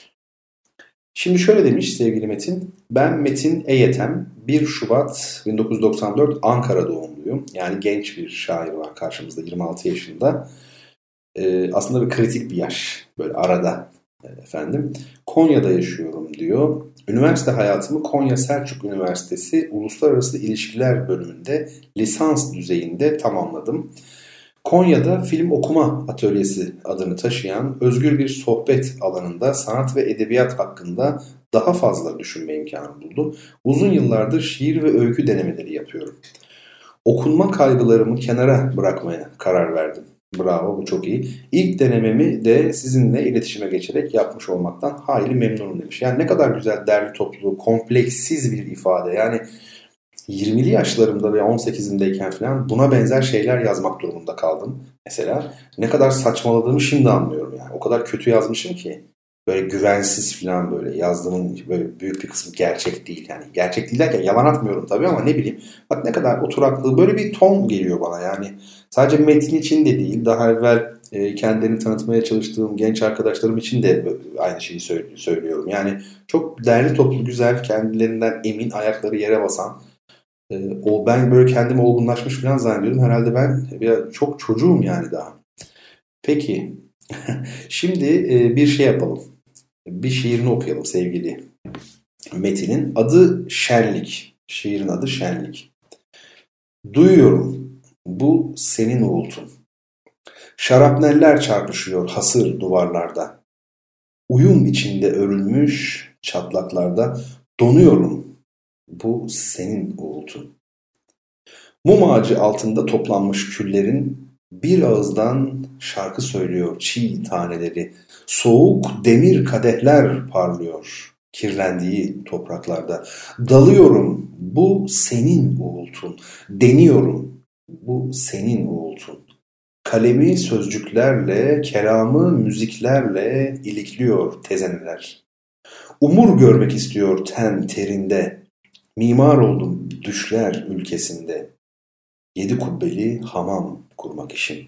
Şimdi şöyle demiş sevgili Metin. Ben Metin Eyetem, 1 Şubat 1994 Ankara doğumluyum. Yani genç bir şair var karşımızda, 26 yaşında. Aslında bir kritik bir yaş böyle arada efendim. Konya'da yaşıyorum diyor. Üniversite hayatımı Konya Selçuk Üniversitesi Uluslararası İlişkiler bölümünde lisans düzeyinde tamamladım. Konya'da film okuma atölyesi adını taşıyan özgür bir sohbet alanında sanat ve edebiyat hakkında daha fazla düşünme imkanı buldum. Uzun yıllardır şiir ve öykü denemeleri yapıyorum. Okunma kaygılarımı kenara bırakmaya karar verdim. Bravo, bu çok iyi. İlk denememi de sizinle iletişime geçerek yapmış olmaktan hayli memnunum demiş. Yani ne kadar güzel, derli toplu, kompleksiz bir ifade. Yani 20'li yaşlarımda ve 18'imdeyken falan buna benzer şeyler yazmak durumunda kaldım. Mesela ne kadar saçmaladığımı şimdi anlıyorum yani. O kadar kötü yazmışım ki. Böyle güvensiz falan, böyle yazdığımın böyle büyük bir kısmı gerçek değil. Yani gerçek değil derken yalan atmıyorum tabii ama ne bileyim. Bak ne kadar oturaklı, böyle bir ton geliyor bana yani. Sadece metin için de değil, daha evvel kendilerini tanıtmaya çalıştığım genç arkadaşlarım için de aynı şeyi söylüyorum. Yani çok derli toplu, güzel, kendilerinden emin, ayakları yere basan. Ben böyle kendimi olgunlaşmış falan zannediyordum. Herhalde ben çok çocuğum yani daha. Peki, şimdi bir şey yapalım. Bir şiirini okuyalım sevgili Metin'in. Adı Şenlik. Şiirin adı Şenlik. Duyuyorum, bu senin uğultun. Şarapneller çarpışıyor hasır duvarlarda. Uyum içinde örülmüş çatlaklarda. Donuyorum, bu senin uğultun. Mum ağacı altında toplanmış küllerin bir ağızdan şarkı söylüyor çiğ taneleri. Soğuk demir kadehler parlıyor kirlendiği topraklarda. Dalıyorum, bu senin uğultun. Deniyorum, bu senin uğultun. Kalemi sözcüklerle, kelamı müziklerle ilikliyor tezeneler. Umur görmek istiyor ten terinde. Mimar oldum düşler ülkesinde. 7 kubbeli hamam kurmak işim.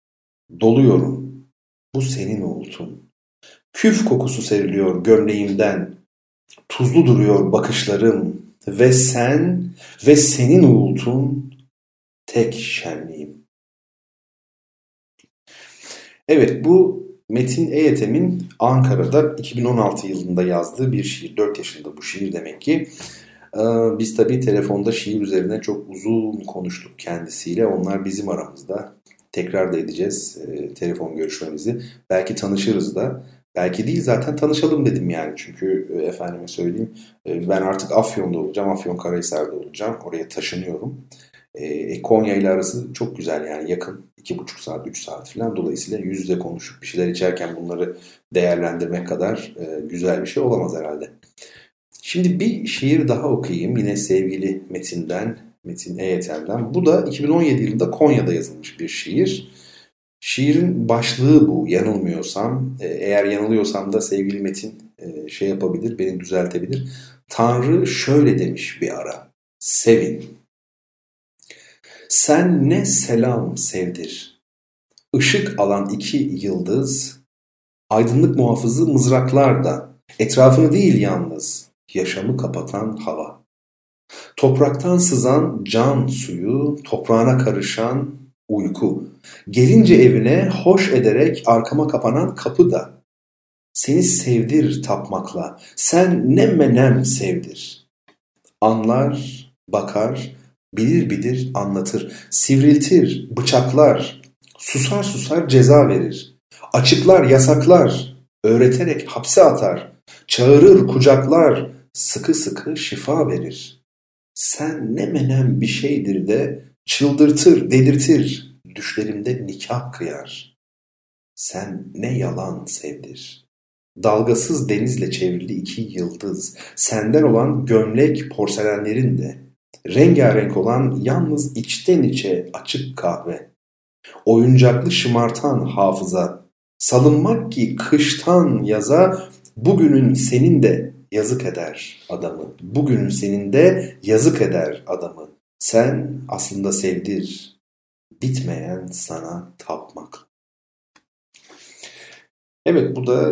Doluyorum, bu senin uğultun. Küf kokusu seriliyor gömleğimden. Tuzlu duruyor bakışlarım. Ve sen ve senin uğultun tek şenliğim. Evet, bu Metin Eyetem'in Ankara'da 2016 yılında yazdığı bir şiir. 4 yaşında bu şiir demek ki. Biz tabii telefonda şiir üzerine çok uzun konuştuk kendisiyle. Onlar bizim aramızda. Tekrar da edeceğiz telefon görüşmemizi. Belki tanışırız da. Belki değil, zaten tanışalım dedim yani. Çünkü efendime söyleyeyim, ben artık Afyon'da olacağım. Afyonkarahisar'da olacağım. Oraya taşınıyorum. Konya ile arası çok güzel yani, yakın. 2,5 saat, 3 saat falan. Dolayısıyla yüz yüze konuşup bir şeyler içerken bunları değerlendirmek kadar güzel bir şey olamaz herhalde. Şimdi bir şiir daha okuyayım. Yine sevgili Metin'den, Metin Eyetem'den. Bu da 2017 yılında Konya'da yazılmış bir şiir. Şiirin başlığı bu, yanılmıyorsam. Eğer yanılıyorsam da sevgili Metin şey yapabilir, beni düzeltebilir. Tanrı şöyle demiş bir ara: sevin. Sen ne selam sevdir. Işık alan 2 yıldız, aydınlık muhafızı mızraklar da, etrafını değil yalnız, yaşamı kapatan hava. Topraktan sızan can suyu, toprağına karışan uyku. Gelince evine hoş ederek arkama kapanan kapı da. Seni sevdir tapmakla, sen ne menem sevdir. Anlar, bakar, bilir bilir anlatır, sivriltir, bıçaklar, susar susar ceza verir. Açıklar, yasaklar, öğreterek hapse atar, çağırır, kucaklar, sıkı sıkı şifa verir. Sen ne menem bir şeydir de çıldırtır, delirtir, düşlerimde nikah kıyar. Sen ne yalan sevdir. Dalgasız denizle çevrili 2 yıldız, senden olan gömlek porselenlerin de, Rengarenk olan yalnız içten içe açık kahve. Oyuncaklı şımartan hafıza. Salınmak ki kıştan yaza bugünün senin de yazık eder adamı. Bugünün senin de yazık eder adamı. Sen aslında sevdir. Bitmeyen sana tapmak. Evet, bu da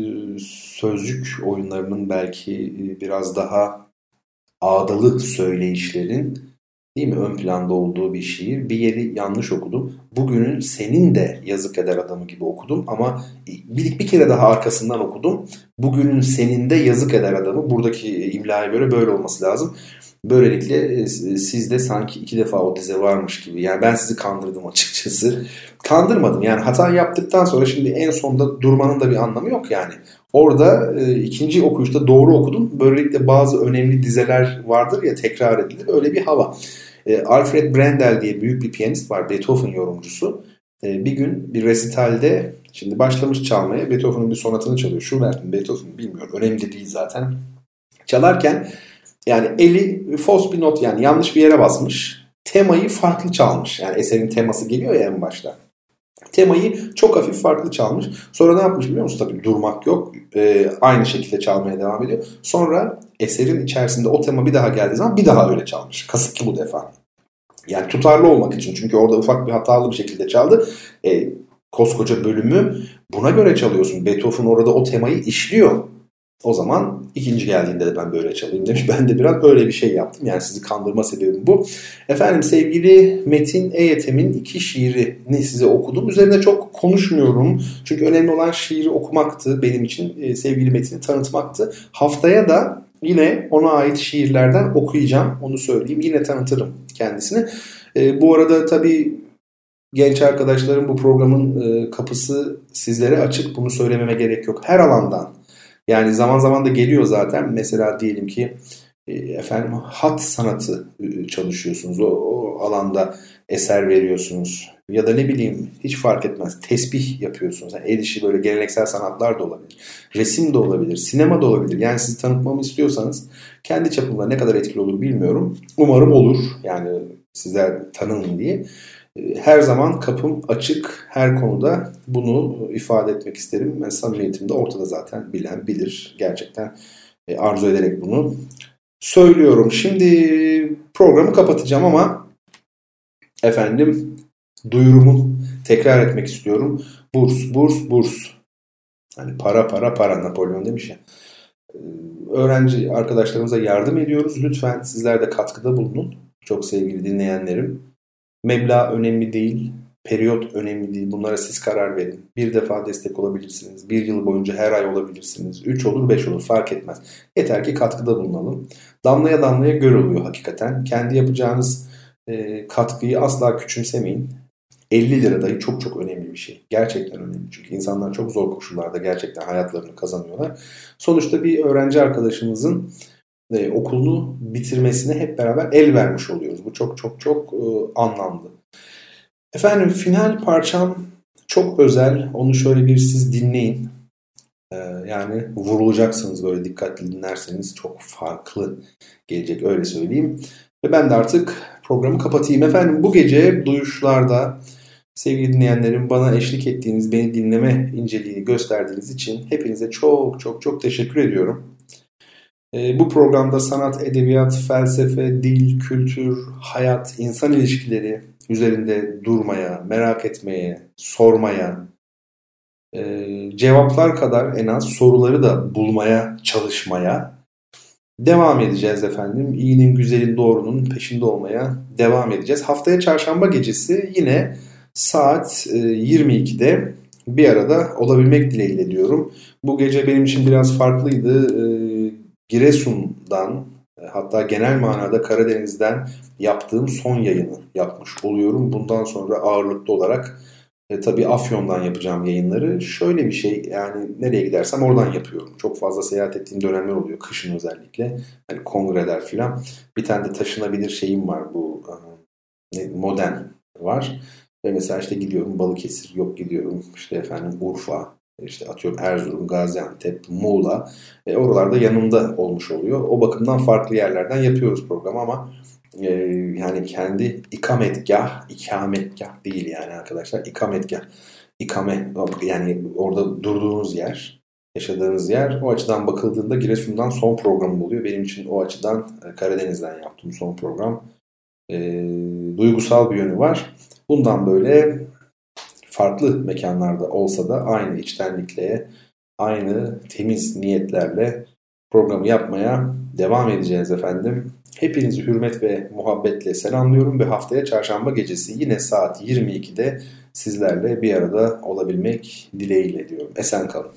sözcük oyunlarının belki biraz daha ağdalı söyleyişlerin değil mi ön planda olduğu bir şiir. Bir yeri yanlış okudum. Bugünün senin de yazık eder adamı gibi okudum ama bir kere daha arkasından okudum. Bugünün senin de yazık eder adamı. Buradaki imlaya göre böyle olması lazım. Böylelikle sizde sanki 2 defa o dize varmış gibi. Yani ben sizi kandırdım açıkçası. Kandırmadım. Yani hata yaptıktan sonra şimdi en sonda durmanın da bir anlamı yok yani. Orada ikinci okuyuşta doğru okudum. Böylelikle bazı önemli dizeler vardır ya, tekrar edilir. Öyle bir hava. Alfred Brendel diye büyük bir piyanist var. Beethoven yorumcusu. Bir gün bir resitalde şimdi başlamış çalmaya. Beethoven'ın bir sonatını çalıyor. Schubert'in, Beethoven'ın bilmiyorum. Önemli değil zaten. Çalarken yani eli fos bir not, yani yanlış bir yere basmış. Temayı farklı çalmış. Yani eserin teması geliyor ya en başta. Temayı çok hafif farklı çalmış. Sonra ne yapmış biliyor musun? Tabii durmak yok. Aynı şekilde çalmaya devam ediyor. Sonra eserin içerisinde o tema bir daha geldiği zaman bir daha öyle çalmış. Kasıtlı bu defa. Yani tutarlı olmak için. Çünkü orada ufak bir hatalı bir şekilde çaldı. Koskoca bölümü buna göre çalıyorsun. Beethoven orada o temayı işliyor. O zaman ikinci geldiğinde de ben böyle çalayım demiş. Ben de biraz böyle bir şey yaptım. Yani sizi kandırma sebebim bu. Efendim, sevgili Metin Eyetem'in 2 şiirini size okudum. Üzerine çok konuşmuyorum. Çünkü önemli olan şiiri okumaktı benim için. Sevgili Metin'i tanıtmaktı. Haftaya da yine ona ait şiirlerden okuyacağım. Onu söyleyeyim. Yine tanıtırım kendisini. Bu arada tabii genç arkadaşlarım, bu programın kapısı sizlere açık. Bunu söylememe gerek yok. Her alandan. Yani zaman zaman da geliyor zaten. Mesela diyelim ki hat sanatı çalışıyorsunuz. O alanda eser veriyorsunuz. Ya da ne bileyim, hiç fark etmez. Tesbih yapıyorsunuz. Yani el işi, böyle geleneksel sanatlar da olabilir. Resim de olabilir. Sinema da olabilir. Yani sizi tanıtmamı istiyorsanız, kendi çapımda ne kadar etkili olur bilmiyorum. Umarım olur. Yani sizler tanının diye. Her zaman kapım açık, her konuda bunu ifade etmek isterim. Ben samimiyetim de ortada zaten, bilen bilir. Gerçekten arzu ederek bunu söylüyorum. Şimdi programı kapatacağım ama efendim, duyurumu tekrar etmek istiyorum. Burs, burs, burs. Hani para, para, para, Napolyon demiş ya. Öğrenci arkadaşlarımıza yardım ediyoruz. Lütfen sizler de katkıda bulunun. Çok sevgili dinleyenlerim. Meblağ önemli değil, periyot önemli değil. Bunlara siz karar verin. Bir defa destek olabilirsiniz. 1 yıl boyunca her ay olabilirsiniz. 3 olur, 5 olur, fark etmez. Yeter ki katkıda bulunalım. Damlaya damlaya göl oluyor hakikaten. Kendi yapacağınız katkıyı asla küçümsemeyin. 50 lira dahi çok çok önemli bir şey. Gerçekten önemli. Çünkü insanlar çok zor koşullarda gerçekten hayatlarını kazanıyorlar. Sonuçta bir öğrenci arkadaşımızın okulunu bitirmesine hep beraber el vermiş oluyoruz. Bu çok çok çok anlamlı. Efendim, final parçam çok özel. Onu şöyle bir siz dinleyin. Yani vurulacaksınız böyle, dikkatli dinlerseniz çok farklı gelecek, öyle söyleyeyim. Ve ben de artık programı kapatayım. Efendim, bu gece Duyuşlar'da sevgili dinleyenlerim, bana eşlik ettiğiniz, beni dinleme inceliğini gösterdiğiniz için hepinize çok çok çok teşekkür ediyorum. Bu programda sanat, edebiyat, felsefe, dil, kültür, hayat, insan ilişkileri üzerinde durmaya, merak etmeye, sormaya, cevaplar kadar en az soruları da bulmaya, çalışmaya devam edeceğiz efendim. İyinin, güzelin, doğrunun peşinde olmaya devam edeceğiz. Haftaya çarşamba gecesi yine saat 22'de bir arada olabilmek dileğiyle diyorum. Bu gece benim için biraz farklıydı. Giresun'dan, hatta genel manada Karadeniz'den yaptığım son yayını yapmış oluyorum. Bundan sonra ağırlıklı olarak tabii Afyon'dan yapacağım yayınları. Şöyle bir şey, yani nereye gidersem oradan yapıyorum. Çok fazla seyahat ettiğim dönemler oluyor, kışın özellikle. Hani kongreler filan. Bir tane de taşınabilir şeyim var, bu modern var. Ve mesela işte gidiyorum Balıkesir, yok gidiyorum işte efendim Urfa, İşte atıyorum Erzurum, Gaziantep, Muğla. Oralarda yanımda olmuş oluyor. O bakımdan farklı yerlerden yapıyoruz programı ama yani kendi ikametgah değil yani arkadaşlar. İkame yani orada durduğunuz yer, yaşadığınız yer, o açıdan bakıldığında Giresun'dan son programım oluyor. Benim için o açıdan Karadeniz'den yaptığım son program. Duygusal bir yönü var. Bundan böyle farklı mekanlarda olsa da aynı içtenlikle, aynı temiz niyetlerle programı yapmaya devam edeceğiz efendim. Hepinizi hürmet ve muhabbetle selamlıyorum ve haftaya çarşamba gecesi yine saat 22'de sizlerle bir arada olabilmek dileğiyle diyorum. Esen kalın.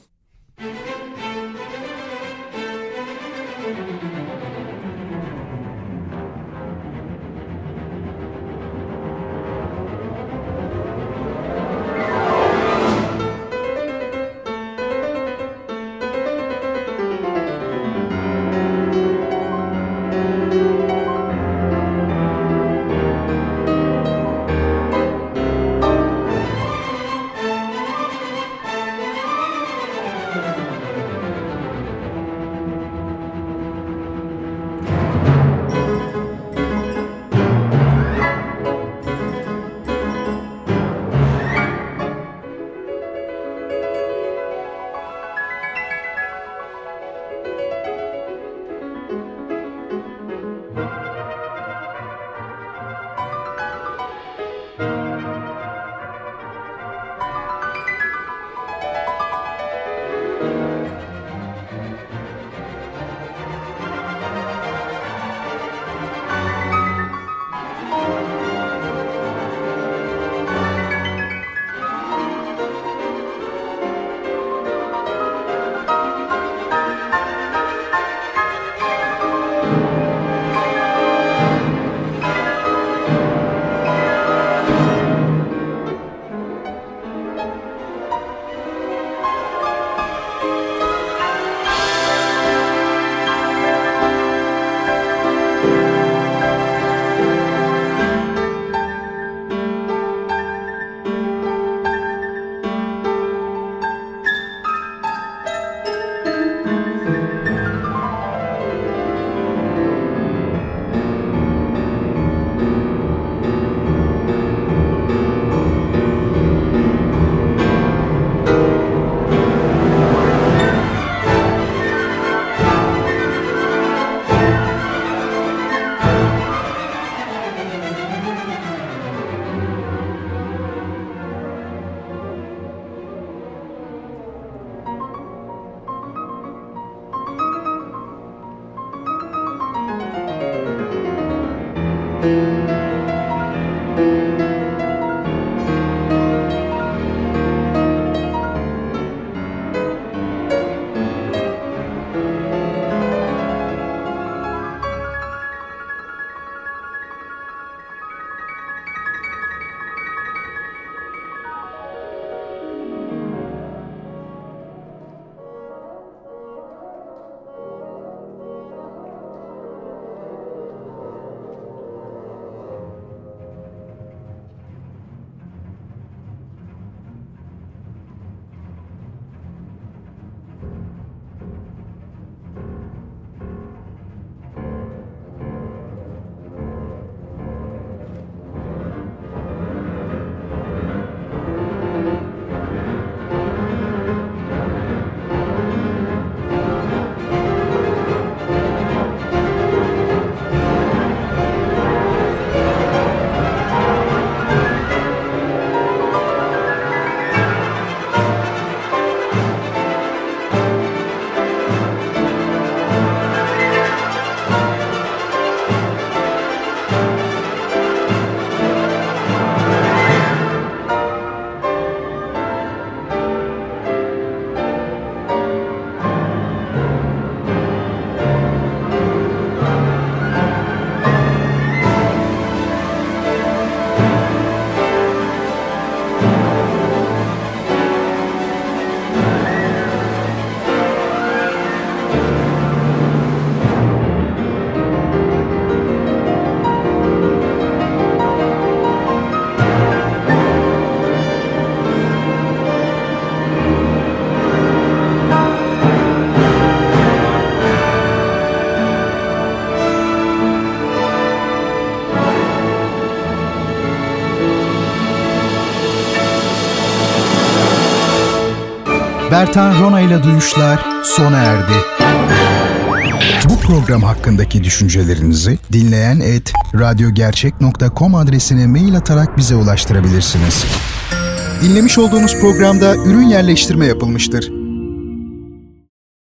Bertan Rona ile Duyuşlar sona erdi. Bu program hakkındaki düşüncelerinizi dinleyen@radyogercek.com adresine mail atarak bize ulaştırabilirsiniz. Dinlemiş olduğunuz programda ürün yerleştirme yapılmıştır.